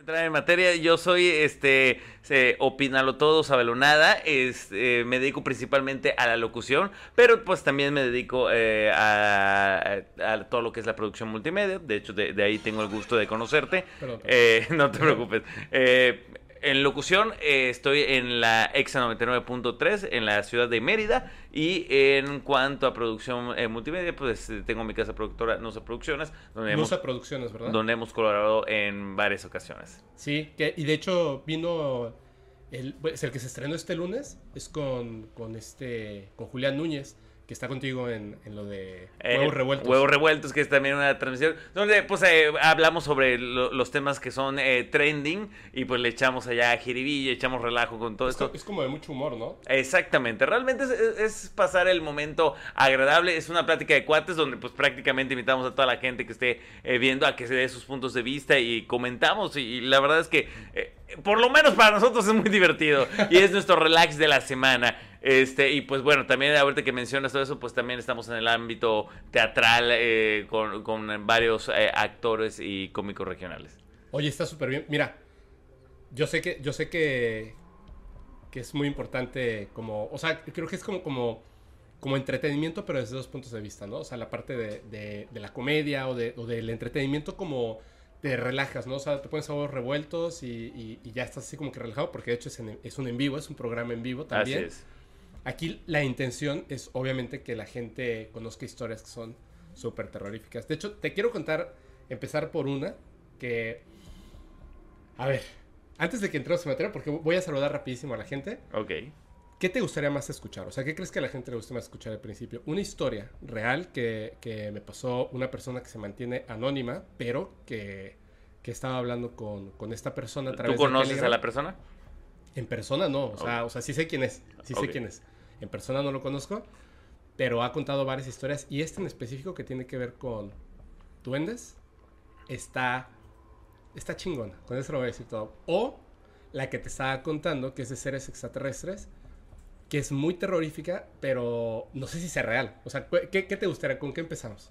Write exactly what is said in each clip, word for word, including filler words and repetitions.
Entrar en materia, yo soy este eh, opínalo todo, sábelo nada. Este, me dedico principalmente a la locución, pero pues también me dedico eh, a, a, a todo lo que es la producción multimedia. De hecho, de, de ahí tengo el gusto de conocerte. Perdón, perdón. Eh, no te preocupes. Eh, en locución eh, estoy en la Exa noventa y nueve punto tres en la ciudad de Mérida. Y en cuanto a producción eh, multimedia, pues eh, tengo mi casa productora Nusa Producciones, donde hemos, Nusa Producciones, ¿verdad? donde hemos colaborado en varias ocasiones. Sí, que, y de hecho vino el, pues, el que se estrenó este lunes, es con, con este con Julián Núñez, que está contigo en, en lo de Eh, Huevos Revueltos. Huevos Revueltos, que es también una transmisión donde pues eh, hablamos sobre lo, los temas que son eh, trending y pues le echamos allá a jiribilla, echamos relajo con todo es, esto. co- es como de mucho humor, ¿no? Exactamente, realmente es, es- es pasar el momento agradable, es una plática de cuates donde pues prácticamente invitamos a toda la gente que esté eh, viendo a que se dé sus puntos de vista y comentamos y, y la verdad es que eh, por lo menos para nosotros es muy divertido y es nuestro relax de la semana. Este, y pues bueno, también ahorita que mencionas todo eso, pues también estamos en el ámbito teatral eh, con, con varios eh, actores y cómicos regionales. Oye, está súper bien. Mira, yo sé que, yo sé que, que es muy importante como, o sea, creo que es como, como, como entretenimiento, pero desde dos puntos de vista, ¿no? O sea, la parte de, de, de la comedia o, de, o del entretenimiento como te relajas, ¿no? O sea, te pones a huevos revueltos y, y, y ya estás así como que relajado, porque de hecho es, en, es un en vivo, es un programa en vivo también. Así es. Aquí la intención es obviamente que la gente conozca historias que son súper terroríficas. De hecho, te quiero contar, empezar por una que... A ver, antes de que entremos en materia, porque voy a saludar rapidísimo a la gente. Ok. ¿Qué te gustaría más escuchar? O sea, ¿qué crees que a la gente le gusta más escuchar al principio? Una historia real que, que me pasó una persona que se mantiene anónima, pero que, que estaba hablando con, con esta persona a través ¿Tú de conoces Telegram. a la persona? En persona no, o sea, Ok. o sea, sí sé quién es, sí sé Ok. quién es. En persona no lo conozco, pero ha contado varias historias y esta en específico que tiene que ver con duendes está está chingona, con eso lo voy a decir todo. O la que te estaba contando, que es de seres extraterrestres, que es muy terrorífica, pero no sé si sea real. O sea, ¿qué, qué te gustaría? ¿Con qué empezamos?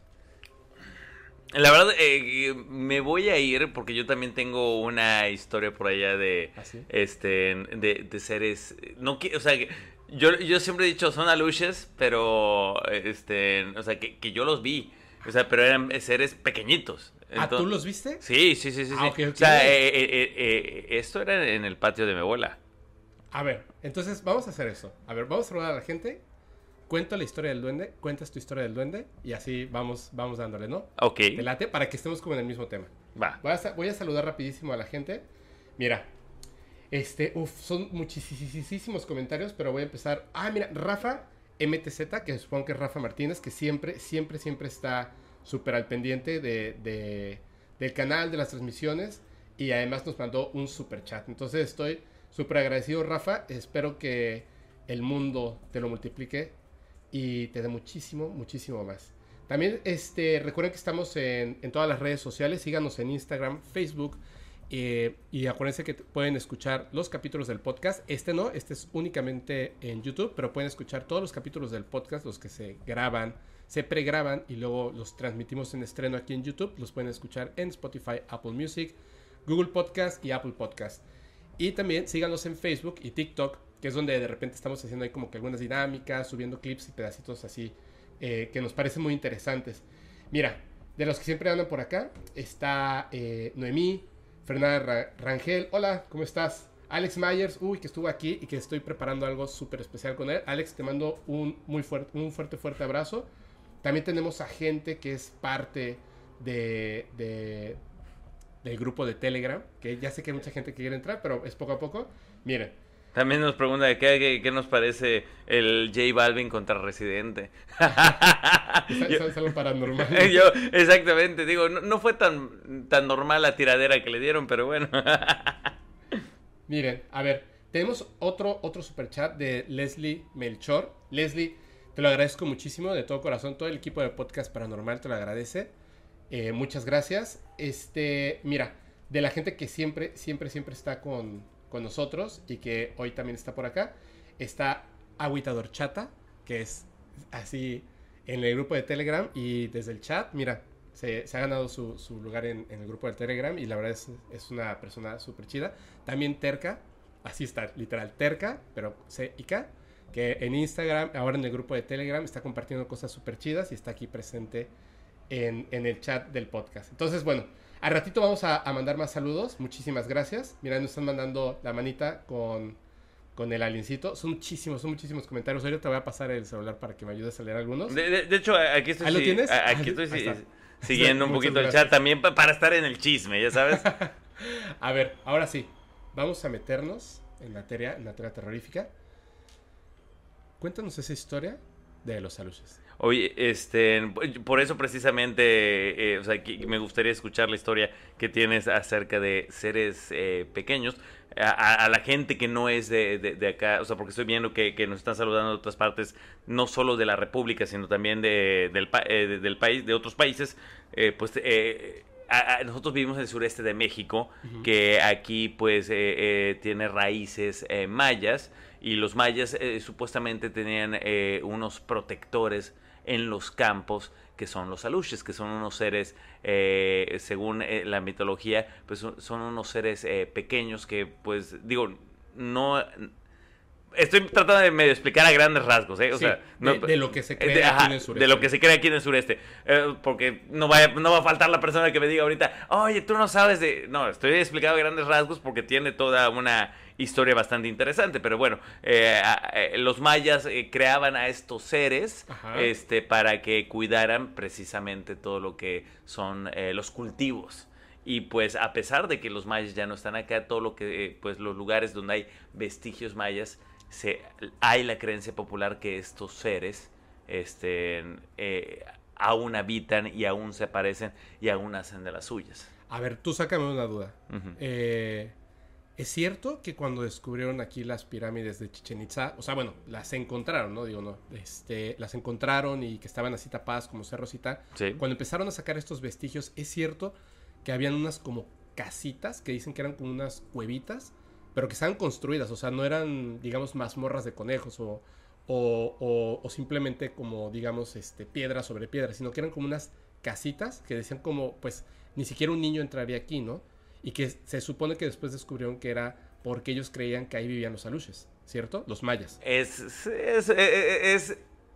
La verdad, eh, me voy a ir porque yo también tengo una historia por allá de, ¿Ah, sí? este, de, de seres, no, qui- o sea, que yo, yo siempre he dicho son aluches, pero, este, o sea, que, que yo los vi, o sea, pero eran seres pequeñitos. ¿Ah, tú Entonces, los viste? sí, sí, sí, sí, Ah, sí. ok, ok. O sea, eh, eh, eh, eh, esto era en el patio de mi abuela. A ver, entonces vamos a hacer eso. A ver, vamos a saludar a la gente. Cuento la historia del duende, cuentas tu historia del duende y así vamos, vamos dándole, ¿no? Ok, Te late para que estemos como en el mismo tema. va. Voy a, sa- voy a saludar rapidísimo a la gente. Mira, este, uff, son muchísimos comentarios, pero voy a empezar. Ah, mira, Rafa M T Z, que supongo que es Rafa Martínez, que siempre, siempre, siempre está súper al pendiente de, de- del canal, de las transmisiones, y además nos mandó un super chat. Entonces estoy súper agradecido, Rafa. Espero que el mundo te lo multiplique y te dé muchísimo, muchísimo más. También este, recuerden que estamos en, en todas las redes sociales. Síganos en Instagram, Facebook. Eh, y acuérdense que t- pueden escuchar los capítulos del podcast. Este no, este es únicamente en YouTube, pero pueden escuchar todos los capítulos del podcast, los que se graban, se pregraban y luego los transmitimos en estreno aquí en YouTube. Los pueden escuchar en Spotify, Apple Music, Google Podcast y Apple Podcast. Y también síganos en Facebook y TikTok, que es donde de repente estamos haciendo ahí como que algunas dinámicas, subiendo clips y pedacitos así eh, que nos parecen muy interesantes. Mira, de los que siempre andan por acá está eh, Noemí, Fernanda Ra- Rangel. Hola, ¿cómo estás? Alex Myers, uy, que estuvo aquí y que estoy preparando algo súper especial con él. Alex, te mando un muy fuerte, un fuerte, fuerte abrazo. También tenemos a gente que es parte de, de, del grupo de Telegram, que ya sé que hay mucha gente que quiere entrar, pero es poco a poco. Miren, También nos pregunta qué, qué, qué nos parece el J Balvin contra Residente. es, Yo- es algo paranormal. Yo, exactamente, digo, no, no fue tan, tan normal la tiradera que le dieron, pero bueno. Miren, a ver, tenemos otro, otro super chat de Leslie Melchor. Leslie, te lo agradezco muchísimo, de todo corazón. Todo el equipo de Podcast Paranormal te lo agradece. Eh, muchas gracias. Este, mira, de la gente que siempre, siempre, siempre está con, con nosotros y que hoy también está por acá, está Agüitador Chata, que es así en el grupo de Telegram y desde el chat, mira, Se, se ha ganado su, su lugar en, en el grupo del Telegram y la verdad es, es una persona súper chida. También Terca, así está, literal, Terca, pero C y K, que en Instagram, ahora en el grupo de Telegram, está compartiendo cosas súper chidas y está aquí presente en, en el chat del podcast. Entonces, bueno, al ratito vamos a, a mandar más saludos. Muchísimas gracias. Mira, nos están mandando la manita con, con el aliencito. Son muchísimos, son muchísimos comentarios. Ahorita te voy a pasar el celular para que me ayudes a leer algunos. De, de, de hecho, aquí estoy, ¿Ah, lo tienes? aquí estoy Ahí está. siguiendo un poquito el chat también pa, para estar en el chisme, ya sabes. A ver, ahora sí, vamos a meternos en materia, en materia terrorífica. Cuéntanos esa historia de los aluches. Oye, este, por eso precisamente, eh, o sea, me gustaría escuchar la historia que tienes acerca de seres eh, pequeños, a, a la gente que no es de, de, de acá, o sea, porque estoy viendo que, que nos están saludando de otras partes, no solo de la República, sino también de, del, eh, de, del país, de otros países, eh, pues, eh, a, a, nosotros vivimos en el sureste de México, uh-huh. que aquí, pues, eh, eh, tiene raíces eh, mayas, y los mayas eh, supuestamente tenían eh, unos protectores en los campos que son los aluches, que son unos seres, eh, según eh, la mitología, pues son, son unos seres eh, pequeños que, pues, digo, no... Estoy tratando de medio explicar a grandes rasgos, ¿eh? O sí, sea, no, de, de lo que se cree de, aquí ajá, en el sureste. De lo que se cree aquí en el sureste. Eh, porque no va, no va a faltar la persona que me diga ahorita, oye, tú no sabes de... No, estoy explicando a grandes rasgos porque tiene toda una historia bastante interesante. Pero bueno, eh, eh, los mayas eh, creaban a estos seres este, para que cuidaran precisamente todo lo que son eh, los cultivos. Y pues a pesar de que los mayas ya no están acá, todo lo que, eh, pues los lugares donde hay vestigios mayas, Se, hay la creencia popular que estos seres este, eh, aún habitan y aún se aparecen y aún hacen de las suyas. A ver, tú sácame una duda. Uh-huh. Eh, ¿Es cierto que cuando descubrieron aquí las pirámides de Chichén Itzá, o sea, bueno, las encontraron, ¿no? Digo, no, este, las encontraron y que estaban así tapadas como cerros y tal. Sí. Cuando empezaron a sacar estos vestigios, ¿es cierto que habían unas como casitas que dicen que eran como unas cuevitas? Pero que estaban construidas, o sea, no eran, digamos, mazmorras de conejos o, o, o, o simplemente como, digamos, este, piedra sobre piedra, sino que eran como unas casitas que decían como, pues, ni siquiera un niño entraría aquí, ¿no? Y que se supone que después descubrieron que era porque ellos creían que ahí vivían los aluches, ¿cierto? Los mayas. Es, es, es, es,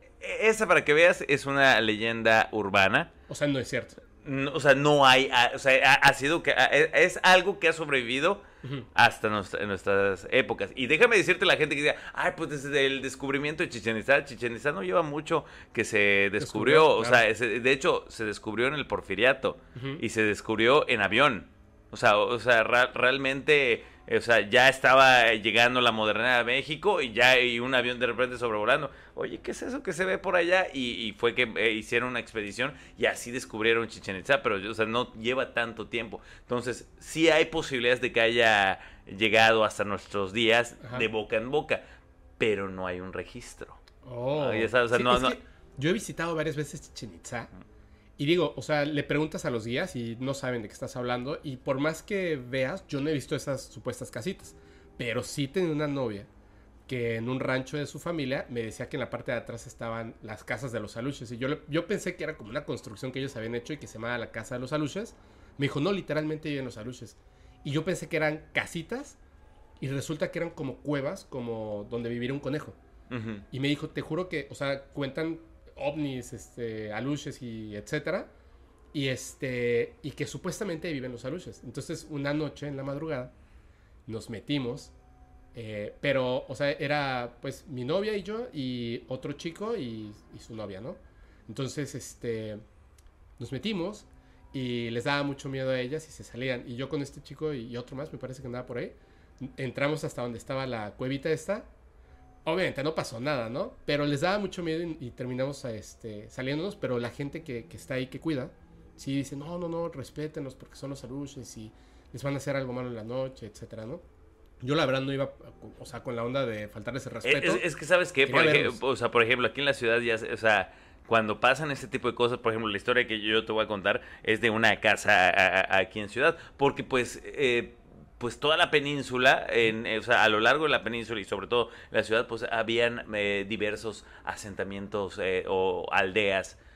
esa para que veas es una leyenda urbana. O sea, no es cierto. No, o sea, no hay, o sea, ha, ha sido que es algo que ha sobrevivido uh-huh. hasta nuestra, en nuestras épocas. Y déjame decirte a la gente que diga, ay, pues desde el descubrimiento de Chichén Itzá, Chichén Itzá no lleva mucho que se descubrió, descubrió o claro. sea, ese, de hecho se descubrió en el Porfiriato uh-huh. y se descubrió en avión. O sea, o sea, ra- realmente, o sea, ya estaba llegando la modernidad a México y ya y un avión de repente sobrevolando. Oye, ¿qué es eso que se ve por allá? Y, y fue que eh, hicieron una expedición y así descubrieron Chichén Itzá, pero, o sea, no lleva tanto tiempo. Entonces, sí hay posibilidades de que haya llegado hasta nuestros días Ajá. de boca en boca, pero no hay un registro. Oh. Ya sabes, o sea, sí, no, es no... que yo he visitado varias veces Chichén Itzá. Y digo, o sea, le preguntas a los guías y no saben de qué estás hablando. Y por más que veas, yo no he visto esas supuestas casitas. Pero sí tenía una novia que en un rancho de su familia me decía que en la parte de atrás estaban las casas de los aluches. Y yo, yo pensé que era como una construcción que ellos habían hecho y que se llamaba la casa de los aluches. Me dijo, no, literalmente viven los aluches. Y yo pensé que eran casitas y resulta que eran como cuevas, como donde viviera un conejo. Uh-huh. Y me dijo, te juro que, o sea, cuentan... ovnis, este, aluches y etcétera, y este, y que supuestamente viven los aluches. Entonces, una noche en la madrugada nos metimos, eh, pero, o sea, era pues mi novia y yo y otro chico y, y su novia, ¿no? Entonces, este, nos metimos y les daba mucho miedo a ellas y se salían. Y yo con este chico y, y otro más, me parece que andaba por ahí, entramos hasta donde estaba la cuevita esta. Obviamente no pasó nada, ¿no? Pero les daba mucho miedo y, y terminamos este, saliéndonos. Pero la gente que, que está ahí, que cuida, sí dice, no, no, no, respétenos porque son los aluches y les van a hacer algo malo en la noche, etcétera, ¿no? Yo la verdad no iba, o sea, con la onda de faltarles el respeto. Es, es que, ¿sabes qué? Por ejemplo, o sea, por ejemplo, aquí en la ciudad ya, o sea, cuando pasan este tipo de cosas, por ejemplo, la historia que yo te voy a contar es de una casa a, a, aquí en ciudad. Porque, pues... Eh, pues toda la península, en, o sea, a lo largo de la península y sobre todo la ciudad, pues habían eh, diversos asentamientos eh, o aldeas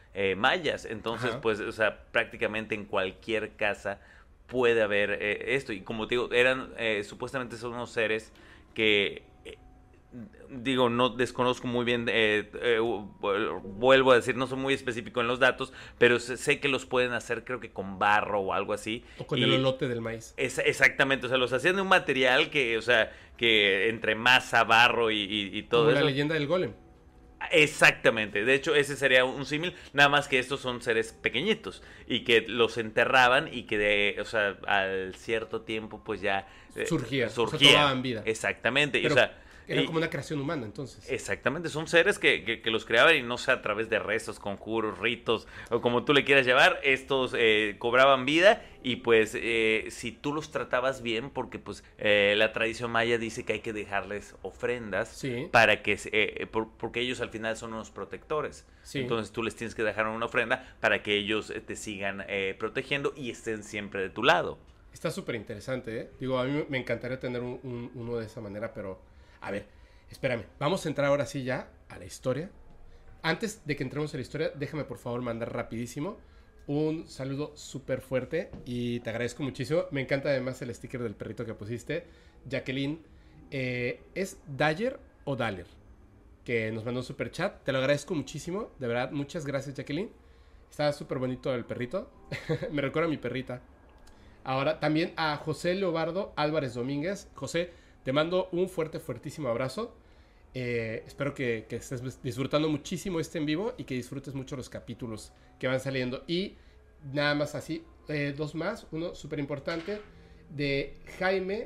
eh, mayas. Entonces, Ajá. pues, o sea, prácticamente en cualquier casa puede haber eh, esto. Y como te digo, eran, eh, supuestamente son unos seres que, eh, digo, no desconozco muy bien, eh, eh, vuelvo a decir, no soy muy específico en los datos, pero sé, sé que los pueden hacer creo que con barro o algo así. O con el Y olote del maíz. es, exactamente, o sea, los hacían de un material que, o sea, que entre masa, barro y, y, y todo Como eso. la leyenda del golem. Exactamente, de hecho ese sería un símil, nada más que estos son seres pequeñitos y que los enterraban y que de, o sea, al cierto tiempo pues ya eh, Surgía, surgía. o sea, tomaban vida. Exactamente, Pero o sea, era y- como una creación humana, entonces. exactamente, son seres que, que, que los creaban y no sé, a través de rezos, conjuros, ritos o como tú le quieras llevar, estos eh, cobraban vida y pues eh, si tú los tratabas bien, porque pues eh, la tradición maya dice que hay que dejarles ofrendas Sí. para que, eh, por- porque ellos al final son unos protectores. Sí. Entonces tú les tienes que dejar una ofrenda para que ellos eh, te sigan eh, protegiendo y estén siempre de tu lado. Está súper interesante, ¿eh? Digo, a mí me encantaría tener un, un- uno de esa manera, pero... A ver, espérame. Vamos a entrar ahora sí ya a la historia. Antes de que entremos a la historia, déjame por favor mandar rapidísimo un saludo súper fuerte y te agradezco muchísimo. Me encanta además el sticker del perrito que pusiste. Jacqueline, eh, ¿es Dyer o Daller? Que nos mandó un super chat. Te lo agradezco muchísimo. De verdad, muchas gracias, Jacqueline. Está súper bonito el perrito. Me recuerda a mi perrita. Ahora también a José Leobardo Álvarez Domínguez. José, te mando un fuerte, fuertísimo abrazo. Eh, espero que, que estés disfrutando muchísimo este en vivo y que disfrutes mucho los capítulos que van saliendo. Y nada más así, eh, dos más. Uno súper importante de Jaime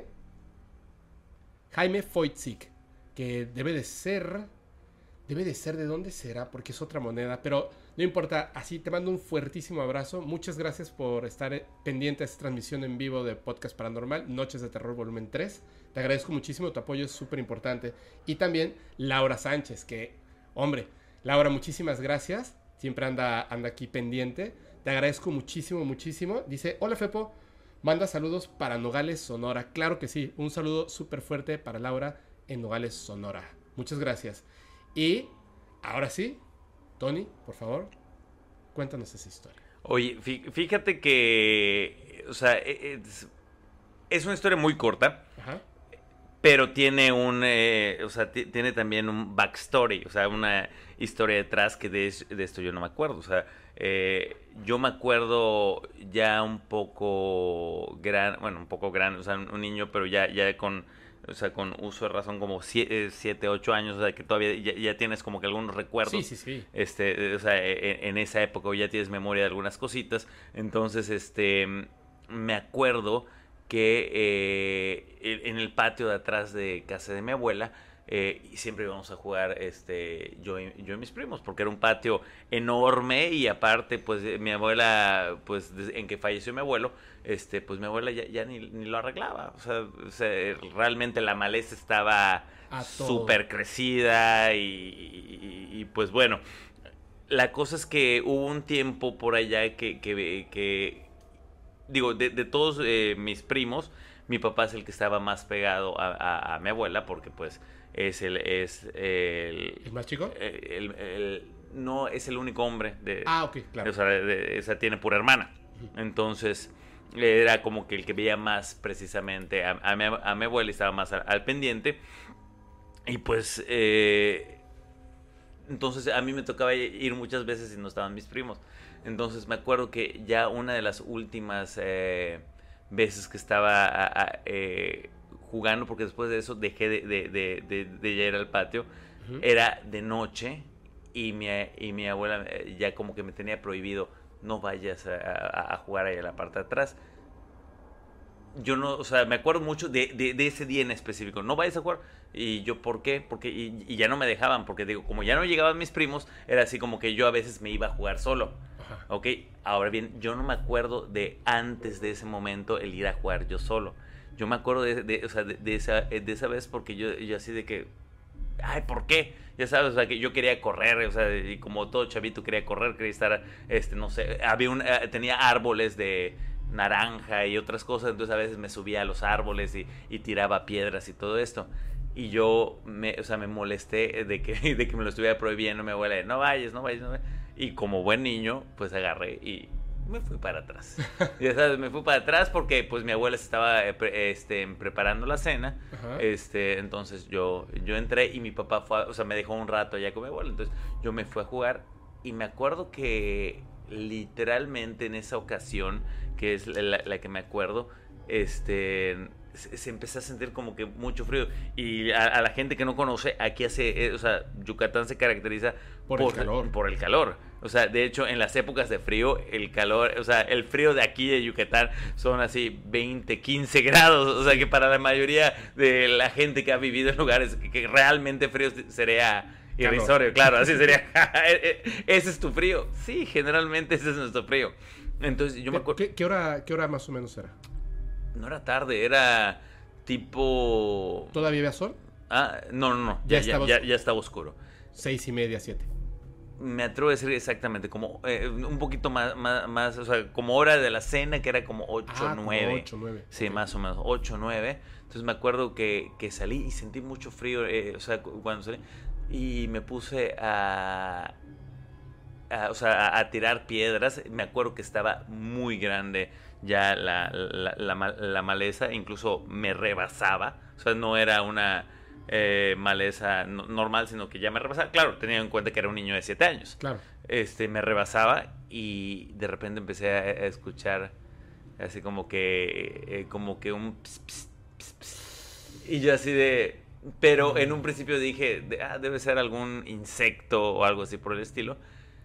Jaime Foitzik, que debe de ser... Debe de ser de dónde será, porque es otra moneda, pero no importa, así te mando un fuertísimo abrazo. Muchas gracias por estar pendiente de esta transmisión en vivo de Podcast Paranormal, Noches de Terror Volumen tres. Te agradezco muchísimo, tu apoyo es súper importante. Y también Laura Sánchez, que, hombre, Laura, muchísimas gracias. Siempre anda, anda aquí pendiente. Te agradezco muchísimo, muchísimo. Dice, hola Fepo, manda saludos para Nogales, Sonora. Claro que sí, un saludo súper fuerte para Laura en Nogales, Sonora. Muchas gracias. Y ahora sí, Tony, por favor, cuéntanos esa historia. Oye, fí- fíjate que, o sea, e- es, es una historia muy corta, Ajá. pero tiene un, eh, o sea, ti- tiene también un backstory, o sea, una historia detrás que de, es- de esto yo no me acuerdo. O sea, eh, yo me acuerdo ya un poco gran, bueno, un poco grande, o sea, un niño, pero ya, ya con, o sea, con uso de razón como siete, ocho años, o sea, que todavía ya, ya tienes como que algunos recuerdos. Sí, sí, sí. Este, o sea, en, en esa época ya tienes memoria de algunas cositas. Entonces, este, me acuerdo que eh, en el patio de atrás de casa de mi abuela eh, siempre íbamos a jugar este, yo, y, yo y mis primos, porque era un patio enorme y aparte, pues, mi abuela, pues, desde- en que falleció mi abuelo, este, pues mi abuela ya, ya ni, ni lo arreglaba. O sea, o sea, realmente la maleza estaba A todo. súper crecida y, y- y, pues bueno, la cosa es que hubo un tiempo por allá que, que, que digo, de, de todos eh, mis primos, mi papá es el que estaba más pegado a, a- a mi abuela porque pues es el... Es el, ¿El más chico? el- el- el- no es el único hombre de... Ah, ok, claro. O sea, de- de- esa tiene pura hermana. Entonces, era como que el que veía más precisamente a, a mi, a mi abuela y estaba más al, al pendiente. Y pues, eh, entonces a mí me tocaba ir muchas veces y no estaban mis primos. Entonces me acuerdo que ya una de las últimas eh, veces que estaba a, a, eh, jugando, porque después de eso dejé de, de, de, de, de ir al patio, Ujú. era de noche y mi, y mi abuela eh, ya como que me tenía prohibido, no vayas a, a, a jugar ahí a la parte de atrás. Yo no, o sea, me acuerdo mucho de, de, de ese día en específico. No vayas a jugar. Y yo, ¿por qué? Porque, y, y ya no me dejaban, porque digo, como ya no llegaban mis primos, era así como que yo a veces me iba a jugar solo. Ajá. Ok, ahora bien, yo no me acuerdo de antes de ese momento el ir a jugar yo solo. Yo me acuerdo de, de, o sea, de, de esa, de esa vez porque yo, yo así de que, ay, ¿por qué? Ya sabes, o sea, que yo quería correr, o sea, y como todo chavito quería correr, quería estar, este, no sé, había un, eh, tenía árboles de naranja y otras cosas, entonces a veces me subía a los árboles y, y tiraba piedras y todo esto. Y yo, me, o sea, me molesté de que, de que me lo estuviera prohibiendo mi abuela, de, no vayas, no vayas, no vayas. y como buen niño, pues agarré y me fui para atrás. Ya sabes, me fui para atrás porque pues mi abuela estaba eh, pre- este, preparando la cena. Ajá. Este, entonces yo, yo entré y mi papá fue, a- o sea, me dejó un rato allá con mi abuela. Entonces yo me fui a jugar y me acuerdo que literalmente en esa ocasión, que es la, la que me acuerdo, este, se, se empezó a sentir como que mucho frío. Y a, a la gente que no conoce, aquí hace, eh, o sea, Yucatán se caracteriza Por el calor. por el calor. O sea, de hecho, en las épocas de frío, el calor, o sea, el frío de aquí de Yucatán son así veinte, quince grados. O sea, que para la mayoría de la gente que ha vivido en lugares que, que realmente frío sería irrisorio, claro, así sería. Ese es tu frío. Sí, generalmente ese es nuestro frío. Entonces, yo me acuerdo. ¿Qué, qué hora, ¿Qué hora más o menos era? No era tarde, era tipo. ¿Todavía había sol? Ah, no, no, no. Ya Ya, ya, estaba ya, oscuro. ya estaba oscuro. Seis y media, siete. Me atrevo a decir exactamente, como eh, un poquito más, más, más, o sea, como hora de la cena, que era como ocho, Ah, como nueve. ocho, nueve. Sí, Ok. más o menos, ocho, nueve. Entonces me acuerdo que, que salí y sentí mucho frío, eh, o sea, cu- cuando salí. Y me puse a, a, o sea, a, a tirar piedras. Me acuerdo que estaba muy grande ya la, la, la, ma- la maleza, incluso me rebasaba. O sea, no era una eh, maleza no- normal, sino que ya me rebasaba. Claro, teniendo en cuenta que era un niño de siete años. Claro. Este, me rebasaba y de repente empecé a, a escuchar así como que, eh, como que un ps, ps, ps, ps. Y yo así de, pero en un principio dije, de, ah, debe ser algún insecto o algo así por el estilo.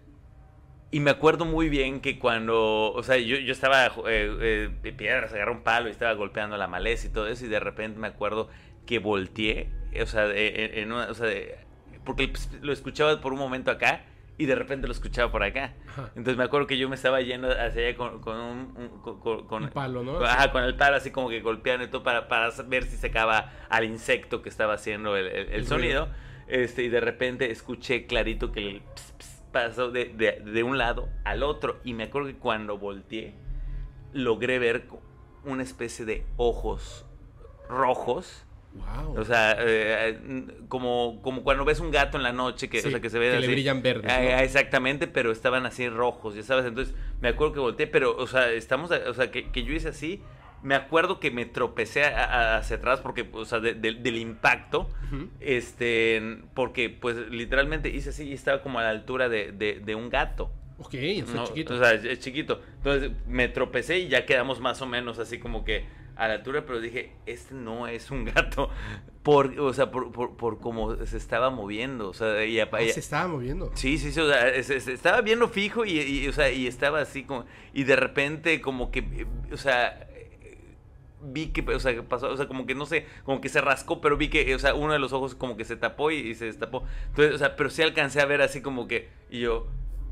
Y me acuerdo muy bien que cuando, o sea, yo, yo estaba eh, eh, de piedras, agarré un palo y estaba golpeando la maleza y todo eso, y de repente me acuerdo que volteé, o sea, de- en, en una, o sea, de- porque el ps- lo escuchaba por un momento acá y de repente lo escuchaba por acá. Ajá. Entonces me acuerdo que yo me estaba yendo hacia allá con, con un, un- con, con- con- Un palo, ¿no? Ajá, con el palo así como que golpeando y todo para, para ver si sacaba al insecto que estaba haciendo el, el- el El sonido. ruido. Este, y de repente escuché clarito que el ps, ps, pasó de, de, de un lado al otro. Y me acuerdo que cuando volteé, logré ver co- una especie de ojos rojos. Wow. O sea, eh, como, como cuando ves un gato en la noche, que, Sí, o sea, que se ve que así. le brillan verdes, ¿no? Ah, exactamente, pero estaban así rojos, ya sabes. Entonces me acuerdo que volteé, pero, o sea, estamos, o sea, que, que yo hice así. Me acuerdo que me tropecé a- a- hacia atrás porque, o sea, de- de- del impacto. Ujú. Este, porque, pues, literalmente hice así y estaba como a la altura de, de, de un gato. Ok, o sea, ¿no? chiquito. O sea, es, es chiquito. Entonces me tropecé y ya quedamos más o menos así como que a la altura, pero dije, este no es un gato. Por, o sea, por, por, por cómo se estaba moviendo. O sea, y, Ah, y- se estaba moviendo. Sí, sí, sí, o sea, se- se estaba viendo fijo y, y, o sea, y estaba así como, y de repente como que, eh, o sea, eh, vi que, o sea, que pasó, o sea, como que no sé, como que se rascó, pero vi que, o sea, uno de los ojos como que se tapó y, y se destapó. Entonces, o sea, pero sí alcancé a ver así como que, y yo,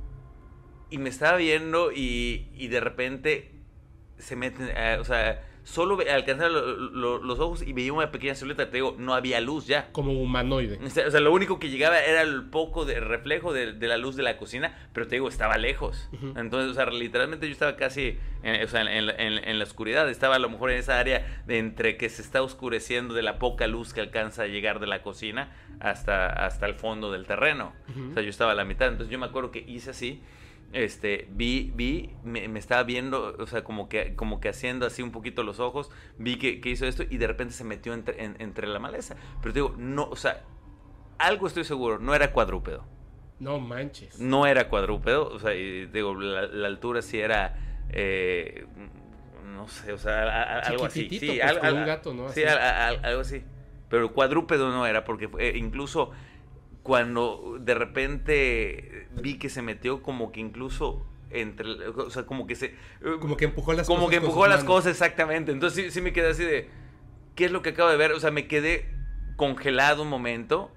y me estaba viendo y, y de repente se meten, eh, o sea, solo ve- alcanzaba lo- lo- los ojos y veía una pequeña silueta, te digo, no había luz ya. Como humanoide. O sea, o sea, lo único que llegaba era el poco de reflejo de, de la luz de la cocina, pero te digo, estaba lejos. Ujú. Entonces, o sea, literalmente yo estaba casi en, o sea, en, en- en- en la oscuridad. Estaba a lo mejor en esa área de entre que se está oscureciendo de la poca luz que alcanza a llegar de la cocina hasta, hasta el fondo del terreno. Ujú. O sea, yo estaba a la mitad. Entonces, yo me acuerdo que hice así. Este, vi, vi, me, me estaba viendo, o sea, como que, como que haciendo así un poquito los ojos, vi que, que hizo esto y de repente se metió entre, en- entre la maleza. Pero te digo, no, o sea, algo estoy seguro, no era cuadrúpedo. No manches. No era cuadrúpedo, o sea, y digo, la, la altura sí era, eh, no sé, o sea, a- a- algo así. Chiquitito, Sí, pues, al- como al- un gato, ¿no? Sí, Así. al- al- algo así. Pero cuadrúpedo no era, porque fue- incluso cuando de repente vi que se metió como que incluso entre, o sea, como que se... Como que empujó las como cosas. que con empujó sus las manos. cosas, exactamente. Entonces sí, sí me quedé así de, ¿qué es lo que acabo de ver? O sea, me quedé congelado un momento.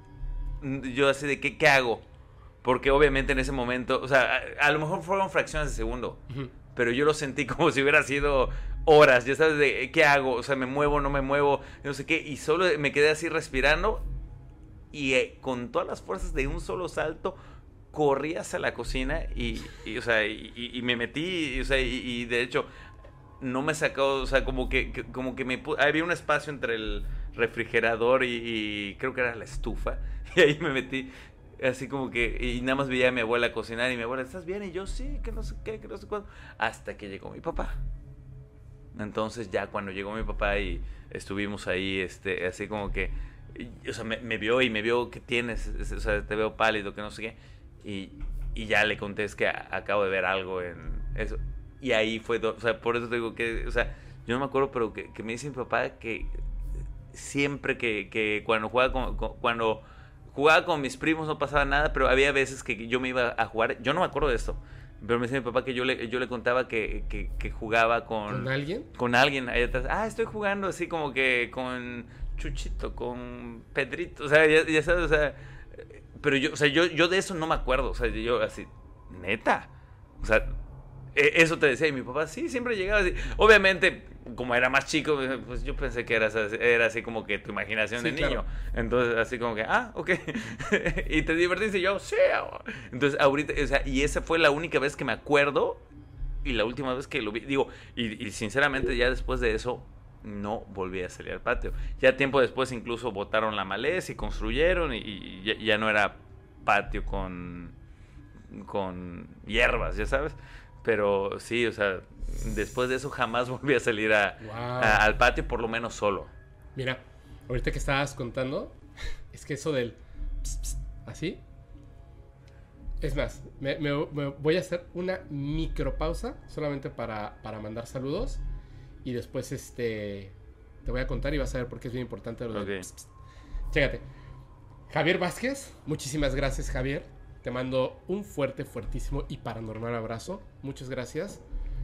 Yo así de, ¿qué, qué hago? Porque obviamente en ese momento, o sea, a, a lo mejor fueron fracciones de segundo, Ujú. pero yo lo sentí como si hubiera sido horas, ya sabes, de, ¿qué hago? O sea, me muevo, no me muevo, no sé qué, y solo me quedé así respirando y eh, con todas las fuerzas de un solo salto corrí hacia la cocina y, y, o sea, y, y- y me metí, y, o sea, y, y de hecho no me sacó, o sea, como que, que- como que me pu- había un espacio entre el refrigerador y, y creo que era la estufa y ahí me metí así como que, y nada más veía a mi abuela cocinar y mi abuela, ¿estás bien? Y yo, sí, que no sé qué, que no sé cuándo. Hasta que llegó mi papá. Entonces ya cuando llegó mi papá y estuvimos ahí, este, así como que, y, o sea, me, me vio y me vio que tienes, o sea, te veo pálido, que no sé qué. Y, y ya le conté, es que a, acabo de ver algo en eso. Y ahí fue, do, o sea, por eso te digo que, o sea, yo no me acuerdo, pero que, que me dice mi papá que siempre que, que cuando jugaba con, con, cuando jugaba con mis primos no pasaba nada, pero había veces que yo me iba a jugar, yo no me acuerdo de esto, pero me dice mi papá que yo le, yo le contaba que, que, que jugaba con... ¿Con alguien? Con alguien ahí atrás. Ah, estoy jugando así como que con Chuchito, con Pedrito, o sea, ya, ya sabes, o sea, pero yo, o sea, yo, yo de eso no me acuerdo, o sea, yo así, neta, o sea, eso te decía, y mi papá sí, siempre llegaba así. Obviamente, como era más chico, pues yo pensé que era, era así como que tu imaginación sí, de niño. Claro. Entonces, así como que, ah, ok. Y te divertiste, y yo, sí. Entonces, ahorita, o sea, y esa fue la única vez que me acuerdo, y la última vez que lo vi, digo, y, y sinceramente ya después de eso, no volví a salir al patio. Ya tiempo después incluso botaron la maleza y construyeron, y, y ya, ya no era patio con, con hierbas, ya sabes. Pero sí, o sea, después de eso jamás volví a salir a, wow. a, al patio, por lo menos solo. Mira, ahorita que estabas contando, es que eso del pss, pss, así. Es más, me, me, me voy a hacer una micropausa solamente para, para mandar saludos. Y después este te voy a contar y vas a ver por qué es bien importante lo del okay. pss, pss. Chécate. Javier Vázquez, muchísimas gracias, Javier. Te mando un fuerte, fuertísimo y paranormal abrazo. Muchas gracias.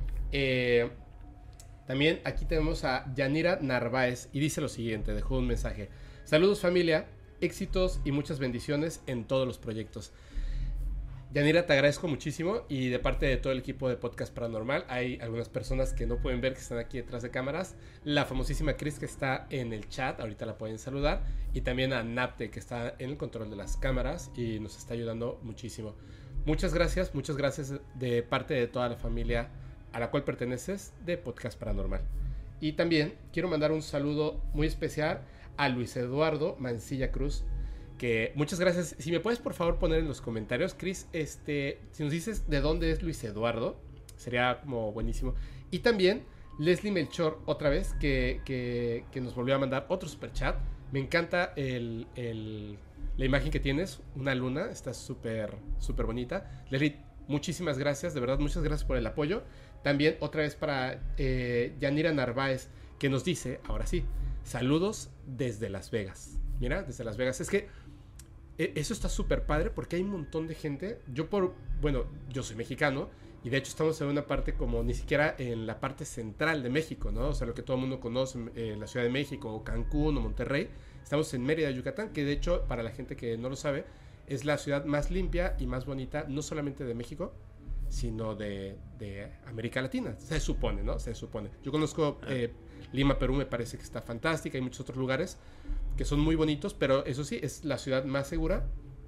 Eh, también aquí tenemos a Yanira Narváez y dice lo siguiente, dejó un mensaje. Saludos familia, éxitos y muchas bendiciones en todos los proyectos. Yanira, te agradezco muchísimo y de parte de todo el equipo de Podcast Paranormal, hay algunas personas que no pueden ver que están aquí detrás de cámaras. La famosísima Chris que está en el chat, ahorita la pueden saludar. Y también a Napte que está en el control de las cámaras y nos está ayudando muchísimo. Muchas gracias, muchas gracias de parte de toda la familia a la cual perteneces de Podcast Paranormal. Y también quiero mandar un saludo muy especial a Luis Eduardo Mancilla Cruz. Que muchas gracias. Si me puedes por favor poner en los comentarios, Chris, este, si nos dices de dónde es Luis Eduardo, sería como buenísimo. Y también Leslie Melchor, otra vez, que, que, que nos volvió a mandar otro superchat. Me encanta el, el, la imagen que tienes, una luna, está súper, súper bonita. Leslie, muchísimas gracias, de verdad, muchas gracias por el apoyo. También otra vez para eh, Yanira Narváez, que nos dice, ahora sí, saludos desde Las Vegas. Mira, desde Las Vegas. Es que eso está súper padre porque hay un montón de gente. Yo por, bueno, yo soy mexicano y de hecho estamos en una parte como ni siquiera en la parte central de México, ¿no? O sea, lo que todo el mundo conoce, eh, la Ciudad de México o Cancún o Monterrey. Estamos en Mérida, Yucatán, que de hecho, para la gente que no lo sabe, es la ciudad más limpia y más bonita, no solamente de México, sino de, de América Latina. Se supone, ¿no? Se supone. Yo conozco eh, Lima, Perú, me parece que está fantástica. Hay muchos otros lugares que son muy bonitos, pero eso sí, es la ciudad más segura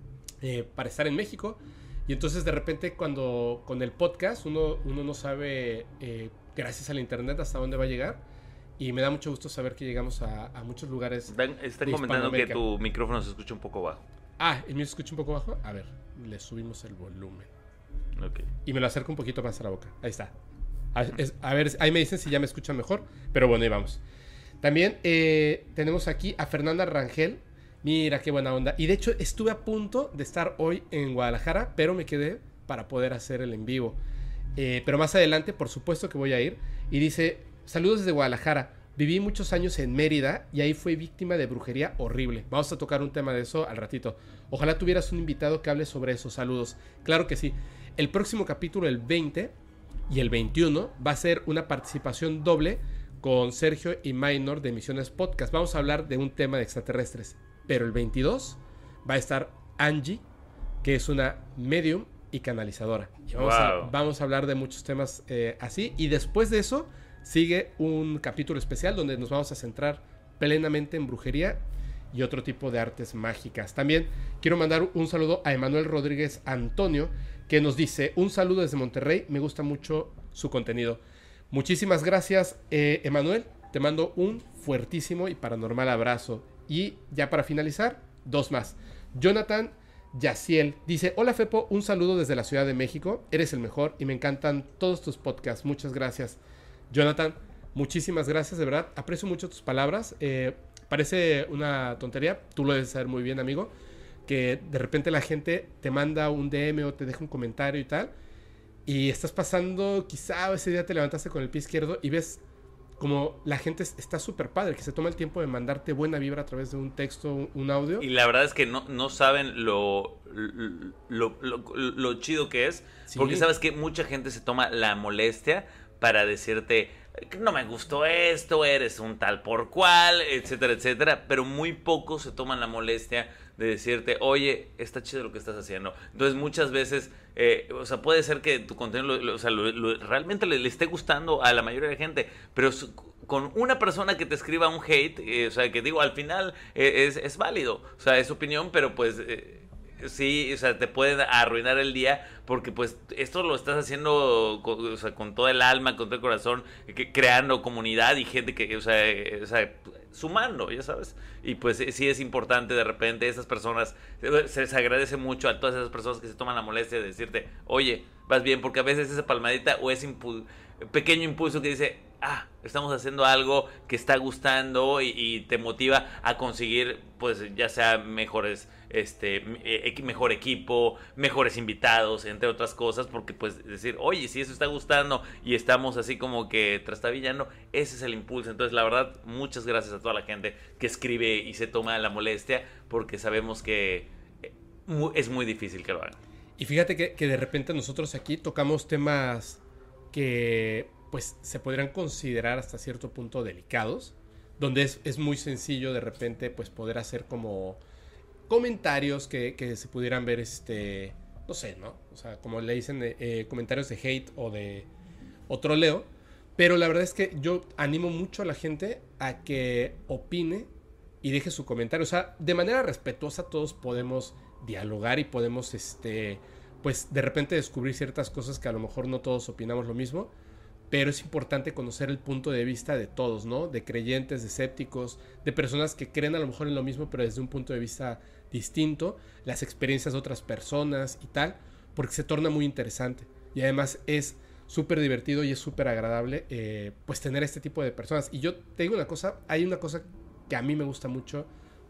eh, para estar en México. Y entonces de repente cuando con el podcast uno, uno no sabe, eh, gracias al internet, hasta dónde va a llegar. Y me da mucho gusto saber que llegamos a, a muchos lugares. Dan, están comentando que tu micrófono se escucha un poco bajo. Ah, ¿el mío se escucha un poco bajo? A ver, le subimos el volumen. Okay. Y me lo acerco un poquito más a la boca. Ahí está. A, es, a ver, ahí me dicen si ya me escuchan mejor. Pero bueno, ahí vamos. También eh, tenemos aquí a Fernanda Rangel. Mira qué buena onda. Y de hecho estuve a punto de estar hoy en Guadalajara, pero me quedé para poder hacer el en vivo. Eh, pero más adelante, por supuesto que voy a ir. Y dice, saludos desde Guadalajara. Viví muchos años en Mérida y ahí fui víctima de brujería horrible. Vamos a tocar un tema de eso al ratito. Ojalá tuvieras un invitado que hable sobre esos saludos. Claro que sí. El próximo capítulo, el veinte y el veintiuno, va a ser una participación doble con Sergio y Minor de Misiones Podcast. Vamos a hablar de un tema de extraterrestres. Pero el veintidós va a estar Angie, que es una medium y canalizadora. Y vamos, wow. a, vamos a hablar de muchos temas eh, así. Y después de eso sigue un capítulo especial donde nos vamos a centrar plenamente en brujería y otro tipo de artes mágicas. También quiero mandar un saludo a Emanuel Rodríguez Antonio, que nos dice, un saludo desde Monterrey, me gusta mucho su contenido. Muchísimas gracias, eh, Emanuel, te mando un fuertísimo y paranormal abrazo. Y ya para finalizar, dos más. Jonathan Yaciel dice: hola Fepo, un saludo desde la Ciudad de México, eres el mejor y me encantan todos tus podcasts, muchas gracias. Jonathan, muchísimas gracias, de verdad, aprecio mucho tus palabras. Eh, parece una tontería, tú lo debes saber muy bien, amigo, que de repente la gente te manda un D M o te deja un comentario y tal, y estás pasando, quizá ese día te levantaste con el pie izquierdo y ves como la gente está súper padre, que se toma el tiempo de mandarte buena vibra a través de un texto, un, un audio. Y la verdad es que no, no saben lo, lo, lo, lo, lo chido que es, sí. Porque sabes que mucha gente se toma la molestia para decirte, no me gustó esto, eres un tal por cual, etcétera, etcétera, pero muy pocos se toman la molestia de decirte, oye, está chido lo que estás haciendo. Entonces muchas veces, eh, o sea, puede ser que tu contenido, lo, lo, o sea, lo, lo, realmente le, le esté gustando a la mayoría de gente, pero su, con una persona que te escriba un hate, eh, o sea, que digo, al final eh, es, es válido, o sea, es su opinión, pero pues... Eh, sí, o sea, te pueden arruinar el día porque pues esto lo estás haciendo con, o sea, con todo el alma, con todo el corazón, que, creando comunidad y gente que, o sea, eh, o sea, sumando, ya sabes. Y pues sí es importante de repente esas personas, se les agradece mucho a todas esas personas que se toman la molestia de decirte, oye, vas bien, porque a veces esa palmadita o ese impu- pequeño impulso que dice, ah, estamos haciendo algo que está gustando y, y te motiva a conseguir, pues ya sea mejores, este, eh, mejor equipo, mejores invitados, entre otras cosas, porque pues decir, oye, si eso está gustando y estamos así como que trastabillando, ese es el impulso. Entonces la verdad, muchas gracias a toda la gente que escribe y se toma la molestia, porque sabemos que es muy difícil que lo hagan. Y fíjate que, que de repente nosotros aquí tocamos temas que pues se podrían considerar hasta cierto punto delicados, donde es, es muy sencillo de repente pues poder hacer como comentarios que, que se pudieran ver, este, no sé, ¿no? O sea, como le dicen, eh, comentarios de hate o de o troleo, pero la verdad es que yo animo mucho a la gente a que opine y deje su comentario. O sea, de manera respetuosa todos podemos dialogar y podemos, este, pues de repente descubrir ciertas cosas que a lo mejor no todos opinamos lo mismo, pero es importante conocer el punto de vista de todos, ¿no? De creyentes, de escépticos, de personas que creen a lo mejor en lo mismo, pero desde un punto de vista distinto, las experiencias de otras personas y tal, porque se torna muy interesante. Y además es súper divertido y es súper agradable, eh, pues tener este tipo de personas. Y yo te digo una cosa, hay una cosa que a mí me gusta mucho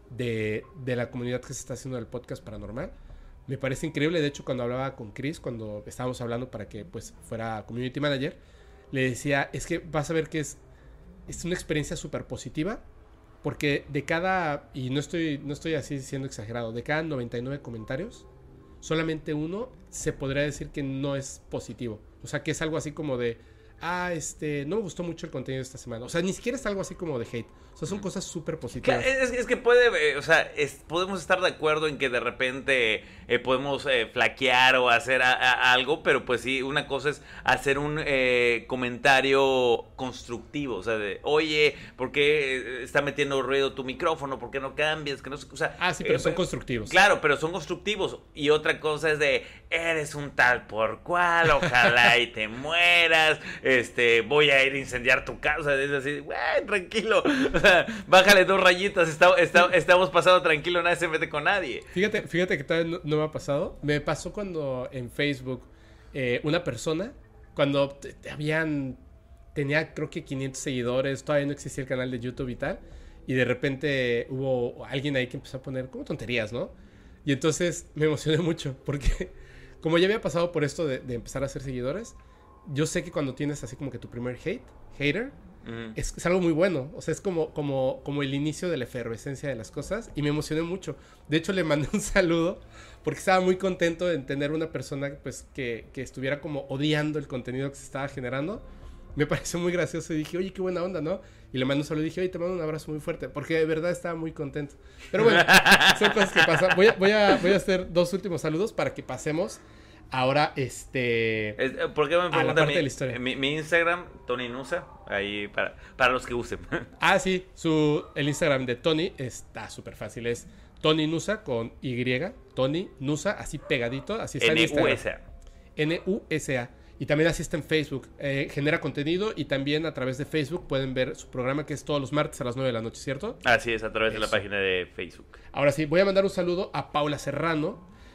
de, de la comunidad que se está haciendo del podcast paranormal. Me parece increíble. De hecho, cuando hablaba con Chris, cuando estábamos hablando para que pues fuera community manager, le decía, es que vas a ver que es, es una experiencia súper positiva, porque de cada, y no estoy, no estoy así siendo exagerado, de cada noventa y nueve comentarios, solamente uno se podría decir que no es positivo. O sea, que es algo así como de, ah, este, no me gustó mucho el contenido de esta semana. O sea, ni siquiera es algo así como de hate. O sea, son cosas súper positivas. Claro, es, es que puede, eh, o sea, es, podemos estar de acuerdo en que de repente eh, podemos eh, flaquear o hacer a, a algo, pero pues sí, una cosa es hacer un eh, comentario constructivo. O sea, de, oye, ¿por qué está metiendo ruido tu micrófono? ¿Por qué no cambias? Que no, o sea, ah, sí, pero eh, son constructivos. Claro, pero son constructivos. Y otra cosa es de, eres un tal por cual, ojalá y te mueras, este, voy a ir a incendiar tu casa. Es así, güey, tranquilo. O sea, bájale dos rayitas, está, está, estamos pasando tranquilo, nadie se mete con nadie. Fíjate, fíjate que todavía no, no me ha pasado. Me pasó cuando en Facebook eh, una persona, cuando te, te habían, tenía creo que quinientos seguidores, todavía no existía el canal de YouTube y tal, y de repente hubo alguien ahí que empezó a poner como tonterías, ¿no? Y entonces me emocioné mucho, porque como ya había pasado por esto de, de empezar a hacer seguidores, yo sé que cuando tienes así como que tu primer hate, hater, Uh-huh. Es, es algo muy bueno. O sea, es como, como, como el inicio de la efervescencia de las cosas. Y me emocioné mucho. De hecho, le mandé un saludo porque estaba muy contento de tener una persona pues, que, que estuviera como odiando el contenido que se estaba generando. Me pareció muy gracioso y dije, oye, qué buena onda, ¿no? Y le mandé un saludo y dije, oye, te mando un abrazo muy fuerte, porque de verdad estaba muy contento. Pero bueno, son cosas que pasan. Voy a, voy a, voy a hacer dos últimos saludos para que pasemos ahora, este... ¿Por qué me a la parte mi, de la historia? Mi, mi Instagram, Tony Nusa, ahí para, para los que usen. Ah, sí, su, el Instagram de Tony está súper fácil, es Tony Nusa con Y, Tony Nusa, así pegadito, así está en Instagram. N U S A. N U S A. Y también así está en Facebook. Eh, genera contenido y también a través de Facebook pueden ver su programa, que es todos los martes a las nueve de la noche, ¿cierto? Así es, a través Eso. de la página de Facebook. Ahora sí, voy a mandar un saludo a Paula Serrano,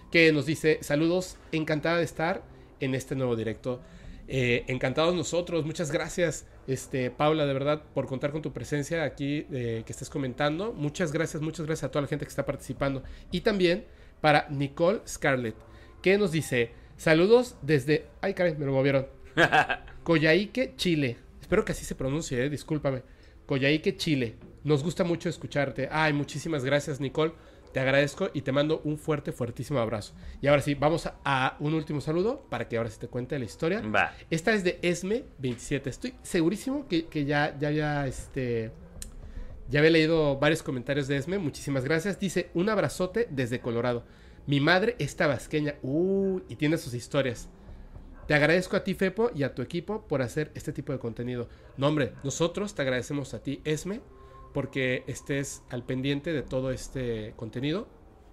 que nos dice, saludos, encantada de estar en este nuevo directo. Eh, encantados nosotros, muchas gracias, este, Paula, de verdad, por contar con tu presencia aquí, eh, que estés comentando. Muchas gracias, muchas gracias a toda la gente que está participando. Y también para Nicole Scarlett, que nos dice, saludos desde, ay caray, me lo movieron, Coyhaique, Chile. Espero que así se pronuncie, eh, discúlpame. Coyhaique, Chile. Nos gusta mucho escucharte. Ay, muchísimas gracias, Nicole. Te agradezco y te mando un fuerte, fuertísimo abrazo. Y ahora sí, vamos a, a un último saludo para que ahora sí te cuente la historia. Va. Esta es de Esme veintisiete. Estoy segurísimo que, que ya, ya había este, ya había leído varios comentarios de Esme. Muchísimas gracias. Dice, un abrazote desde Colorado. Mi madre es tabasqueña. Uh, y tiene sus historias. Te agradezco a ti, Fepo, y a tu equipo por hacer este tipo de contenido. No, hombre, nosotros te agradecemos a ti, Esme, porque estés al pendiente de todo este contenido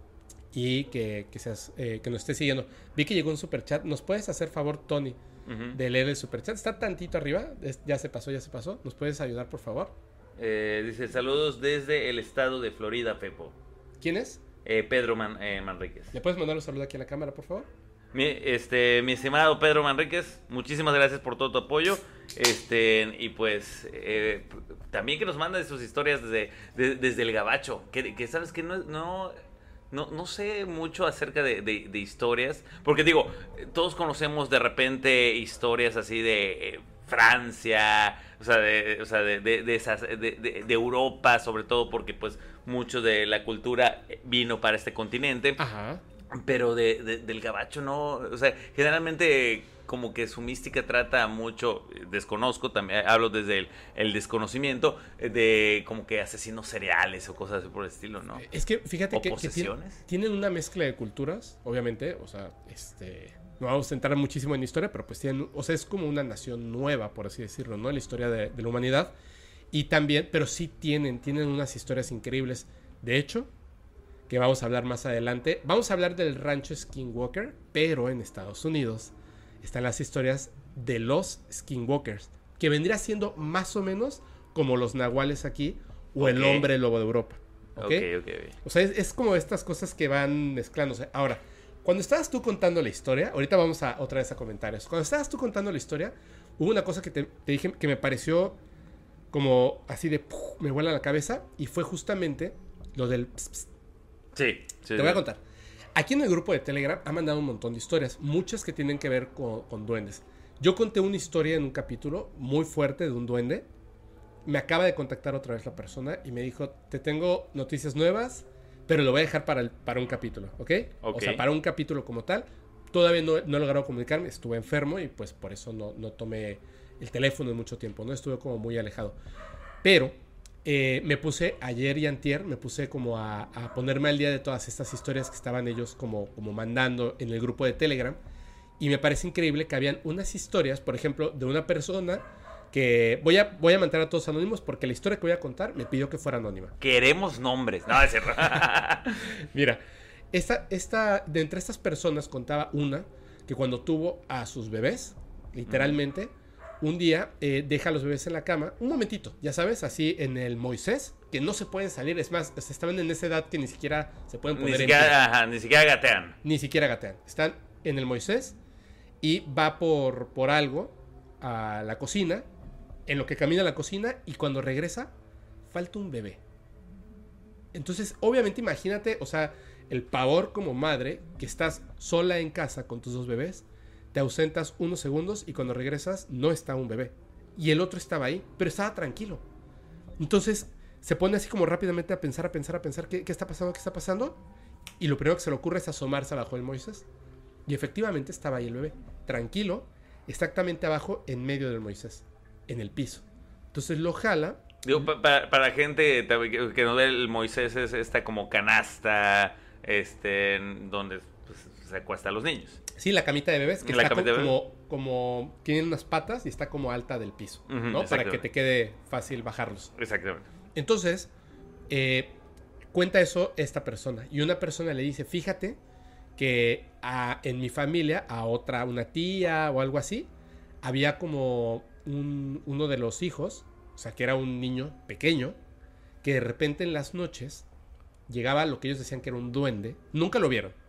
y que, que, seas, eh, que nos estés siguiendo. Vi que llegó un superchat. ¿Nos puedes hacer favor, Tony, uh-huh. de leer el superchat? Está tantito arriba. Es, ya se pasó, ya se pasó. ¿Nos puedes ayudar, por favor? Eh, dice, saludos desde el estado de Florida, Fepo. ¿Quién es? Eh, Pedro Man, eh, Manríquez. ¿Le puedes mandar un saludo aquí a la cámara, por favor? Mi, este, mi estimado Pedro Manríquez, muchísimas gracias por todo tu apoyo. Este, y pues eh, también que nos manda sus historias desde, de, desde el Gabacho. Que, que sabes que no, no, no, no sé mucho acerca de, de, de historias. Porque digo, todos conocemos de repente historias así de eh, Francia, o sea, de, o sea, de, de, de, esas, de, de, de Europa, sobre todo porque pues mucho de la cultura vino para este continente. Ajá. Pero de, de, del Gabacho no, o sea, generalmente como que su mística trata mucho, desconozco, también hablo desde el, el desconocimiento, de como que asesinos seriales o cosas así por el estilo, ¿no? Es que fíjate o que, posesiones. que tienen, tienen una mezcla de culturas, obviamente, o sea, este, no vamos a entrar muchísimo en historia, pero pues tienen, o sea, es como una nación nueva, por así decirlo, ¿no? En la historia de, de la humanidad, y también, pero sí tienen, tienen unas historias increíbles, de hecho, que vamos a hablar más adelante. Vamos a hablar del rancho Skinwalker, pero en Estados Unidos están las historias de los Skinwalkers, que vendría siendo más o menos como los nahuales aquí o okay. el hombre lobo de Europa. ¿Okay? Ok, ok, ok. O sea, es, es como estas cosas que van mezclándose. Ahora, cuando estabas tú contando la historia, ahorita vamos a otra vez a comentarios. Cuando estabas tú contando la historia, hubo una cosa que te, te dije que me pareció como así de ¡puf! Me vuela la cabeza, y fue justamente lo del pss, pss. Sí, sí. Te voy a contar. Aquí en el grupo de Telegram ha mandado un montón de historias, muchas que tienen que ver con, con duendes. Yo conté una historia en un capítulo muy fuerte de un duende. Me acaba de contactar otra vez la persona y me dijo, te tengo noticias nuevas, pero lo voy a dejar para, el, para un capítulo, ¿ok? O sea, para un capítulo como tal. Todavía no, no he logrado comunicarme, estuve enfermo y pues por eso no, no tomé el teléfono en mucho tiempo, ¿no? Estuve como muy alejado. Pero eh, me puse ayer y antier, me puse como a, a ponerme al día de todas estas historias que estaban ellos como, como mandando en el grupo de Telegram. Y me parece increíble que habían unas historias, por ejemplo, de una persona que voy a, voy a mantener a todos anónimos porque la historia que voy a contar me pidió que fuera anónima. Queremos nombres. No, es cierto. Mira, esta, esta, de entre estas personas contaba una que cuando tuvo a sus bebés, literalmente, uh-huh. un día eh, deja a los bebés en la cama, un momentito, ya sabes, así en el Moisés, que no se pueden salir, es más, estaban en esa edad que ni siquiera se pueden poner ni siquiera, en pie. Ajá, ni siquiera gatean. Ni siquiera gatean. Están en el Moisés y va por, por algo a la cocina, en lo que camina a la cocina, y cuando regresa, falta un bebé. Entonces, obviamente, imagínate, o sea, el pavor como madre, que estás sola en casa con tus dos bebés, te ausentas unos segundos y cuando regresas no está un bebé. Y el otro estaba ahí, pero estaba tranquilo. Entonces, se pone así como rápidamente a pensar, a pensar, a pensar, ¿qué, qué está pasando? ¿Qué está pasando? Y lo primero que se le ocurre es asomarse abajo del Moisés. Y efectivamente estaba ahí el bebé, tranquilo, exactamente abajo, en medio del Moisés, en el piso. Entonces lo jala. Digo, pa, pa, para la gente que no ve, el Moisés es esta como canasta, este, donde pues, se acuesta a los niños. Sí, la camita de bebés, que la está camita como, de bebés. como, tiene unas patas y está como alta del piso, uh-huh, ¿no? Para que te quede fácil bajarlos. Exactamente. Entonces, eh, cuenta eso esta persona. Y una persona le dice, fíjate que a, en mi familia, a otra, una tía o algo así, había como un, uno de los hijos, o sea, que era un niño pequeño, que de repente en las noches llegaba lo que ellos decían que era un duende. Nunca lo vieron.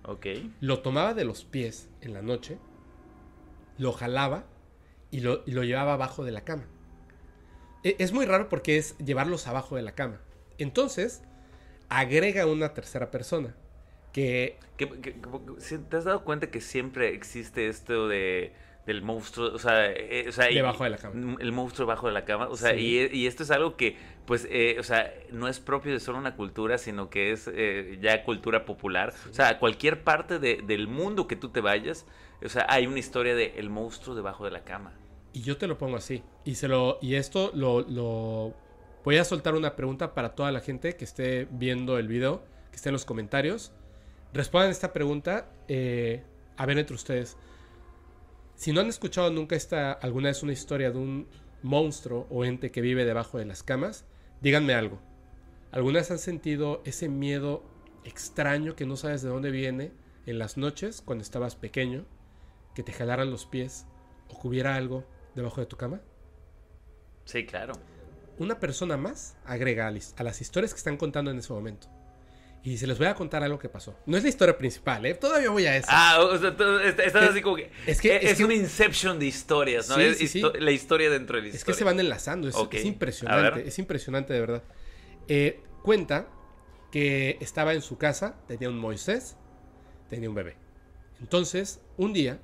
Ok. Lo tomaba de los pies en la noche, lo jalaba y lo, y lo llevaba abajo de la cama. E- es muy raro porque es llevarlos abajo de la cama. Entonces, agrega una tercera persona que... ¿Qué- qué- qué- si ¿Te has dado cuenta que siempre existe esto de del monstruo? O sea, eh, o sea, y- Debajo de la cama. mm, el monstruo debajo de la cama. O sea, Sí. y, y esto es algo que, pues, eh, o sea, no es propio de solo una cultura, sino que es eh, ya cultura popular. Sí. O sea, a cualquier parte de- del mundo que tú te vayas, o sea, hay una historia de el monstruo debajo de la cama. Y yo te lo pongo así. Y, se lo, y esto lo, lo... Voy a soltar una pregunta para toda la gente que esté viendo el video, que esté en los comentarios. Respondan esta pregunta, eh, a ver entre ustedes. Si no han escuchado nunca esta, alguna vez una historia de un monstruo o ente que vive debajo de las camas, díganme algo. ¿Alguna vez han sentido ese miedo extraño que no sabes de dónde viene en las noches cuando estabas pequeño? Que te jalaran los pies o que hubiera algo debajo de tu cama. Sí, claro. Una persona más agrega a lis- a las historias que están contando en ese momento. Y se les voy a contar algo que pasó. No es la historia principal, ¿eh? Todavía voy a eso. Ah, o sea, tú est- estás Es- así como que... es que- Es, es que- un Inception de historias, ¿no? Sí, es sí, sí. histo- la historia dentro de la Es historia. que se van enlazando, es, Ok, es a impresionante, ver. es impresionante de verdad. Eh, cuenta que estaba en su casa, tenía un Moisés, tenía un bebé. Entonces, un día,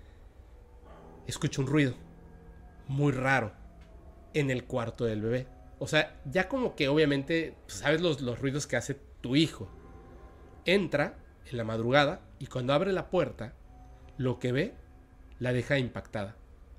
escucha un ruido muy raro en el cuarto del bebé. O sea, ya como que obviamente pues, sabes los, los ruidos que hace tu hijo. Entra en la madrugada y cuando abre la puerta, lo que ve la deja impactada.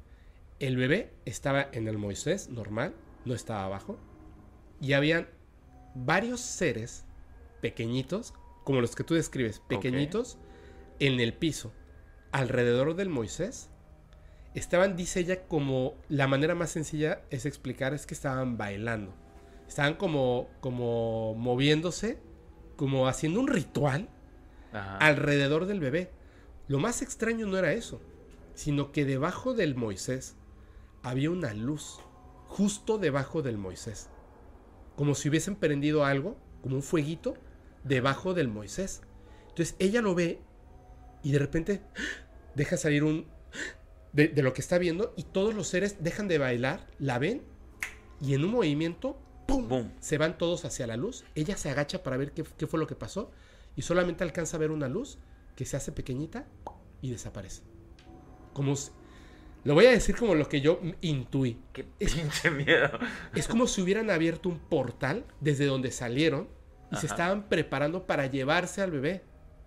El bebé estaba en el Moisés normal, no estaba abajo, y habían varios seres pequeñitos, como los que tú describes, pequeñitos, en el piso, alrededor del Moisés. Estaban, dice ella, como la manera más sencilla es explicar, es que estaban bailando. Estaban como, como moviéndose, como haciendo un ritual Ajá. alrededor del bebé. Lo más extraño no era eso, sino que debajo del Moisés había una luz, justo debajo del Moisés. Como si hubiesen prendido algo, como un fueguito, debajo del Moisés. Entonces ella lo ve y de repente deja salir un... De, de lo que está viendo, y todos los seres dejan de bailar, la ven, y en un movimiento, ¡pum!, Boom. se van todos hacia la luz. Ella se agacha para ver qué, qué fue lo que pasó, y solamente alcanza a ver una luz que se hace pequeñita y desaparece. Como si, lo voy a decir como lo que yo intuí. Qué Es, pinche miedo. es como si hubieran abierto un portal desde donde salieron y se Ajá. estaban preparando para llevarse al bebé.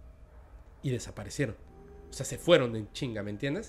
Y desaparecieron. O sea, se fueron en chinga, ¿me entiendes?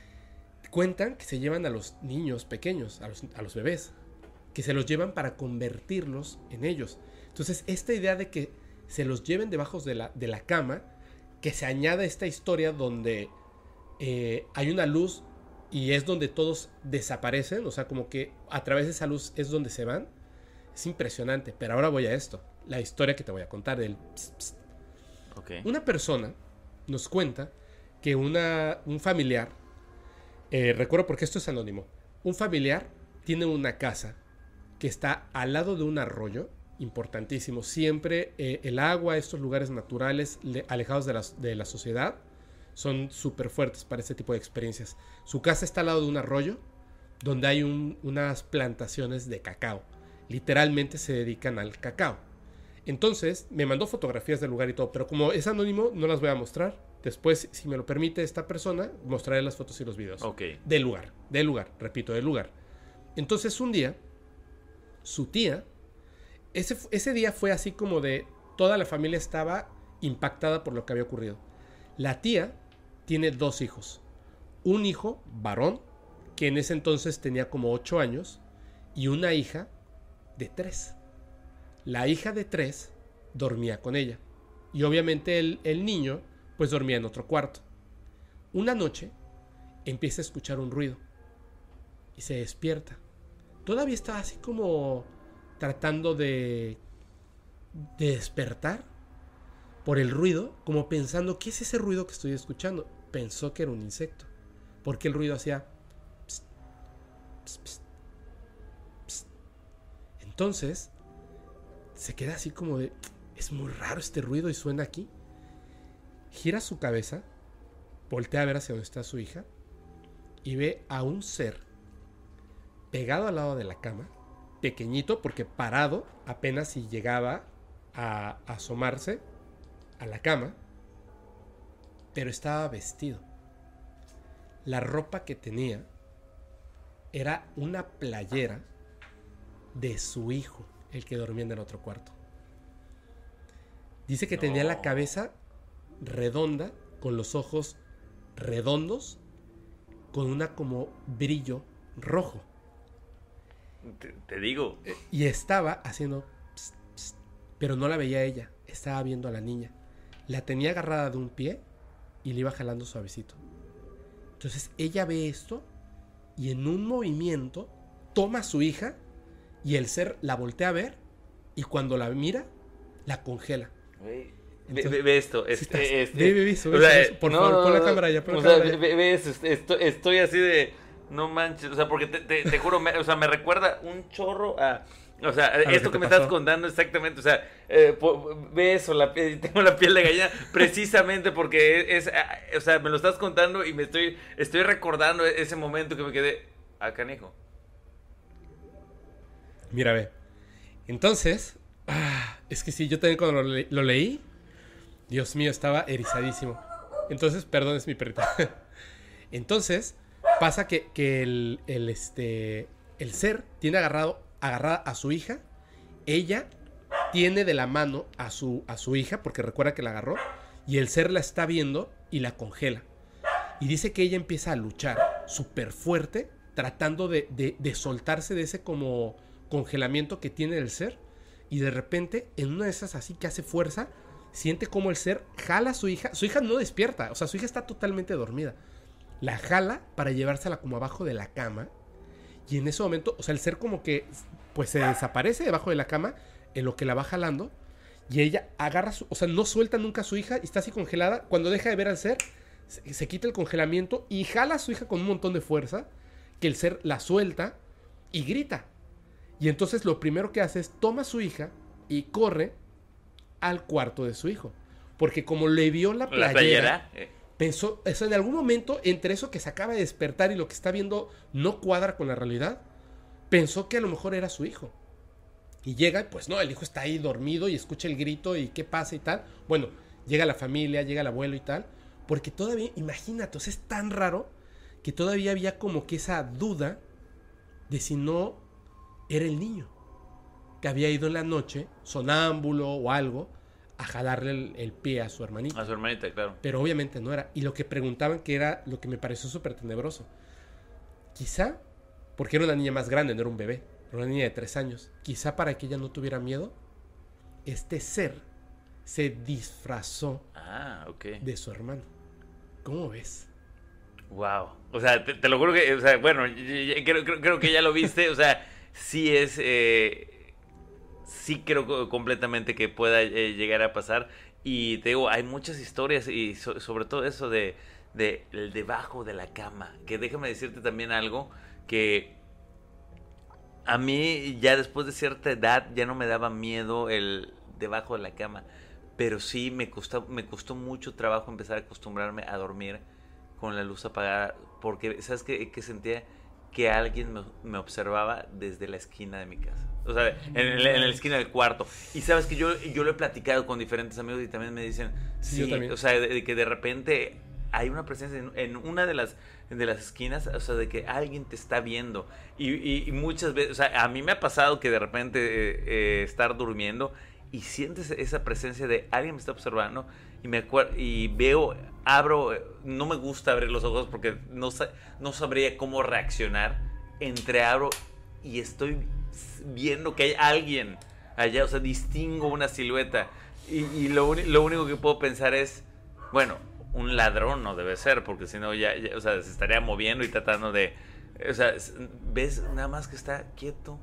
Cuentan que se llevan a los niños pequeños, a los, a los bebés, que se los llevan para convertirlos en ellos. Entonces, esta idea de que se los lleven debajo de la, de la cama, que se añade esta historia donde eh, hay una luz y es donde todos desaparecen, o sea, como que a través de esa luz es donde se van, es impresionante. Pero ahora voy a esto, la historia que te voy a contar del... Psst, psst. Okay. Una persona nos cuenta que una, un familiar, eh, recuerdo porque esto es anónimo, un familiar tiene una casa que está al lado de un arroyo importantísimo. Siempre eh, el agua, estos lugares naturales le, alejados de la, de la sociedad, son súper fuertes para este tipo de experiencias. Su casa está al lado de un arroyo donde hay un, unas plantaciones de cacao. Literalmente se dedican al cacao. Entonces me mandó fotografías del lugar y todo, pero como es anónimo no las voy a mostrar. Después, si me lo permite esta persona, mostraré las fotos y los videos. Ok. Del lugar, del lugar, repito, del lugar. Entonces un día, su tía, ese, ese día fue así como de, toda la familia estaba impactada por lo que había ocurrido. La tía tiene dos hijos. Un hijo varón, que en ese entonces tenía como ocho años, y una hija de tres. La hija de tres dormía con ella. Y obviamente el, el niño pues dormía en otro cuarto. Una noche empieza a escuchar un ruido y se despierta. Todavía está así como tratando de, de despertar por el ruido, como pensando, ¿qué es ese ruido que estoy escuchando? Pensó que era un insecto, porque el ruido hacía psst, psst, psst, psst. Entonces se queda así como de, es muy raro este ruido y suena aquí. gira su cabeza, voltea a ver hacia donde está su hija y ve a un ser pegado al lado de la cama, pequeñito porque parado apenas si llegaba a asomarse a la cama, pero estaba vestido. La ropa que tenía era una playera de su hijo, el que dormía en el otro cuarto. Dice que no. Tenía la cabeza redonda, con los ojos redondos, con una como brillo rojo. Te, te digo. Y estaba haciendo pss, pss, pero no la veía ella, estaba viendo a la niña. La tenía agarrada de un pie y le iba jalando suavecito. Entonces ella ve esto y en un movimiento toma a su hija y el ser la voltea a ver y cuando la mira, la congela. Wey. Entonces, ve, ve esto, es, si es, es, ve, ve, ve, sube, o sea, sube, por no, favor, pon la cámara ya, pon o la sea, cámara ve, ve eso, estoy, estoy así de, no manches, o sea, porque te, te, te juro, me, o sea, me recuerda un chorro a, o sea, a esto que, que me pasó. Estás contando exactamente, o sea, eh, po, ve eso, la, tengo la piel de gallina, precisamente porque es, es, o sea, me lo estás contando y me estoy, estoy recordando ese momento que me quedé, ah, canijo. Mira, ve, entonces, ah, es que sí, yo también cuando lo, le, lo leí, Dios mío, estaba erizadísimo. Entonces, perdón, es mi perrita. Entonces, pasa que, que el, el, este, el ser tiene agarrado, agarrada a su hija. Ella tiene de la mano a su, a su hija, porque recuerda que la agarró. Y el ser la está viendo y la congela. Y dice que ella empieza a luchar súper fuerte, tratando de, de, de soltarse de ese como congelamiento que tiene el ser. Y de repente, en una de esas así que hace fuerza, siente como el ser jala a su hija. Su hija no despierta, o sea, su hija está totalmente dormida. La jala para llevársela como abajo de la cama. Y en ese momento, o sea, el ser como que pues se desaparece debajo de la cama en lo que la va jalando. Y ella agarra, su, o sea, no suelta nunca a su hija y está así congelada. Cuando deja de ver al ser, se, se quita el congelamiento y jala a su hija con un montón de fuerza. Que el ser la suelta y grita. Y entonces lo primero que hace es toma a su hija y corre al cuarto de su hijo. Porque como le vio la playera, ¿La playera? Eh. pensó, eso en algún momento, entre eso que se acaba de despertar y lo que está viendo no cuadra con la realidad, pensó que a lo mejor era su hijo. Y llega y pues no, el hijo está ahí dormido y escucha el grito y qué pasa y tal. Bueno, llega la familia, llega el abuelo y tal. Porque todavía, imagínate, o sea, es tan raro que todavía había como que esa duda de si no era el niño. Que había ido en la noche, sonámbulo o algo, a jalarle el, el pie a su hermanita. A su hermanita, claro. Pero obviamente no era. Y lo que preguntaban que era lo que me pareció súper tenebroso. Quizá, porque era una niña más grande, no era un bebé, era una niña de tres años. Quizá para que ella no tuviera miedo, este ser se disfrazó ah, okay. de su hermano. ¿Cómo ves? Wow. O sea, te, te lo juro que, o sea, bueno, yo, yo, creo, creo, creo que ya lo viste, o sea, sí es... Eh, sí creo completamente que pueda eh, llegar a pasar. Y te digo, hay muchas historias y so, sobre todo eso de, de el debajo de la cama. Que déjame decirte también algo que a mí ya después de cierta edad ya no me daba miedo el debajo de la cama. Pero sí me costó, me costó mucho trabajo empezar a acostumbrarme a dormir con la luz apagada. Porque, ¿sabes qué? Que sentía que alguien me, me observaba desde la esquina de mi casa. O sea, en, en, en la esquina del cuarto. Y sabes que yo, yo lo he platicado con diferentes amigos y también me dicen, sí, o sea, de, de que de repente hay una presencia en, en una de las, de las esquinas, o sea, de que alguien te está viendo. Y, y, y muchas veces, o sea, a mí me ha pasado que de repente eh, eh, estar durmiendo y sientes esa presencia de alguien me está observando y me acuerdo y veo, abro, no me gusta abrir los ojos porque no, no sabría cómo reaccionar. Entreabro y estoy viendo que hay alguien allá, o sea, distingo una silueta y, y lo, lo único que puedo pensar es, bueno, un ladrón no debe ser, porque si no ya, ya, o sea, se estaría moviendo y tratando de, o sea, ves nada más que está quieto,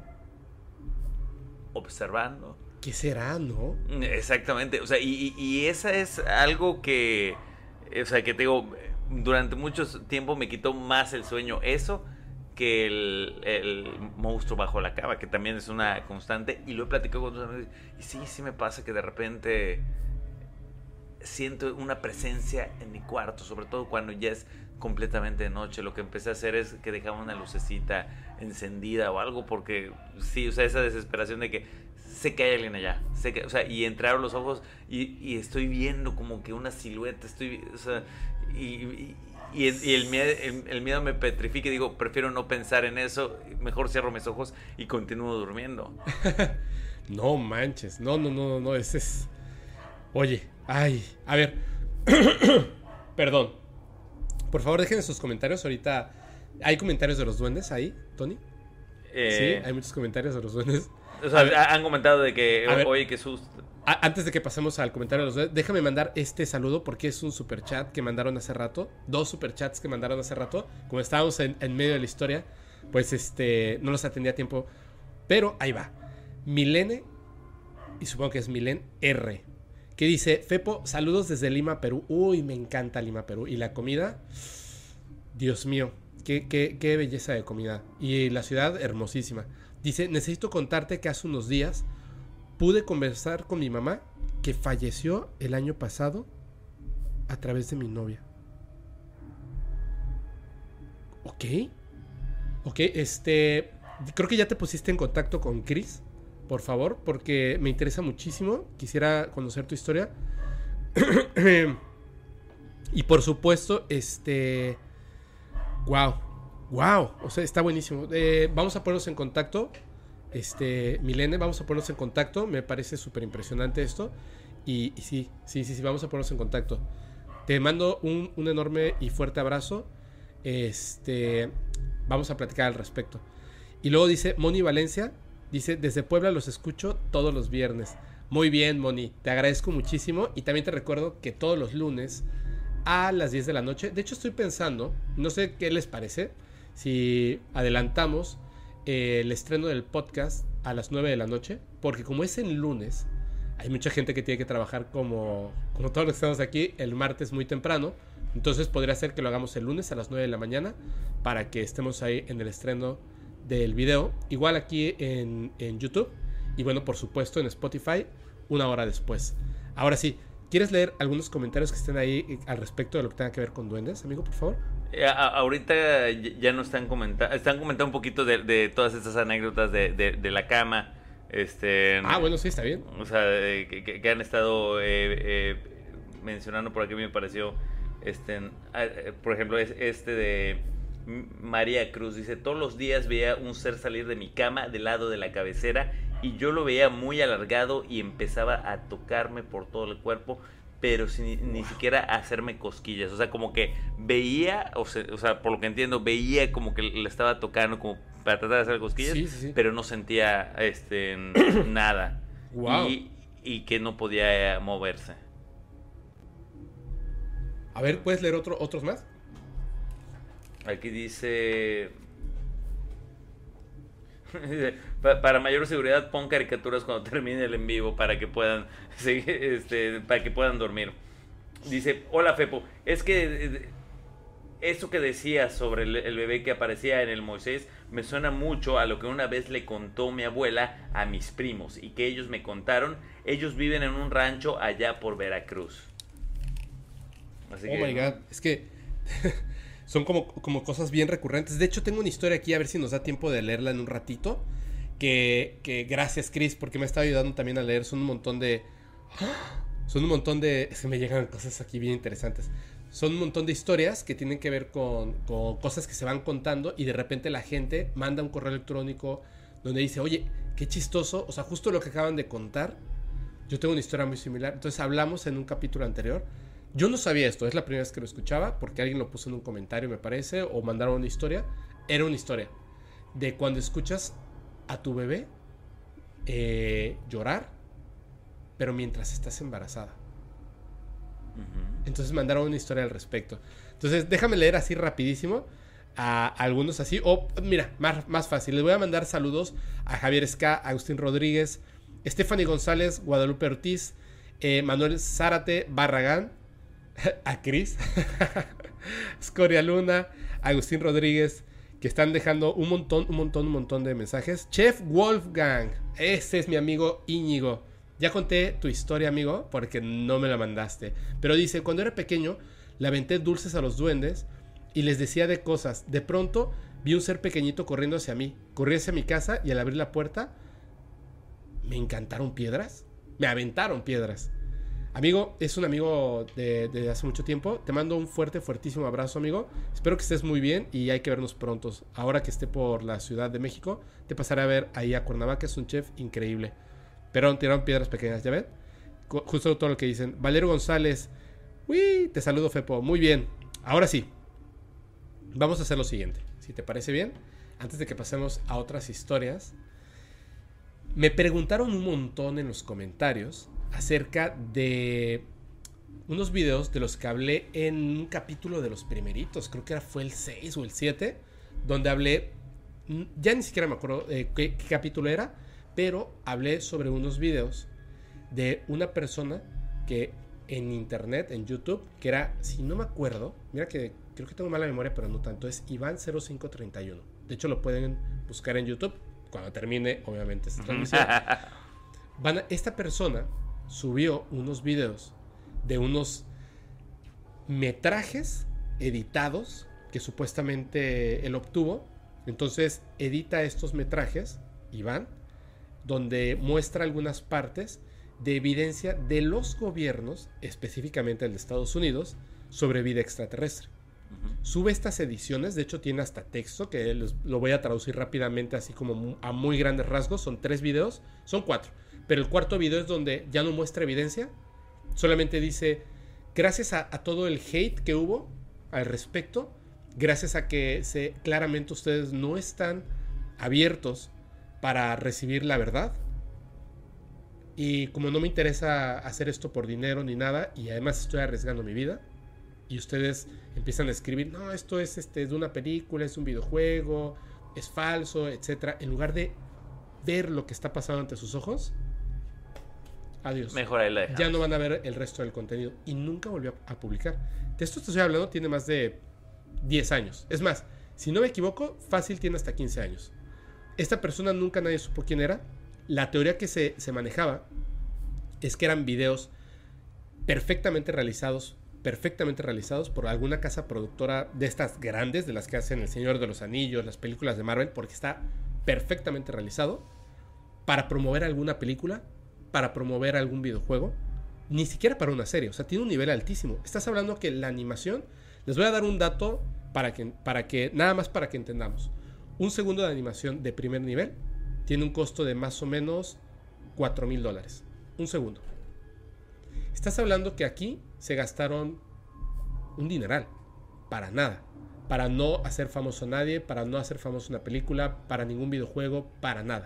observando. ¿Qué será, no? Exactamente, o sea, y, y esa es algo que, o sea, que te digo, durante mucho tiempo me quitó más el sueño eso que el, el monstruo bajo la cama, que también es una constante, y lo he platicado con otros amigos, y sí, sí me pasa que de repente siento una presencia en mi cuarto, sobre todo cuando ya es completamente de noche. Lo que empecé a hacer es que dejaba una lucecita encendida o algo, porque sí, o sea, esa desesperación de que sé que hay alguien allá, sé que, o sea, y entraron los ojos y, y estoy viendo como que una silueta, estoy, o sea, y, y, y el, y el, miedo, el, el miedo me petrifica y digo, prefiero no pensar en eso, mejor cierro mis ojos y continúo durmiendo. No manches, no, no, no, no, ese es... Oye, ay, a ver, perdón, por favor dejen sus comentarios ahorita. ¿Hay comentarios de los duendes ahí, Tony? Eh... Sí, hay muchos comentarios de los duendes. O sea, ver, han comentado de que, ver, oye, qué susto. A, antes de que pasemos al comentario de los duendes, déjame mandar este saludo porque es un superchat que mandaron hace rato. Dos superchats que mandaron hace rato. Como estábamos en, en medio de la historia, pues este no los atendía a tiempo. Pero ahí va. Milene, y supongo que es Milen R, que dice: Fepo, saludos desde Lima, Perú. Uy, me encanta Lima, Perú. Y la comida, Dios mío, qué, qué, qué belleza de comida. Y la ciudad, hermosísima. Dice: necesito contarte que hace unos días pude conversar con mi mamá, que falleció el año pasado a través de mi novia. Ok. Ok, este... creo que ya te pusiste en contacto con Chris, por favor, porque me interesa muchísimo. Quisiera conocer tu historia. Y por supuesto, este... Wow. Wow, o sea, está buenísimo. Eh, vamos a ponernos en contacto. Este, Milene, vamos a ponernos en contacto. Me parece súper impresionante esto. Y, y sí, sí, sí, sí, vamos a ponernos en contacto. Te mando un, un enorme y fuerte abrazo. Este, vamos a platicar al respecto. Y luego dice Moni Valencia, dice: desde Puebla los escucho todos los viernes. Muy bien, Moni, te agradezco muchísimo. Y también te recuerdo que todos los lunes a las diez de la noche, de hecho estoy pensando, no sé qué les parece, si adelantamos eh, el estreno del podcast a las nueve de la noche, porque como es en lunes, hay mucha gente que tiene que trabajar como, como todos los que estamos aquí el martes muy temprano. Entonces podría ser que lo hagamos el lunes a las nueve de la mañana para que estemos ahí en el estreno del video, igual aquí en, en YouTube, y bueno, por supuesto en Spotify una hora después. Ahora sí, ¿quieres leer algunos comentarios que estén ahí al respecto de lo que tenga que ver con duendes, amigo, por favor? Eh, a, ahorita ya no están comentando, están comentando un poquito de, de todas estas anécdotas de, de, de la cama. Este, ah, bueno, sí, está bien. O sea, eh, que, que han estado eh, eh, mencionando por aquí. Me pareció, este, eh, por ejemplo, es este de María Cruz. Dice: todos los días veía un ser salir de mi cama del lado de la cabecera y yo lo veía muy alargado y empezaba a tocarme por todo el cuerpo, pero sin ni siquiera hacerme cosquillas. O sea, como que veía, o sea, o sea, por lo que entiendo, veía como que le estaba tocando como para tratar de hacer cosquillas, sí, sí, sí. Pero no sentía este nada. Wow. Y, y que no podía moverse. A ver, ¿puedes leer otro, otros más? Aquí dice... para mayor seguridad pon caricaturas cuando termine el en vivo para que puedan seguir, este, para que puedan dormir. Dice: hola Fepo, es que eso que decías sobre el, el bebé que aparecía en el Moisés me suena mucho a lo que una vez le contó mi abuela a mis primos y que ellos me contaron. Ellos viven en un rancho allá por Veracruz. Así oh que, my god, es que son como, como cosas bien recurrentes. De hecho, tengo una historia aquí, a ver si nos da tiempo de leerla en un ratito. Que, que gracias, Chris, porque me está ayudando también a leer. Son un montón de... Son un montón de... Es que me llegan cosas aquí bien interesantes. Son un montón de historias que tienen que ver con, con cosas que se van contando. Y de repente la gente manda un correo electrónico donde dice: oye, qué chistoso. O sea, justo lo que acaban de contar, yo tengo una historia muy similar. Entonces hablamos en un capítulo anterior. Yo no sabía esto, es la primera vez que lo escuchaba, porque alguien lo puso en un comentario, me parece, o mandaron una historia. Era una historia de cuando escuchas a tu bebé eh, llorar, pero mientras estás embarazada. Uh-huh. Entonces mandaron una historia al respecto. Entonces déjame leer así rapidísimo a, a algunos así. O mira, más, más fácil. Les voy a mandar saludos a Javier Ska, Agustín Rodríguez, Stephanie González, Guadalupe Ortiz, eh, Manuel Zárate Barragán, a Cris, Scoria Luna, Agustín Rodríguez, que están dejando un montón, un montón, un montón de mensajes. Chef Wolfgang, ese es mi amigo Íñigo, Ya conté tu historia, amigo, porque no me la mandaste. Pero dice, cuando era pequeño, le aventé dulces a los duendes y les decía de cosas. De pronto, vi un ser pequeñito corriendo hacia mí. Corrí hacia mi casa y al abrir la puerta, me encantaron piedras. Me aventaron piedras. Amigo, es un amigo de, de hace mucho tiempo. Te mando un fuerte, fuertísimo abrazo, amigo. Espero que estés muy bien y hay que vernos pronto. Ahora que esté por la Ciudad de México, te pasaré a ver ahí a Cuernavaca. Es un chef increíble. Pero tiraron piedras pequeñas, ¿ya ven? Justo todo lo que dicen. Valero González. Uy, te saludo, Fepo. Muy bien. Ahora sí. Vamos a hacer lo siguiente. Si te parece bien, antes de que pasemos a otras historias. Me preguntaron un montón en los comentarios acerca de unos videos de los que hablé en un capítulo de los primeritos, creo que era, fue el seis o el siete, donde hablé, ya ni siquiera me acuerdo eh, qué, qué capítulo era, pero hablé sobre unos videos de una persona que en internet, en YouTube, que era, si no me acuerdo, mira que creo que tengo mala memoria, pero no tanto, es Iván cero cinco treinta y uno. De hecho lo pueden buscar en YouTube cuando termine, obviamente, esta transmisión. Van a, esta persona subió unos videos de unos metrajes editados que supuestamente él obtuvo. Entonces edita estos metrajes, Iván, donde muestra algunas partes de evidencia de los gobiernos, específicamente el de Estados Unidos, sobre vida extraterrestre. Uh-huh. Sube estas ediciones, de hecho tiene hasta texto, que les, lo voy a traducir rápidamente, así como a muy grandes rasgos. Son tres videos, son cuatro. Pero el cuarto video es donde ya no muestra evidencia. Solamente dice, gracias a, a todo el hate que hubo al respecto, gracias a que se, claramente ustedes no están abiertos para recibir la verdad. Y como no me interesa hacer esto por dinero ni nada, y además estoy arriesgando mi vida, y ustedes empiezan a escribir, no, esto es este, de una película, es un videojuego, es falso, etcétera. En lugar de ver lo que está pasando ante sus ojos, adiós. Mejor ahí la dejamos. Ya no van a ver el resto del contenido. Y nunca volvió a, a publicar. De esto te estoy hablando, tiene más de diez años. Es más, si no me equivoco, fácil tiene hasta quince años. Esta persona nunca nadie supo quién era. La teoría que se, se manejaba es que eran videos perfectamente realizados, perfectamente realizados por alguna casa productora de estas grandes, de las que hacen El Señor de los Anillos, las películas de Marvel, porque está perfectamente realizado para promover alguna película, para promover algún videojuego, ni siquiera para una serie. O sea, tiene un nivel altísimo. Estás hablando que la animación, les voy a dar un dato para que, para que nada más para que entendamos. Un segundo de animación de primer nivel tiene un costo de más o menos cuatro mil dólares. Un segundo. Estás hablando que aquí se gastaron un dineral para nada, para no hacer famoso a nadie, para no hacer famoso una película, para ningún videojuego, para nada.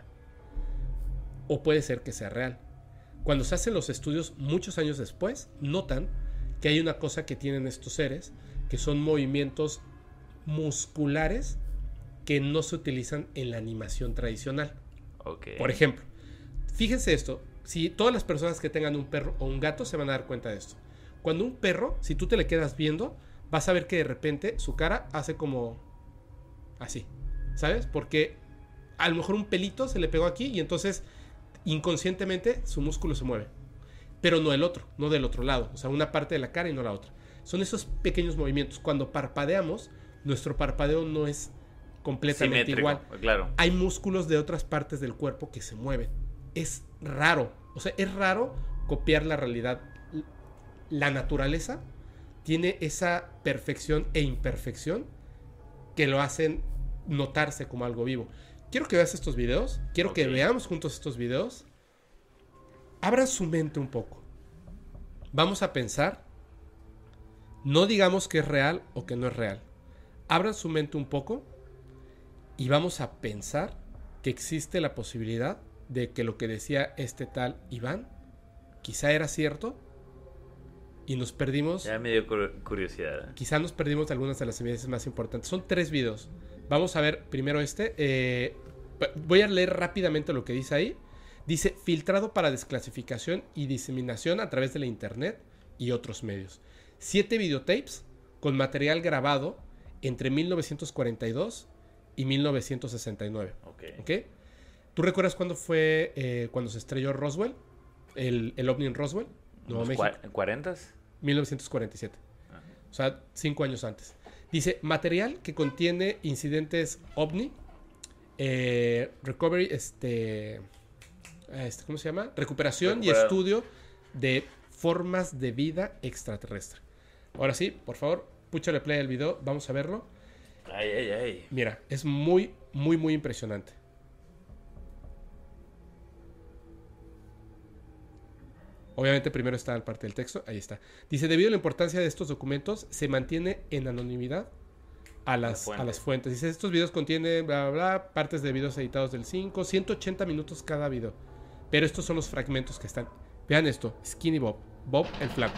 O puede ser que sea real. Cuando se hacen los estudios muchos años después, notan que hay una cosa que tienen estos seres, que son movimientos musculares que no se utilizan en la animación tradicional. Okay. Por ejemplo, fíjense esto, si todas las personas que tengan un perro o un gato se van a dar cuenta de esto. Cuando un perro, si tú te le quedas viendo, vas a ver que de repente su cara hace como así, ¿sabes? Porque a lo mejor un pelito se le pegó aquí y entonces inconscientemente su músculo se mueve, pero no el otro, no del otro lado, o sea, una parte de la cara y no la otra. Son esos pequeños movimientos. Cuando parpadeamos, nuestro parpadeo no es completamente simétrico, igual. Claro. Hay músculos de otras partes del cuerpo que se mueven. Es raro, o sea, es raro copiar la realidad. La naturaleza tiene esa perfección e imperfección que lo hacen notarse como algo vivo. Quiero que veas estos videos, quiero okay. que veamos juntos estos videos. Abran su mente un poco. Vamos a pensar, no digamos que es real o que no es real. Abran su mente un poco y vamos a pensar que existe la posibilidad de que lo que decía este tal Iván quizá era cierto y nos perdimos. Ya me dio curiosidad. Quizá nos perdimos de algunas de las evidencias más importantes. Son tres videos. Vamos a ver primero este. Eh, voy a leer rápidamente lo que dice ahí. Dice, filtrado para desclasificación y diseminación a través de la internet y otros medios. Siete videotapes con material grabado entre mil novecientos cuarenta y dos y mil novecientos sesenta y nueve. Okay. ¿Okay? ¿Tú recuerdas cuándo fue eh, cuando se estrelló Roswell? el, el ovni en Roswell, Nuevo ¿Unos México. cua- cuarentas? mil novecientos cuarenta y siete. O sea, cinco años antes. Dice, material que contiene incidentes ovni, eh, recovery, este, este, ¿cómo se llama? Recuperación y Recuperado. estudio de formas de vida extraterrestre. Ahora sí, por favor, púchale play al video, vamos a verlo. Ay, ay, ay. Mira, es muy, muy, muy impresionante. Obviamente primero está la parte del texto, ahí está. Dice, debido a la importancia de estos documentos, se mantiene en anonimidad a las, fuente. a las fuentes. Dice, estos videos contienen, bla, bla, bla, partes de videos editados del cinco, ciento ochenta minutos cada video. Pero estos son los fragmentos que están. Vean esto, Skinny Bob, Bob el flaco.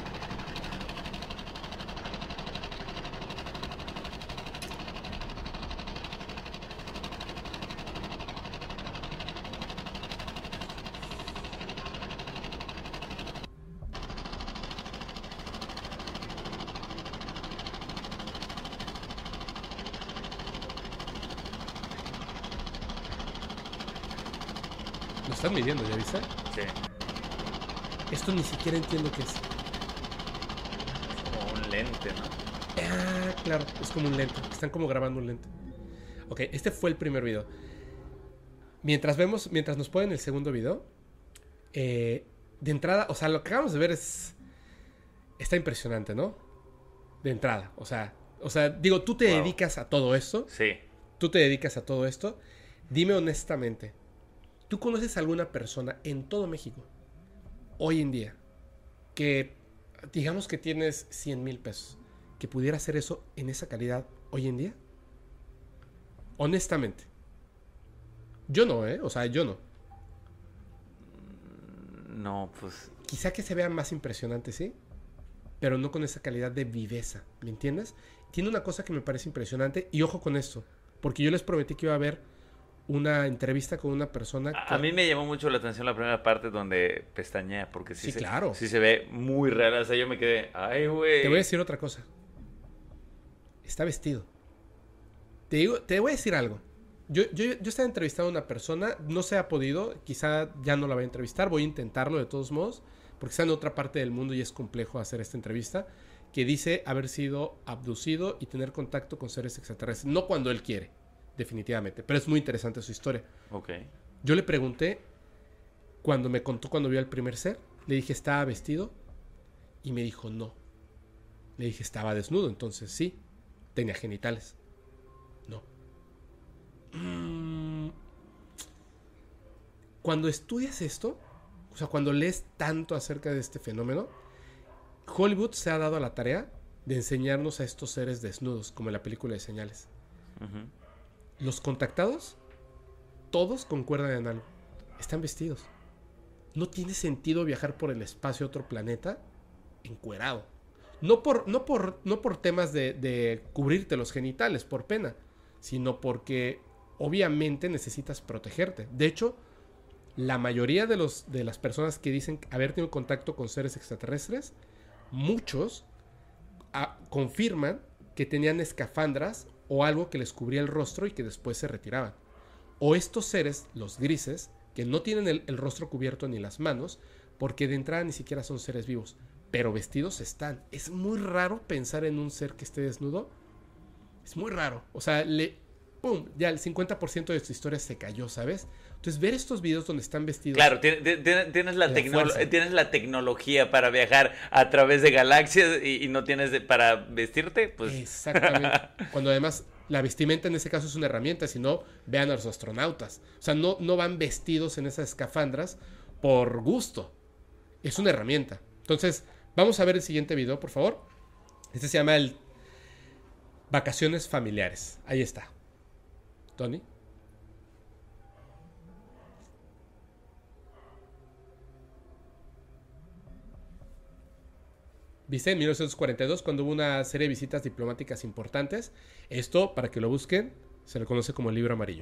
Lo están midiendo, ¿ya viste? Sí. Esto ni siquiera entiendo qué es. Como un lente, ¿no? Ah, claro, es como un lente. Están como grabando un lente. Ok, este fue el primer video. Mientras vemos, mientras nos ponen el segundo video, eh, de entrada, o sea, lo que acabamos de ver es. Está impresionante, ¿no? De entrada, o sea, o sea, digo, tú te Wow. dedicas a todo esto. Sí. Tú te dedicas a todo esto. Dime honestamente, ¿tú conoces a alguna persona en todo México, hoy en día, que digamos que tienes cien mil pesos, que pudiera hacer eso en esa calidad hoy en día? Honestamente. Yo no, ¿eh? O sea, yo no. No, pues. Quizá que se vea más impresionante, ¿sí? Pero no con esa calidad de viveza, ¿me entiendes? Tiene una cosa que me parece impresionante, y ojo con esto, porque yo les prometí que iba a haber una entrevista con una persona que... A, a mí me llamó mucho la atención la primera parte donde pestañea, porque sí, Sí, se, claro. sí se ve muy real. O sea, yo me quedé, ay, güey. Te voy a decir otra cosa. Está vestido. Te digo, te voy a decir algo. Yo, yo, yo estaba entrevistando a una persona, no se ha podido, quizá ya no la voy a entrevistar, voy a intentarlo de todos modos, porque está en otra parte del mundo y es complejo hacer esta entrevista, que dice haber sido abducido y tener contacto con seres extraterrestres. No cuando él quiere, definitivamente, pero es muy interesante su historia. Ok. Yo le pregunté, cuando me contó cuando vio al primer ser, le dije, ¿estaba vestido? Y me dijo, no. Le dije, estaba desnudo, entonces sí, tenía genitales. No. Mm. Cuando estudias esto, o sea, cuando lees tanto acerca de este fenómeno, Hollywood se ha dado a la tarea de enseñarnos a estos seres desnudos, como en la película de Señales. Ujú. Los contactados, todos concuerdan en algo. Están vestidos. No tiene sentido viajar por el espacio a otro planeta encuerado. No por, no por, no por temas de, de cubrirte los genitales, por pena, sino porque obviamente necesitas protegerte. De hecho, la mayoría de, los, de las personas que dicen haber tenido contacto con seres extraterrestres, muchos a, confirman que tenían escafandras o algo que les cubría el rostro y que después se retiraban. O estos seres, los grises, que no tienen el, el rostro cubierto ni las manos, porque de entrada ni siquiera son seres vivos, pero vestidos están. Es muy raro pensar en un ser que esté desnudo. Es muy raro. O sea, le, ¡pum! Ya el cincuenta por ciento de tu historia se cayó, ¿sabes? Entonces, ver estos videos donde están vestidos... Claro, tiene- tiene- tienes, la La tecnolo- fuerza. tienes la tecnología para viajar a través de galaxias y, y no tienes de- para vestirte, pues. Exactamente. Cuando además la vestimenta en ese caso es una herramienta, si no, vean a los astronautas. O sea, no, no van vestidos en esas escafandras por gusto. Es una herramienta. Entonces, vamos a ver el siguiente video, por favor. Este se llama el Vacaciones Familiares. Ahí está. Tony. ¿Viste? En mil novecientos cuarenta y dos, cuando hubo una serie de visitas diplomáticas importantes. Esto, para que lo busquen, se le conoce como el libro amarillo.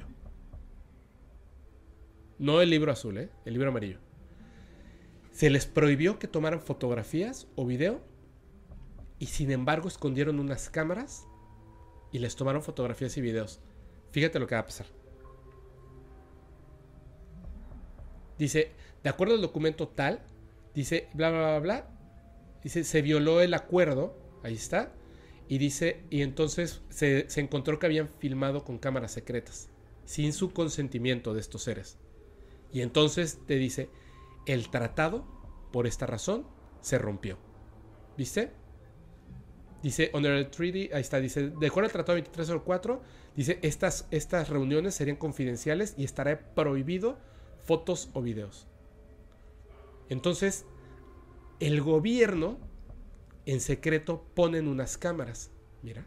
No el libro azul, ¿eh? El libro amarillo. Se les prohibió que tomaran fotografías o video, y sin embargo escondieron unas cámaras y les tomaron fotografías y videos. Fíjate lo que va a pasar. Dice, de acuerdo al documento tal, Dice, bla, bla, bla, bla. Dice, se violó el acuerdo. Ahí está. Y dice, y entonces se, se encontró que habían filmado con cámaras secretas, sin su consentimiento de estos seres. Y entonces te dice, el tratado, por esta razón, se rompió. ¿Viste? Dice, under el treaty, ahí está, dice, de acuerdo al tratado veintitrés cero cuatro, dice, estas, estas reuniones serían confidenciales y estará prohibido fotos o videos. Entonces, el gobierno, en secreto, ponen unas cámaras. Mira.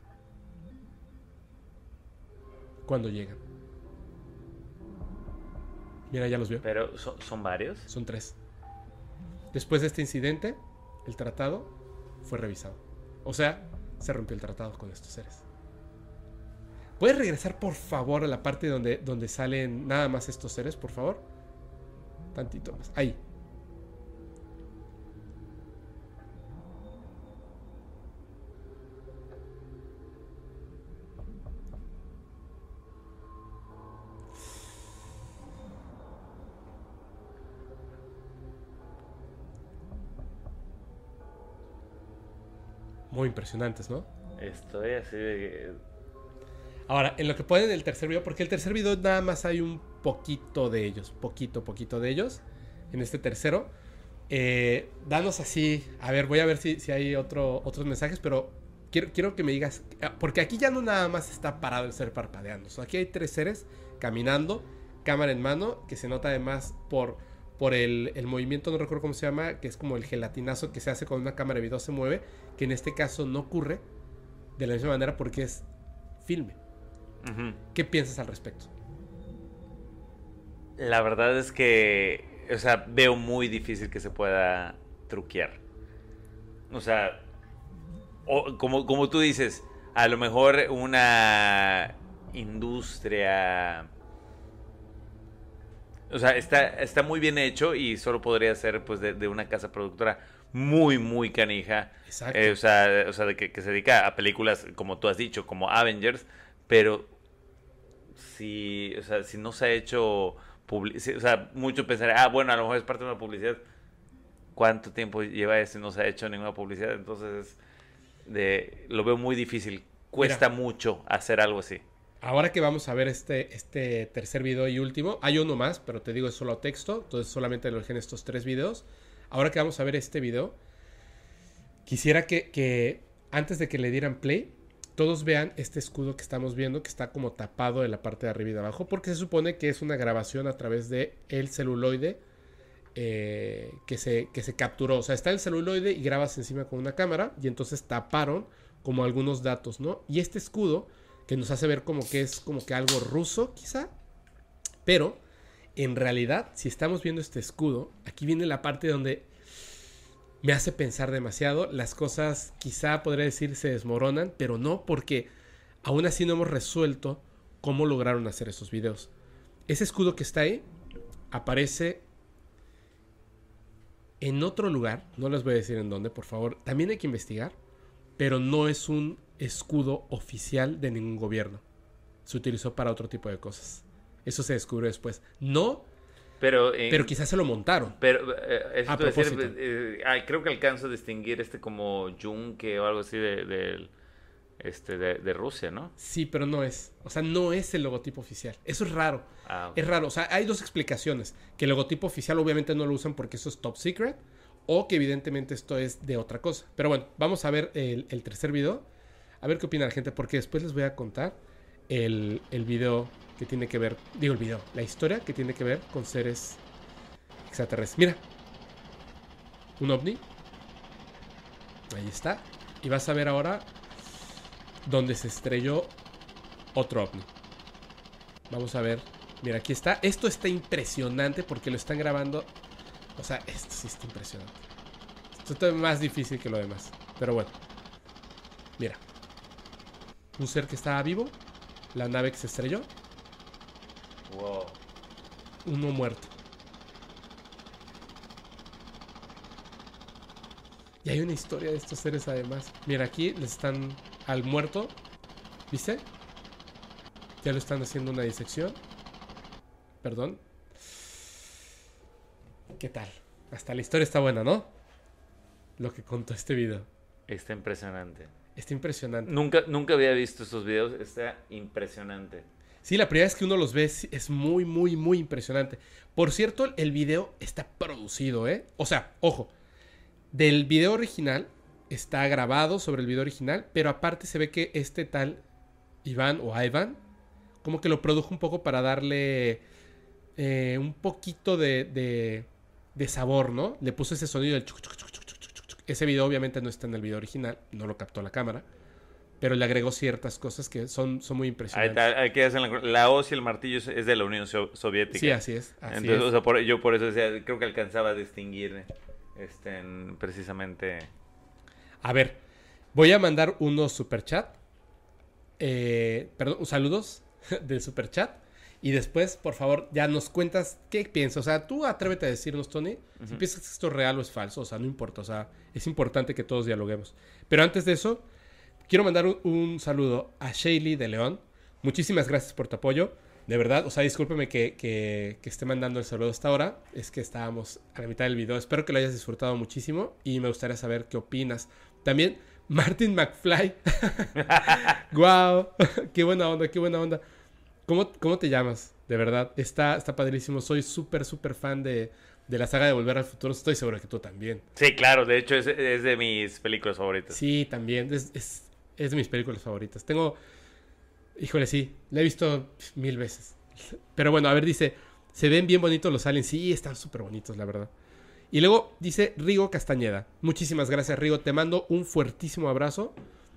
Cuando llegan. Mira, ya los vio. Pero, ¿son, son varios? Son tres. Después de este incidente, el tratado fue revisado. O sea, se rompió el tratado con estos seres. ¿Puedes regresar, por favor, a la parte donde, donde salen nada más estos seres, por favor? Tantito más. Ahí. Muy impresionantes, ¿no? Estoy así de... Ahora, en lo que ponen el tercer video, porque el tercer video nada más hay un poquito de ellos, poquito, poquito de ellos, en este tercero. Eh, danos así, a ver, voy a ver si, si hay otro, otros mensajes, pero quiero, quiero que me digas, porque aquí ya no nada más está parado el ser parpadeando, o sea, aquí hay tres seres caminando, cámara en mano, que se nota además por, por el, el movimiento, no recuerdo cómo se llama, que es como el gelatinazo que se hace cuando una cámara de video se mueve, que en este caso no ocurre de la misma manera porque es filme. Uh-huh. ¿Qué piensas al respecto? La verdad es que, o sea, veo muy difícil que se pueda truquear. O sea, o, como, como tú dices, a lo mejor una industria, o sea, está, está muy bien hecho y solo podría ser pues de, de una casa productora muy, muy canija. Exacto. Eh, o sea, o sea de que, que se dedica a películas, como tú has dicho, como Avengers. Pero si, o sea, si no se ha hecho publicidad, o sea, mucho pensar, ah, bueno, a lo mejor es parte de una publicidad. ¿Cuánto tiempo lleva eso y no se ha hecho ninguna publicidad? Entonces, de, lo veo muy difícil. Cuesta Mira, mucho hacer algo así. Ahora que vamos a ver este, este tercer video y último, hay uno más, pero te digo es solo texto, entonces solamente lo dejé en estos tres videos. Ahora que vamos a ver este video, quisiera que, que antes de que le dieran play, todos vean este escudo que estamos viendo, que está como tapado de la parte de arriba y de abajo, porque se supone que es una grabación a través de el celuloide eh, que, se, que se capturó. O sea, está el celuloide y grabas encima con una cámara, y entonces taparon como algunos datos, ¿no? Y este escudo, que nos hace ver como que es como que algo ruso, quizá, pero en realidad, si estamos viendo este escudo, aquí viene la parte donde me hace pensar demasiado. Las cosas quizá podría decir se desmoronan, pero no, porque aún así no hemos resuelto cómo lograron hacer esos videos. Ese escudo que está ahí aparece en otro lugar, no les voy a decir en dónde, por favor, también hay que investigar, pero no es un escudo oficial de ningún gobierno. Se utilizó para otro tipo de cosas. Eso se descubrió después. No... Pero, eh, pero quizás se lo montaron. Pero eh, eso a te decir, propósito. eh, eh, creo que alcanzo a distinguir este como yunque o algo así de, de, este, de, de Rusia, ¿no? Sí, pero no es. O sea, no es el logotipo oficial. Eso es raro. Ah, okay. Es raro. O sea, hay dos explicaciones. Que el logotipo oficial obviamente no lo usan porque eso es top secret. O que evidentemente esto es de otra cosa. Pero bueno, vamos a ver el, el tercer video. A ver qué opina la gente. Porque después les voy a contar el, el video que tiene que ver, digo el video, la historia que tiene que ver con seres extraterrestres. Mira, un ovni. Ahí está. Y vas a ver ahora donde se estrelló otro ovni. Vamos a ver. Mira, aquí está. Esto está impresionante porque lo están grabando. O sea, esto sí está impresionante. Esto es más difícil que lo demás. Pero bueno. Mira. Un ser que estaba vivo. La nave que se estrelló. Wow. Uno muerto. Y hay una historia de estos seres además. Mira, aquí les están al muerto. ¿Viste? Ya lo están haciendo una disección. Perdón. ¿Qué tal? Hasta la historia está buena, ¿no? Lo que contó este video. Está impresionante. Está impresionante. Nunca, nunca había visto estos videos. Está impresionante. Sí, la primera vez que uno los ve es, es muy, muy, muy impresionante. Por cierto, el video está producido, ¿eh? O sea, ojo, del video original está grabado sobre el video original, pero aparte se ve que este tal Iván o Ivan como que lo produjo un poco para darle eh, un poquito de, de, de sabor, ¿no? Le puso ese sonido del chuc, chuc, chuc, chuc, chuc, chuc, chuc. Ese video obviamente no está en el video original, no lo captó la cámara, pero le agregó ciertas cosas que son, son muy impresionantes. Ahí está, aquí hacen la, la hoz y el martillo es de la Unión so- Soviética. Sí, así es. Así Entonces, es. o sea, por, yo por eso decía, creo que alcanzaba a distinguir este, en, precisamente... A ver, voy a mandar unos superchat. Eh, perdón, saludos del superchat. Y después, por favor, ya nos cuentas qué piensas. O sea, tú atrévete a decirnos, Tony, uh-huh. si piensas que esto es real o es falso. O sea, no importa. O sea, es importante que todos dialoguemos. Pero antes de eso, quiero mandar un, un saludo a Shaylee de León. Muchísimas gracias por tu apoyo. De verdad, o sea, discúlpeme que, que, que esté mandando el saludo hasta ahora. Es que estábamos a la mitad del video. Espero que lo hayas disfrutado muchísimo. Y me gustaría saber qué opinas. También, Martin McFly. ¡Guau! ¡Qué buena onda, qué buena onda! ¿Cómo, cómo te llamas? De verdad, está, está padrísimo. Soy súper, súper fan de, de la saga de Volver al Futuro. Estoy seguro que tú también. Sí, claro. De hecho, es, es de mis películas favoritas. Sí, también. Es, es, es de mis películas favoritas. Tengo... Híjole, sí. La he visto mil veces. Pero bueno, a ver, dice... Se ven bien bonitos los aliens. Sí, están súper bonitos, la verdad. Y luego dice Rigo Castañeda. Muchísimas gracias, Rigo. Te mando un fuertísimo abrazo.